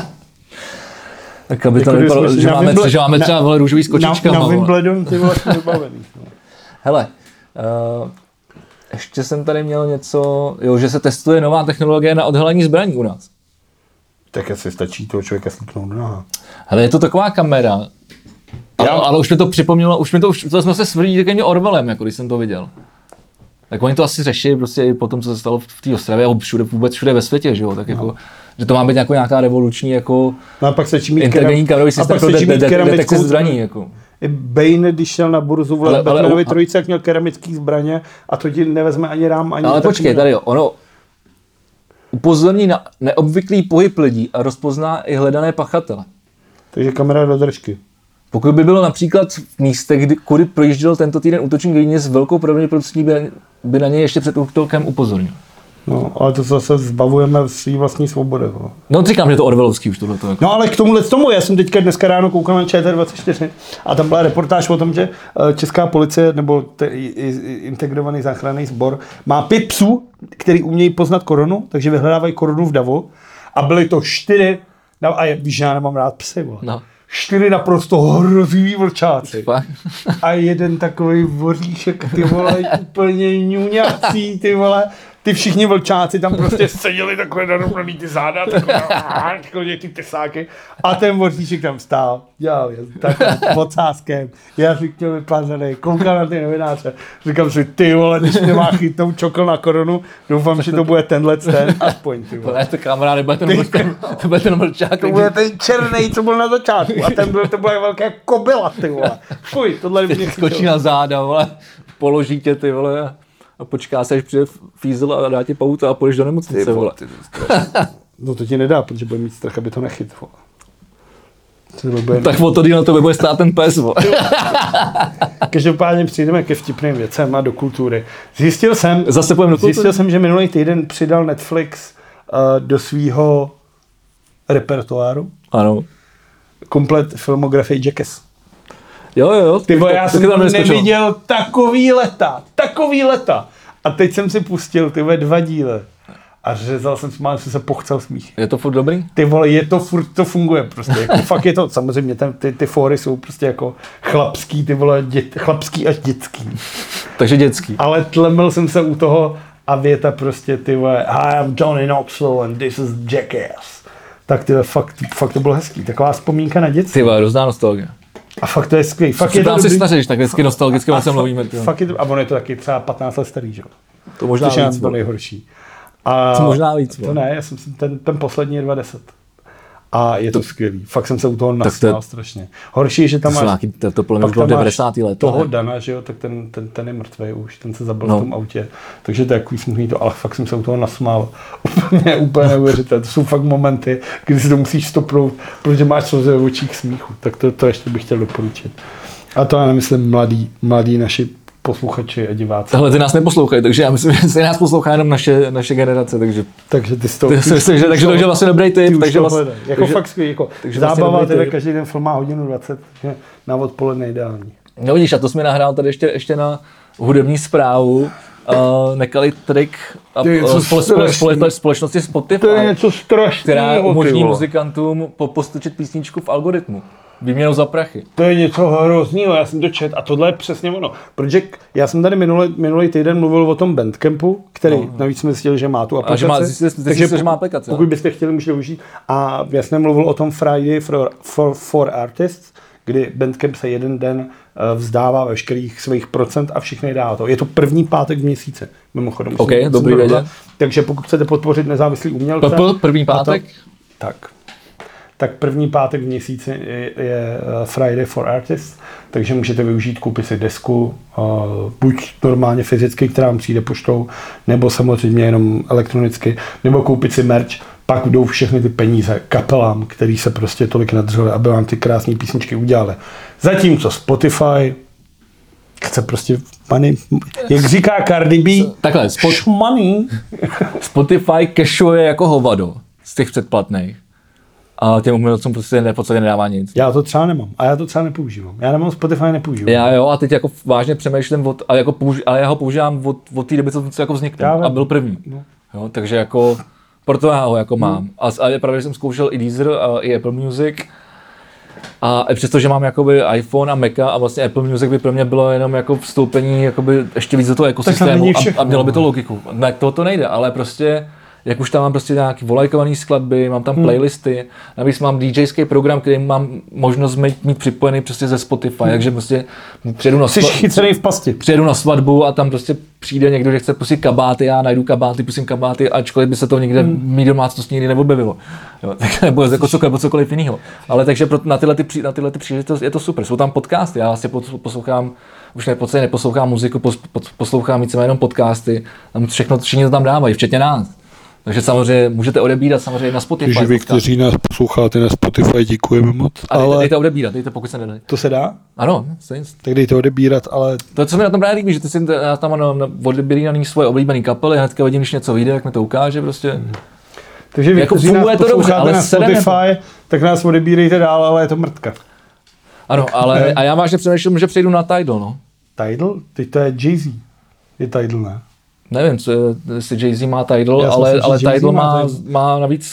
S2: Tak aby to
S1: Jako
S2: nevypadalo,
S1: kdybychom
S2: že
S1: na
S2: máme,
S1: Wimbledon-
S2: že máme třeba vole, růžový s kočičkama.
S1: Na, na
S2: vole.
S1: Wimbledon ty vole jsme vybavený. vole.
S2: Hele, uh, ještě jsem tady měl něco, jo, že se testuje nová technologie na odhalení zbraní u nás.
S1: Tak asi stačí toho člověka slíknout do noha.
S2: Hele, je to taková kamera, ale,
S1: Já-
S2: ale už mi to připomnělo, už mi to, už, to jsme se svrdí takovým Orwellem, jako když jsem to viděl. Tak oni to asi řeší prostě i po tom, co se stalo v té Ostravě a všude, vůbec všude ve světě, že jo, tak jako, že to má být jako nějaká revoluční jako
S1: No a pak stačí mít
S2: inteligentní kamerový
S1: a
S2: systém
S1: pak
S2: pro
S1: stačí
S2: de-
S1: mít
S2: de-
S1: keramickou
S2: detekci zbraní, jako.
S1: I Bane, když šel na burzu v
S2: Ale- ale-
S1: Batmanovi
S2: a-
S1: trojice, jak měl keramický zbraně a to ti nevezme ani rám, ani...
S2: No, ale
S1: tak-
S2: počkej, tady jo, ono upozorní na neobvyklý pohyb lidí a rozpozná i hledané pachatele.
S1: Takže kamera do držky.
S2: Pokud by bylo například v místech, kdy, kudy projížděl tento týden útočník jedině s velkou pravděpodobností by, by na něj ještě před útokem upozornil.
S1: No, ale to zase zbavujeme svý vlastní svobody. vole.
S2: No říkám, že to Orwellovský už tohleto. Jako.
S1: No ale k tomuhle tomu, já jsem teďka dneska ráno koukal na Č T dvacet čtyři a tam byla reportáž o tom, že eh, česká policie nebo te, i, i, integrovaný záchranný sbor má pět psů, který umějí poznat korunu, takže vyhledávají korunu v davu a byly to čtyři, no, a je, víš, já nemám rád psy, vole.
S2: No.
S1: Čtyři naprosto hrozivý vlčáci.
S2: Fakt?
S1: A jeden takový voříšek, ty vole, úplně ňuňací, ty vole. Ty všichni vlčáci tam prostě seděli takhle narovnaný ty záda, takhle ty tesáky. A ten voříšek tam stál, dělal je takhle ocáskem, jazyk měl vyplazený, koukal na ty novináře. Říkám si, ty vole, když mě má chytnout čokl na korunu, doufám, že to bude tenhle ten, aspoň, ty
S2: To
S1: vole.
S2: je to kamera, nebo ten, ten, to bude ten mlčák.
S1: To bude ten černý, co byl na začátku. A ten byl, to byla velká kobila, ty vole. Fuj, tohle by mě
S2: skočí na záda, vole, položí tě, ty vole, a počká se, až přijde fízl a dá ti pauta a půjdeš do nemocnice, vole.
S1: No to ti nedá, protože bude mít strach, aby to nechyt, vole. To bude...
S2: Tak o to díl na to bude stát ten pes, vole.
S1: Každopádně přijdeme ke vtipným věcem a do kultury. Zjistil jsem,
S2: Zase půjdeme do kultury?
S1: zjistil jsem, že minulý týden přidal Netflix uh, do svýho repertoáru
S2: Ano.
S1: komplet filmografii Jackass.
S2: Jo, jo, jo.
S1: Ty vole, já
S2: Taky
S1: jsem
S2: tam neskočil.
S1: neviděl takový leta, takový leta. A teď jsem si pustil ty vole dva díly. A řezal jsem, smál jsem se pochcel smích.
S2: Je to furt dobrý?
S1: Ty vole, je to furt, to funguje prostě. Jako fakt je to, samozřejmě ten, ty, ty fóry jsou prostě jako chlapský, ty vole, dět, chlapský až dětský.
S2: Takže dětský.
S1: Ale tlemil jsem se u toho a věta prostě, ty vole, hi, I'm Johnny Knoxville and this is Jackass. Tak ty vole, fakt, fakt to bylo hezký. Taková vzpomínka na dětství.
S2: Ty vole, hrozná nostalgie.
S1: A fakt to je skvělý. Fakt je to
S2: dobrý.
S1: dobrý.
S2: Staříš, tak vždycky nostalgicky o tom mluvíme.
S1: Fakt je to, a ono je to taky třeba patnáct let starý, že jo?
S2: To možná
S1: Což
S2: víc.
S1: je to nejhorší. A
S2: to možná víc.
S1: To ne, já jsem si, ten, ten poslední je dvacet. A je to, to skvělý. Fakt jsem se u toho nasmál to, strašně. Horší je, že tam
S2: to
S1: máš...
S2: Nějaký, to, to podle mě bylo devadesátá let.
S1: Toho ne? Dana, že jo, tak ten, ten, ten je mrtvý už, ten se zabil no. v tom autě. Takže to je takový smutný to, ale fakt jsem se u toho nasmál. Úplně, úplně neuvěřitelné. To jsou fakt momenty, kdy si to musíš stopnout, protože máš slzy v očích smíchu. Tak to, to ještě bych chtěl doporučit. A to já nemyslím mladí, mladí naši posluchači a diváci.
S2: Tahle ty nás neposlouchají, takže já myslím, že se nás poslouchá jenom naše, naše generace, takže...
S1: Takže ty jsi to...
S2: Ty, ty, ty, takže, takže to je vlastně dobrý tip, takže
S1: vlastně... Jako
S2: takže,
S1: fakt skvělý, jako zábava, vlastně teda každý den film má hodinu dvacet, takže na odpoledne ideální.
S2: No vidíš, a to jsi mi nahrál tady ještě, ještě na hudební zprávu, uh, nekalý trik a uh, spole, spole, spole, společnosti Spotify,
S1: to je něco strašného,
S2: která umožní muzikantům popostrčit písničku v algoritmu. Výměnou za prachy.
S1: To je něco hroznýho, já jsem to čet a tohle je přesně ono. Protože já jsem tady minulý, minulý týden mluvil o tom Bandcampu, který no, no. navíc jsme zjistili, že má tu aplikaci. A že má,
S2: zjistili, takže zjistili, že má aplikaci.
S1: Pokud byste chtěli, můžete užít. A já jsem mluvil o tom Friday for, for, for Artists, kdy Bandcamp se jeden den vzdává veškerých svých procent a všichni dá to. Je to první pátek v měsíce, mimochodem.
S2: OK, jsem, dobrý vědět.
S1: Takže pokud chcete podpořit nezávislý umělce...
S2: První pátek?
S1: To, tak. Tak první pátek v měsíci je, je Friday for Artists, takže můžete využít, koupit si desku, uh, buď normálně fyzicky, která vám přijde poštou, nebo samozřejmě jenom elektronicky, nebo koupit si merch, pak jdou všechny ty peníze kapelám, který se prostě tolik nadřeli, aby vám ty krásné písničky udělali. Zatímco Spotify chce prostě money, jak říká Cardi B,
S2: takhle, spot,
S1: money.
S2: Spotify cashuje jako hovado z těch předplatných. A těm umělcům prostě v podstatě nedává nic.
S1: Já to třeba nemám. A já to třeba nepoužívám. Já nemám Spotify, nepoužívám.
S2: Já jo, a teď jako vážně přemýšlím, od, a jako použi, ale já ho používám od, od té doby, co, co jako vznikl. A byl první. No. Jo, takže jako, proto já ho jako mám. Hmm. A, a je pravda, že jsem zkoušel i Deezer a i Apple Music. A přestože mám jakoby iPhone a Maca a vlastně Apple Music by pro mě bylo jenom jako vstoupení jakoby ještě víc do toho ekosystému a, a mělo by to logiku. Mac to, to nejde, ale prostě jak už tam mám prostě nějaký volajkovaný skladby, mám tam hmm. playlisty, navíc mám DJský program, který mám možnost mít, mít připojený prostě ze Spotify, hmm. takže prostě přijedu na,
S1: sva- v pasti.
S2: přijedu na svatbu a tam prostě přijde někdo, že chce pustit kabáty, já najdu kabáty, pustím kabáty, ačkoliv by se to nikde hmm. mý domácnosti nikdy neobjevilo. Jo, tak, nebo jako cokoliv, cokoliv jiného. Ale takže pro, na tyhle, ty, na tyhle ty příležitosti je to super. Jsou tam podcasty, já vlastně poslouchám, už ne, podstatě neposlouchám muziku, pos, poslouchám víceméně jenom podcasty, tam všechno, všichni to tam dávají, včetně nás. Takže samozřejmě můžete odebírat samozřejmě na Spotify.
S1: Takže vy, kteří nás posloucháte na Spotify, děkujeme moc.
S2: A dejte, ale... dejte odebírat, dejte, pokud se nedají.
S1: To se dá?
S2: Ano.
S1: Tak dejte odebírat, ale...
S2: To, co mi na tom právě líbí, že ty si tam na, na odebíraný svoje oblíbené kapely, hnedka vidím, když něco vyjde, tak mi to ukáže prostě. Hmm.
S1: Takže vy,
S2: jako
S1: kteří nás
S2: to dobře, ale
S1: na Spotify, tak nás odebírejte dál, ale je to mrtka.
S2: Ano, ale ne. A já vážně přemýšlím, že přejdu na Tidal, no.
S1: Tidal? Teď to je Jay-Z. Je Tidal, ne?
S2: Nevím, co, jestli Jay-Z má Tidal, já ale, ale Tidal má, má navíc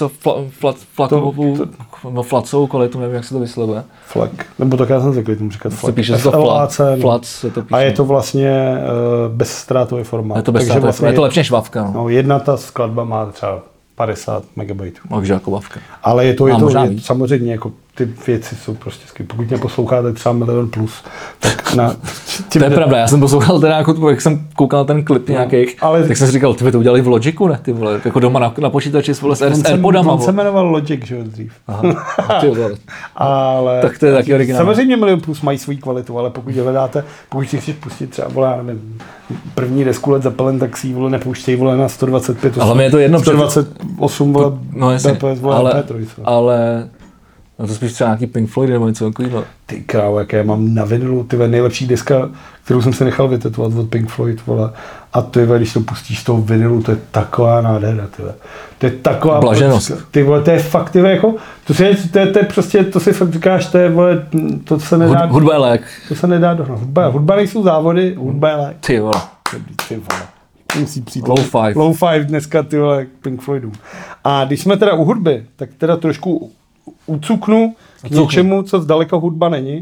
S2: flakovou, no flacovou kvalitu, nevím, jak se to vyslovuje.
S1: Flak, nebo tak já jsem zvyklý tomu říkat flak.
S2: Se píše to flat, flat se to píše.
S1: A je to vlastně uh, bezstrátový formát.
S2: Je to bezstrátový
S1: vlastně
S2: formát, je to lepší než wavka. No.
S1: no, jedna ta skladba má třeba padesát megabajtů.
S2: Takže jako wavka.
S1: Ale je to, je to je, samozřejmě jako ty věci jsou prostě skvělé. Pokud mě posloucháte třeba milion plus, tak na...
S2: To je pravda, já jsem poslouchal teda, jako, jak jsem koukal ten klip no, nějakých, ale... tak jsem si říkal, ty by to udělali v Logiku, ne, ty vole, jako doma na, na počítači s, s, s AirPodama.
S1: On se jmenoval Logic, že jo, dřív.
S2: Aha, ty vole.
S1: Ale...
S2: Tak to je taky originální.
S1: Samozřejmě milion plus mají svoji kvalitu, ale pokud je hledáte, pokud si chceš pustit třeba, vole, já nevím, první desku Led Zeppelin, tak si ji, vole, nepouštěj, vole, na sto dvacet pět,
S2: ale je to jedno,
S1: sto dvacet osm, vole,
S2: no,
S1: B P S, vole,
S2: ale,
S1: P tři.
S2: Ale... No to spíš třeba nějaký Pink Floyd nebo něco takového.
S1: Ty krávo, jaké mám na vinylu, ty nejlepší deska, kterou jsem si nechal vytetovat od Pink Floyd, vole. A ty, když to pustíš z toho vinylu, to je taková nádhera, ty. To je taková...
S2: Blaženost.
S1: Ty vole, to je fakt, ty jako, to, si, to, je, to je prostě, to si fakt říkáš, to je, vole, to se nedá...
S2: Hud, hudba je lék.
S1: To se nedá dohnat. Hudba, hudba nejsou závody, hudba je lék.
S2: Ty vole.
S1: Ty vole. Musí přijít
S2: low five.
S1: Low five dneska, ty vole, Pink Floydů. A když jsme teda u hudby, tak teda trošku ucuknu k něčemu, co zdaleka hudba není.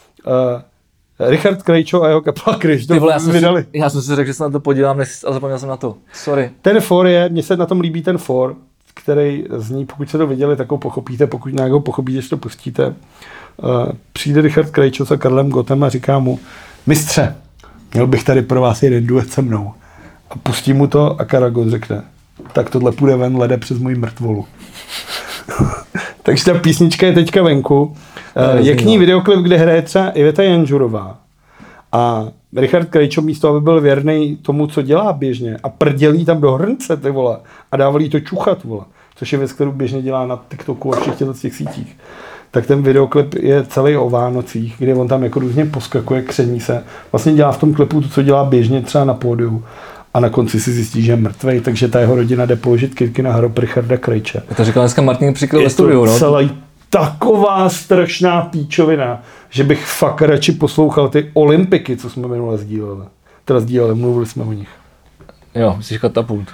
S1: Uh, Richard Krejčo a jeho kapela Kryš to
S2: já
S1: vydali.
S2: Si, já jsem si řekl, že se na to podívám a zapomněl jsem na to. Sorry.
S1: Ten for je, mně se na tom líbí ten for, který zní, pokud se to viděli, tak ho pochopíte, pokud nějak ho pochopíte, že to pustíte. Uh, přijde Richard Krejčo za Karlem Gottem a říká mu, mistře, měl bych tady pro vás jeden duet se mnou. A pustí mu to a Karel Gott řekne, tak tohle půjde ven, lede přes moji mrtvolu. Takže ta písnička je teďka venku. Uh, je k ní videoklip, kde hraje třeba Iveta Janžurová. A Richard Krejčo místo, aby byl věrný tomu, co dělá běžně a prdělí tam do hrnce, ty vole, a dával jí to čuchat, vole, což je věc, kterou běžně dělá na TikToku a všech těch sítích. Tak ten videoklip je celý o Vánocích, kde on tam jako různě poskakuje, kření se. Vlastně dělá v tom klipu to, co dělá běžně třeba na pódiu. A na konci si zjistí, že je mrtvej, takže ta jeho rodina jde položit kytky na hrob Richarda Krejče.
S2: To říkal dneska Martin Přikryl ve studiu, no?
S1: Je to celý taková strašná píčovina, že bych fakt radši poslouchal ty Olympiky, co jsme minule sdíleli. Teda sdíleli, mluvili jsme o nich.
S2: Jo, myslíš Katapult.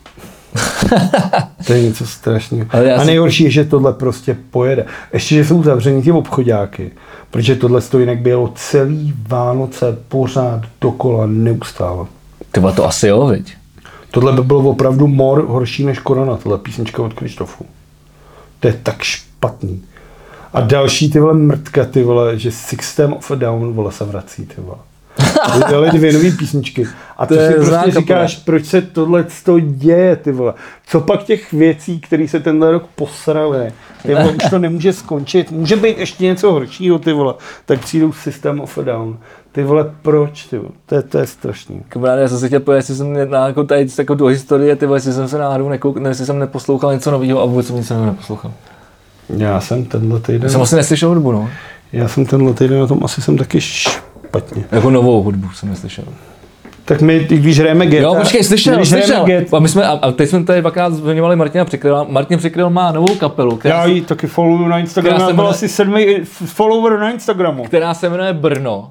S1: To je něco strašného. A nejhorší je, že tohle prostě pojede. Ještě, že jsou zavřený ty obchodáky, protože tohle to jinak bylo celý Vánoce pořád dokola neustále.
S2: Tyba to asi jo, viď?
S1: Tohle by bylo opravdu mor horší než korona, tohle písnička od Krištofu. To je tak špatný. A další ty vole mrtka, ty vole, že System of a Down, vole, se vrací, ty vole. Dali dvě nový písničky. A ty si prostě říkáš, proč se tohle to děje, ty vole. Co pak těch věcí, které se tenhle rok posraly, ty vole, už to nemůže skončit. Může být ještě něco horšího, ty vole. Tak přijdou System of a Down. Ty vole, proč, ty vole? To je, to je strašný.
S2: Kamaráde, já jsem se chtěl pojít, jestli jsem na jako tady jako do historie, ty vole, jestli jsem se náhodou nekouk, ne, jestli jsem neposlouchal něco nového a vůbec jsem nic neposlouchal.
S1: Já jsem tenhle týden...
S2: Já jsem asi neslyšel hudbu, no.
S1: Já jsem tenhle týden na tom asi jsem taky špatně.
S2: Jako novou hudbu jsem neslyšel.
S1: Tak my, když hrajeme G T A...
S2: Jo, počkej, slyšel, slyšel. A, my jsme, a, a teď jsme tady dvakrát zmiňovali Martina Přikryla. Martin Přikryl má novou kapelu.
S1: Já ji taky followuju na Instagramu. Já byl asi sedmý follower na Instagramu.
S2: Která se jmenuje Brno.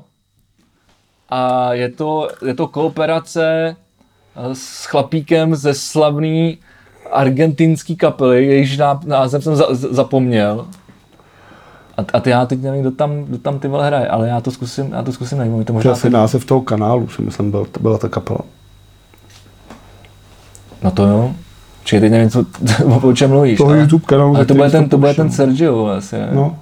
S2: A je to, je to kooperace s chlapíkem ze slavný argentinský kapely, jejíž název jsem za, zapomněl. A, a ty já teď nevím, kdo tam, kdo tam ty vole hraje, ale já to zkusím, já to zkusím najít. To možná
S1: asi název toho kanálu, si myslím, byl, to byla ta kapela.
S2: No to jo. Čiže teď nevím, co, o čem mluvíš.
S1: Toho YouTube kanálu.
S2: Ale to bude ten, to bude ten Sergio asi, ne?
S1: No.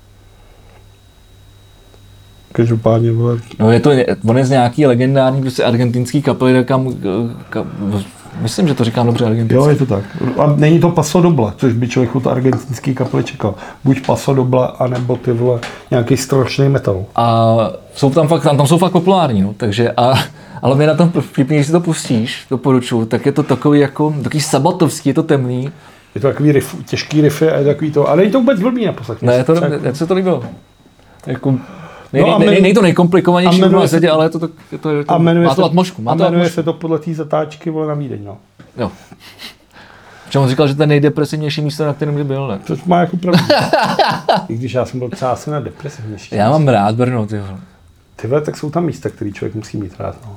S1: Každopádně, vole.
S2: No je to, on je z nějaký legendární prostě argentinský kapely, kam, kam, myslím, že to říkám dobře argentinský.
S1: Jo, je to tak. A není to Paso Doble, což by člověk od argentinský kapely čekal. Buď Paso Doble, anebo ty vole nějaký strašný metal.
S2: A jsou tam fakt, tam, tam jsou fakt populární, no, takže a, ale mě na tom vtipně, když si to pustíš, doporučuji, tak je to takový jako, takový sabatovský, je to temný.
S1: Je to takový riff, těžký riffy a je takový to, ale není to vůbec blbý na poslech.
S2: Ne, to, jak se to líbilo. Jako, nej, no nej, nej, nej to nejkomplikovanější na světě, ale je to, je to, je to,
S1: a
S2: má to
S1: se,
S2: atmosféru. Má
S1: a
S2: to
S1: jmenuje
S2: atmosféru.
S1: se to podle té zatáčky, vole, na Vídeň, no.
S2: Jo. Protože on říkal, že to je nejdepresivnější místo, na kterém kdy byl, ne?
S1: Což má jako pravdu. I když já jsem byl třeba asi na depresivnější.
S2: Já mám rád Brno, ty vole.
S1: Ty vole, tak jsou tam místa, který člověk musí mít rád, no.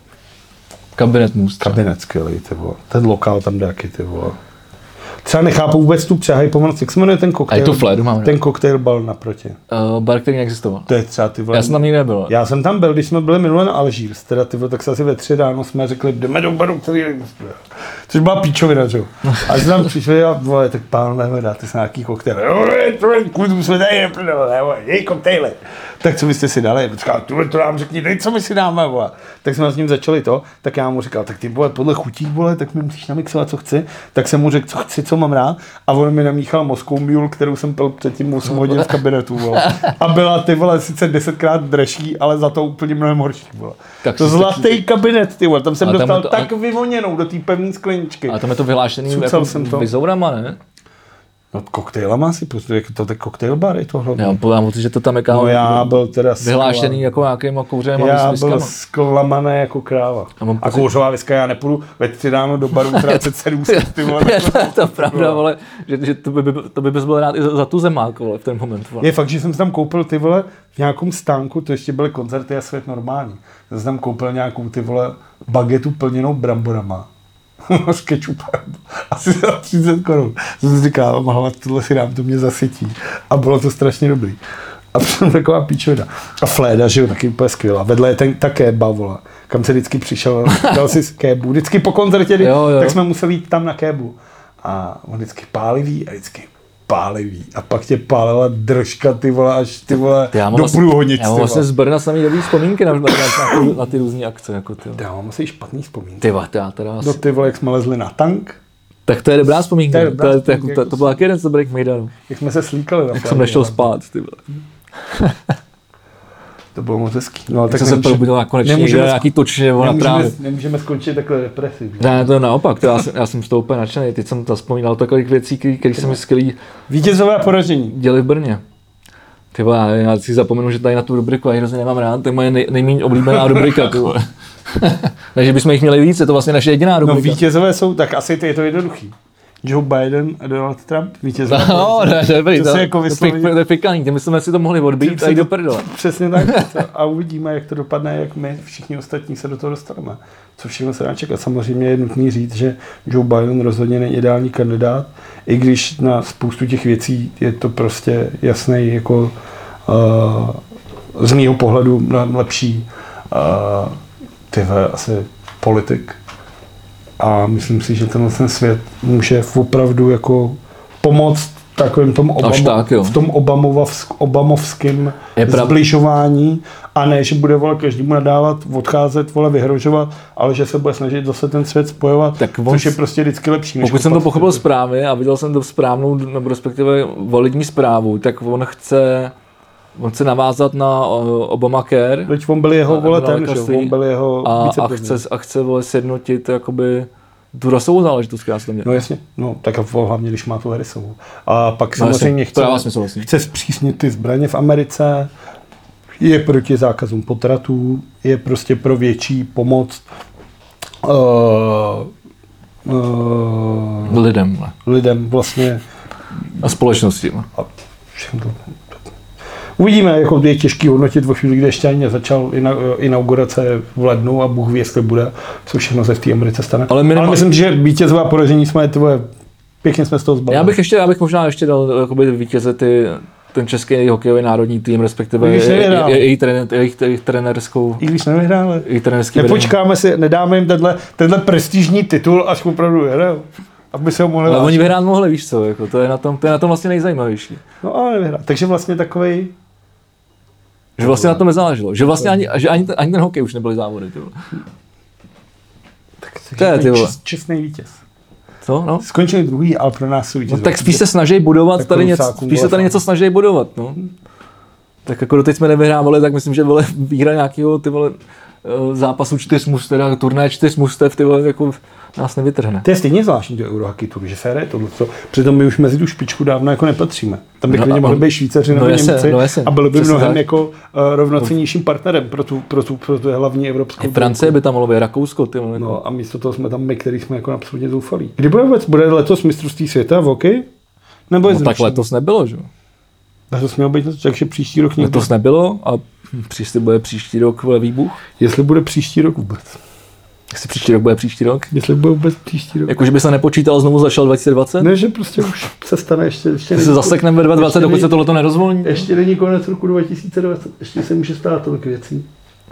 S2: Kabinet Můst.
S1: Kabinet skvělý, ty vole. Ten lokál tam dáky, ty vole. Třeba nechápu vůbec tu přehypovanost, jak se jmenuje ten koktejl?
S2: A je to Fleru máme.
S1: Ten koktejl bar naproti.
S2: Uh, bar, který neexistoval.
S1: To je třeba ty vole.
S2: Já jsem tam nikdy nebyl.
S1: Já jsem tam byl, když jsme byli minule na Alžírs, teda ty vole, tak se asi ve tři ráno jsme řekli, jdeme do baru, který neexistuje. Což byla píčovina, že jo. A jsme tam přišli a vole, tak pánové, dáte si nějaký koktejl. Jo, to je kudu, jsme tady neprdele, jej koktejly. Tak co byste si dali? Říkal, tu to nám řekni, dej, co my si dáme, vole. Tak jsme s ním začali to, tak já mu říkal, tak ty vole, podle chutí, vole, tak mi musíš namixovat, co chci. Tak jsem mu řekl, co chci, co mám rád. A on mi namíchal Moscow Mule, kterou jsem pil předtím osm hodin v kabinetu, vole. A byla ty vole sice desetkrát dražší, ale za to úplně mnohem horší, vole. Tak to zlatý taky... kabinet, ty vole, tam jsem dostal tam to, tak a... vyvoněnou do té pevné skleničky.
S2: A tam je to vyhlášený jako vizourama, ne?
S1: No koktejlama si, protože to je koktejl bar, je to hlavně.
S2: Já mám pocit, že to tam je kámo,
S1: no já byl teda
S2: vyhlášený skla... jako nějakýma kouřem a
S1: já
S2: viskama.
S1: byl zklamaný jako kráva. A, a pocit... kouřová viska, já nepůjdu ve tři ráno do baru trácet sedm set, ty vole.
S2: Je to, to pravda, vole, že, že to, by, to by bys byl rád i za, za tu zemáku, vole, v ten moment. Vole.
S1: Je fakt, že jsem tam koupil ty vole v nějakém stánku, to ještě byly koncerty a svět normální. Já jsem tam koupil nějakou ty vole bagetu plněnou bramborama. S kečupem. Asi za třicet korun. Jsem si říkal, mahla, tohle si dám, to mě zasytí. A bylo to strašně dobrý. A to taková píčovina. A Fléda, že jo, taky úplně skvělá. Vedle je ten, ta kéba, vola, kam se vždycky přišel, dal si z kébu. Vždycky po koncertě, jo, jo. Tak jsme museli jít tam na kébu. a on vždycky pálivý a vždycky pálivý. A pak tě pálila držka, ty vole, až ty vole do průhodnic.
S2: Já mám vlastně z Brna samý dobrý vzpomínky na, na, na, na ty různý akce. Jako ty.
S1: Já mám asi špatný vzpomínky.
S2: Ty vole, já teda asi...
S1: Do ty vole, jak jsme lezli na tank.
S2: Tak to je dobrá vzpomínka. To,
S1: dobrá
S2: to, to,
S1: vzpomínka,
S2: to, to, to byl taky jeden z dobrých mejdanů.
S1: Jak jsme se slíkali.
S2: Jak jsem nešel spát, ty vole.
S1: To bylo moc hezký. No,
S2: tak jsem se probudil na konečně někde nějaký točně nebo na trávě.
S1: Nemůžeme skončit takhle depresivně.
S2: Ne, to naopak, to já, jsem, já jsem z toho úplně nadšený. Teď jsem to vzpomínal takových věcí, které jsem mi skvělý
S1: vítězové poražení.
S2: Děli v Brně. Ty vole, já si zapomenu, že tady na tu rubriku já hrozně nemám rád, to je moje nej, nejméně oblíbená rubrika, ty vole. Ne, že bychom jich měli víc, je to vlastně naše jediná rubrika.
S1: No vítězové jsou, tak asi to je to jednoduchý. Joe Biden a Donald Trump, vítězové.
S2: No, ne, to je dobrý, to, to,
S1: jako
S2: to, to je pikání, my jsme si to mohli odbít a jít do prdele.
S1: Přesně tak a uvidíme, jak to dopadne, jak my všichni ostatní se do toho dostaneme. Co všechno se dá čekat. Samozřejmě je nutný říct, že Joe Biden rozhodně není ideální kandidát, i když na spoustu těch věcí je to prostě jasný, jako uh, z mýho pohledu lepší uh, tyhle asi politik. A myslím si, že tenhle ten svět může opravdu jako pomoct takovým tom Obama,
S2: tak,
S1: v tom obamovsk, obamovském zbližování a ne, že bude vole každému nadávat, odcházet, vole vyhrožovat, ale že se bude snažit zase ten svět spojovat, tak on, což je prostě vždycky lepší.
S2: Pokud jsem to pochopil správně a viděl jsem to správnou, nebo respektive volební zprávu, tak on chce On chce navázat na Obamacare.
S1: Teď on byl jeho vole ten, že on byl jeho
S2: a, a chce, a chce vole sjednotit jakoby tu rasovou záležitost, která se tam děje.
S1: No jasně, no tak a hlavně, když má tu Harrisovou. A pak no samozřejmě chce,
S2: vlastně.
S1: chce zpřísnit ty zbraně v Americe, je proti zákazům potratů, je prostě pro větší pomoc uh,
S2: uh, lidem. Ne?
S1: Lidem vlastně.
S2: A společnosti.
S1: A všechno to. Uvidíme, jako je těžký hodnotit ve chvíli, kdy ještě ani nezačal inaugurace v lednu a Bůh ví, jestli bude, co všechno se v té Americe stane. Ale, minimál... Ale myslím, že vítězové poražení jsme tvoje, pěkně jsme z toho zbavili.
S2: Já bych ještě, já bych možná ještě dal jakoby vítěze ty, ten český hokejový národní tým, respektive jejich trenérskou.
S1: I když nevyhráli.
S2: Nepočkáme
S1: si, nedáme jim tenhle, tenhle prestižní titul, až opravdu jedou. Aby se ho mohli.
S2: Ale oni vyhrát mohli, víš co, jako, to, je na tom, to je na tom vlastně nejzajímavější.
S1: No ale nevyhrát. Takže vlastně takovej.
S2: Že vlastně na tom nezáleželo. Že vlastně ani, že ani, ani ten hokej už nebyly závody. Tyvo.
S1: Tak to je čest, čestný vítěz.
S2: Co? No?
S1: Skončili druhý, ale pro nás jsou vítěz.
S2: No, tak spíš se snaží budovat tady něco, spíš se tady něco snaží budovat. No. Tak jako doteď jsme nevyhrávali, tak myslím, že vole výhra nějakého ty vole zápasu čtyř mužstev, teda turné čtyř mužstev, ty vole jako nás nevytrhne.
S1: To je stejně zvláštní to Eurohockey Tour, že se hraje tohle, přitom my už mezi tu špičku dávno jako nepatříme. Tam by klidně no, mohli být Švýcaři nebo no Němci no a byli by mnohem tak. jako uh, rovnocennějším partnerem pro tu, pro tu, pro tu hlavní evropskou.
S2: I Francie by tam mohlo být, Rakousko. Ty vole.
S1: No a místo toho jsme tam my, který jsme jako absolutně zoufalí. Kdy bude vůbec, bude letos mistrovství světa v hokeji? Nebo
S2: no, tak letos nebylo, že?
S1: Letos mělo být, takže příští rok
S2: někdo. Letos nebylo a příští bude příští rok výbuch.
S1: Jestli bude příští rok vůbec.
S2: Jestli příští rok bude příští rok?
S1: Jestli bude vůbec příští rok.
S2: Jakože by se nepočítal, znovu zašel dva tisíce dvacet?
S1: Ne, že prostě už se stane ještě... ještě
S2: se zasekneme ve dva tisíce dvacet, dokud se tohleto nerozvolní?
S1: Ještě není konec roku dva tisíce dvacet, ještě se může stát tolik věcí.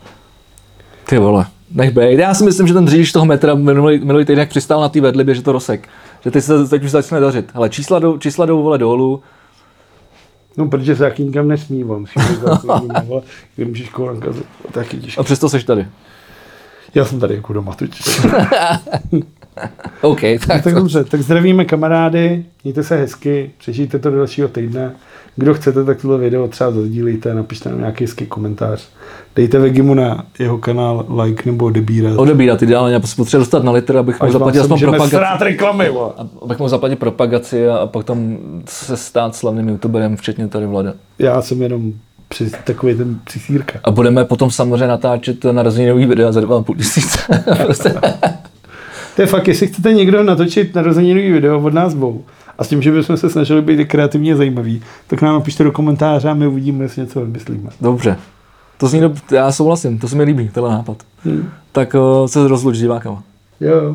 S2: Ty vole, nech bejt. Já si myslím, že ten řidič toho metra minulý, minulý týden přistál na té vedlibě, že to rozsek. Že teď se teď už začne dařit. Hele, čísla jdou, čísla jdou vole dolů.
S1: No, protože se taky nikam nesmívám. Když můžeš kolanka, taky těžké.
S2: A přesto seš tady.
S1: Já jsem tady jako doma totiž.
S2: OK, tak,
S1: no, tak dobře, tak zdravíme kamarády, mějte se hezky, přežijte to do dalšího týdne. Kdo chcete, tak tohle video třeba zazdílejte, napište nám nějaký hezký komentář. Dejte Vegimu na jeho kanál like nebo odebírat.
S2: Odebírat ideálně, já potřebuji dostat na litr, abych mohl zaplatit aspoň propagaci.
S1: Reklamy,
S2: abych mohl zaplatit propagaci a, a pak tam se stát slavným youtuberem, včetně tady Vlada.
S1: Já jsem jenom při, takový ten přisírka.
S2: A budeme potom samozřejmě natáčet narozeninový videa za dva a půl tisíce.
S1: To je fakt, jestli chcete někdo natočit narozeninový video od nás dvou a s tím, že bychom se snažili být kreativně zajímaví, tak nám napište do komentáře a my uvidíme, jestli něco vymyslíme.
S2: Dobře. To zní do... Já souhlasím, to se mi líbí, tenhle nápad. Hmm. Tak uh, se rozluč s divákama.
S1: Jo.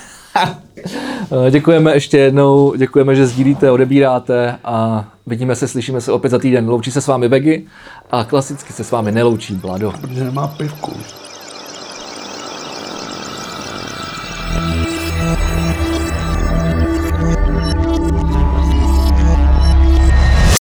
S2: Děkujeme ještě jednou, děkujeme, že sdílíte, odebíráte a vidíme se, slyšíme se opět za týden. Loučí se s vámi Vegi a klasicky se s vámi neloučí Vlado.
S1: Protože nemá pivku.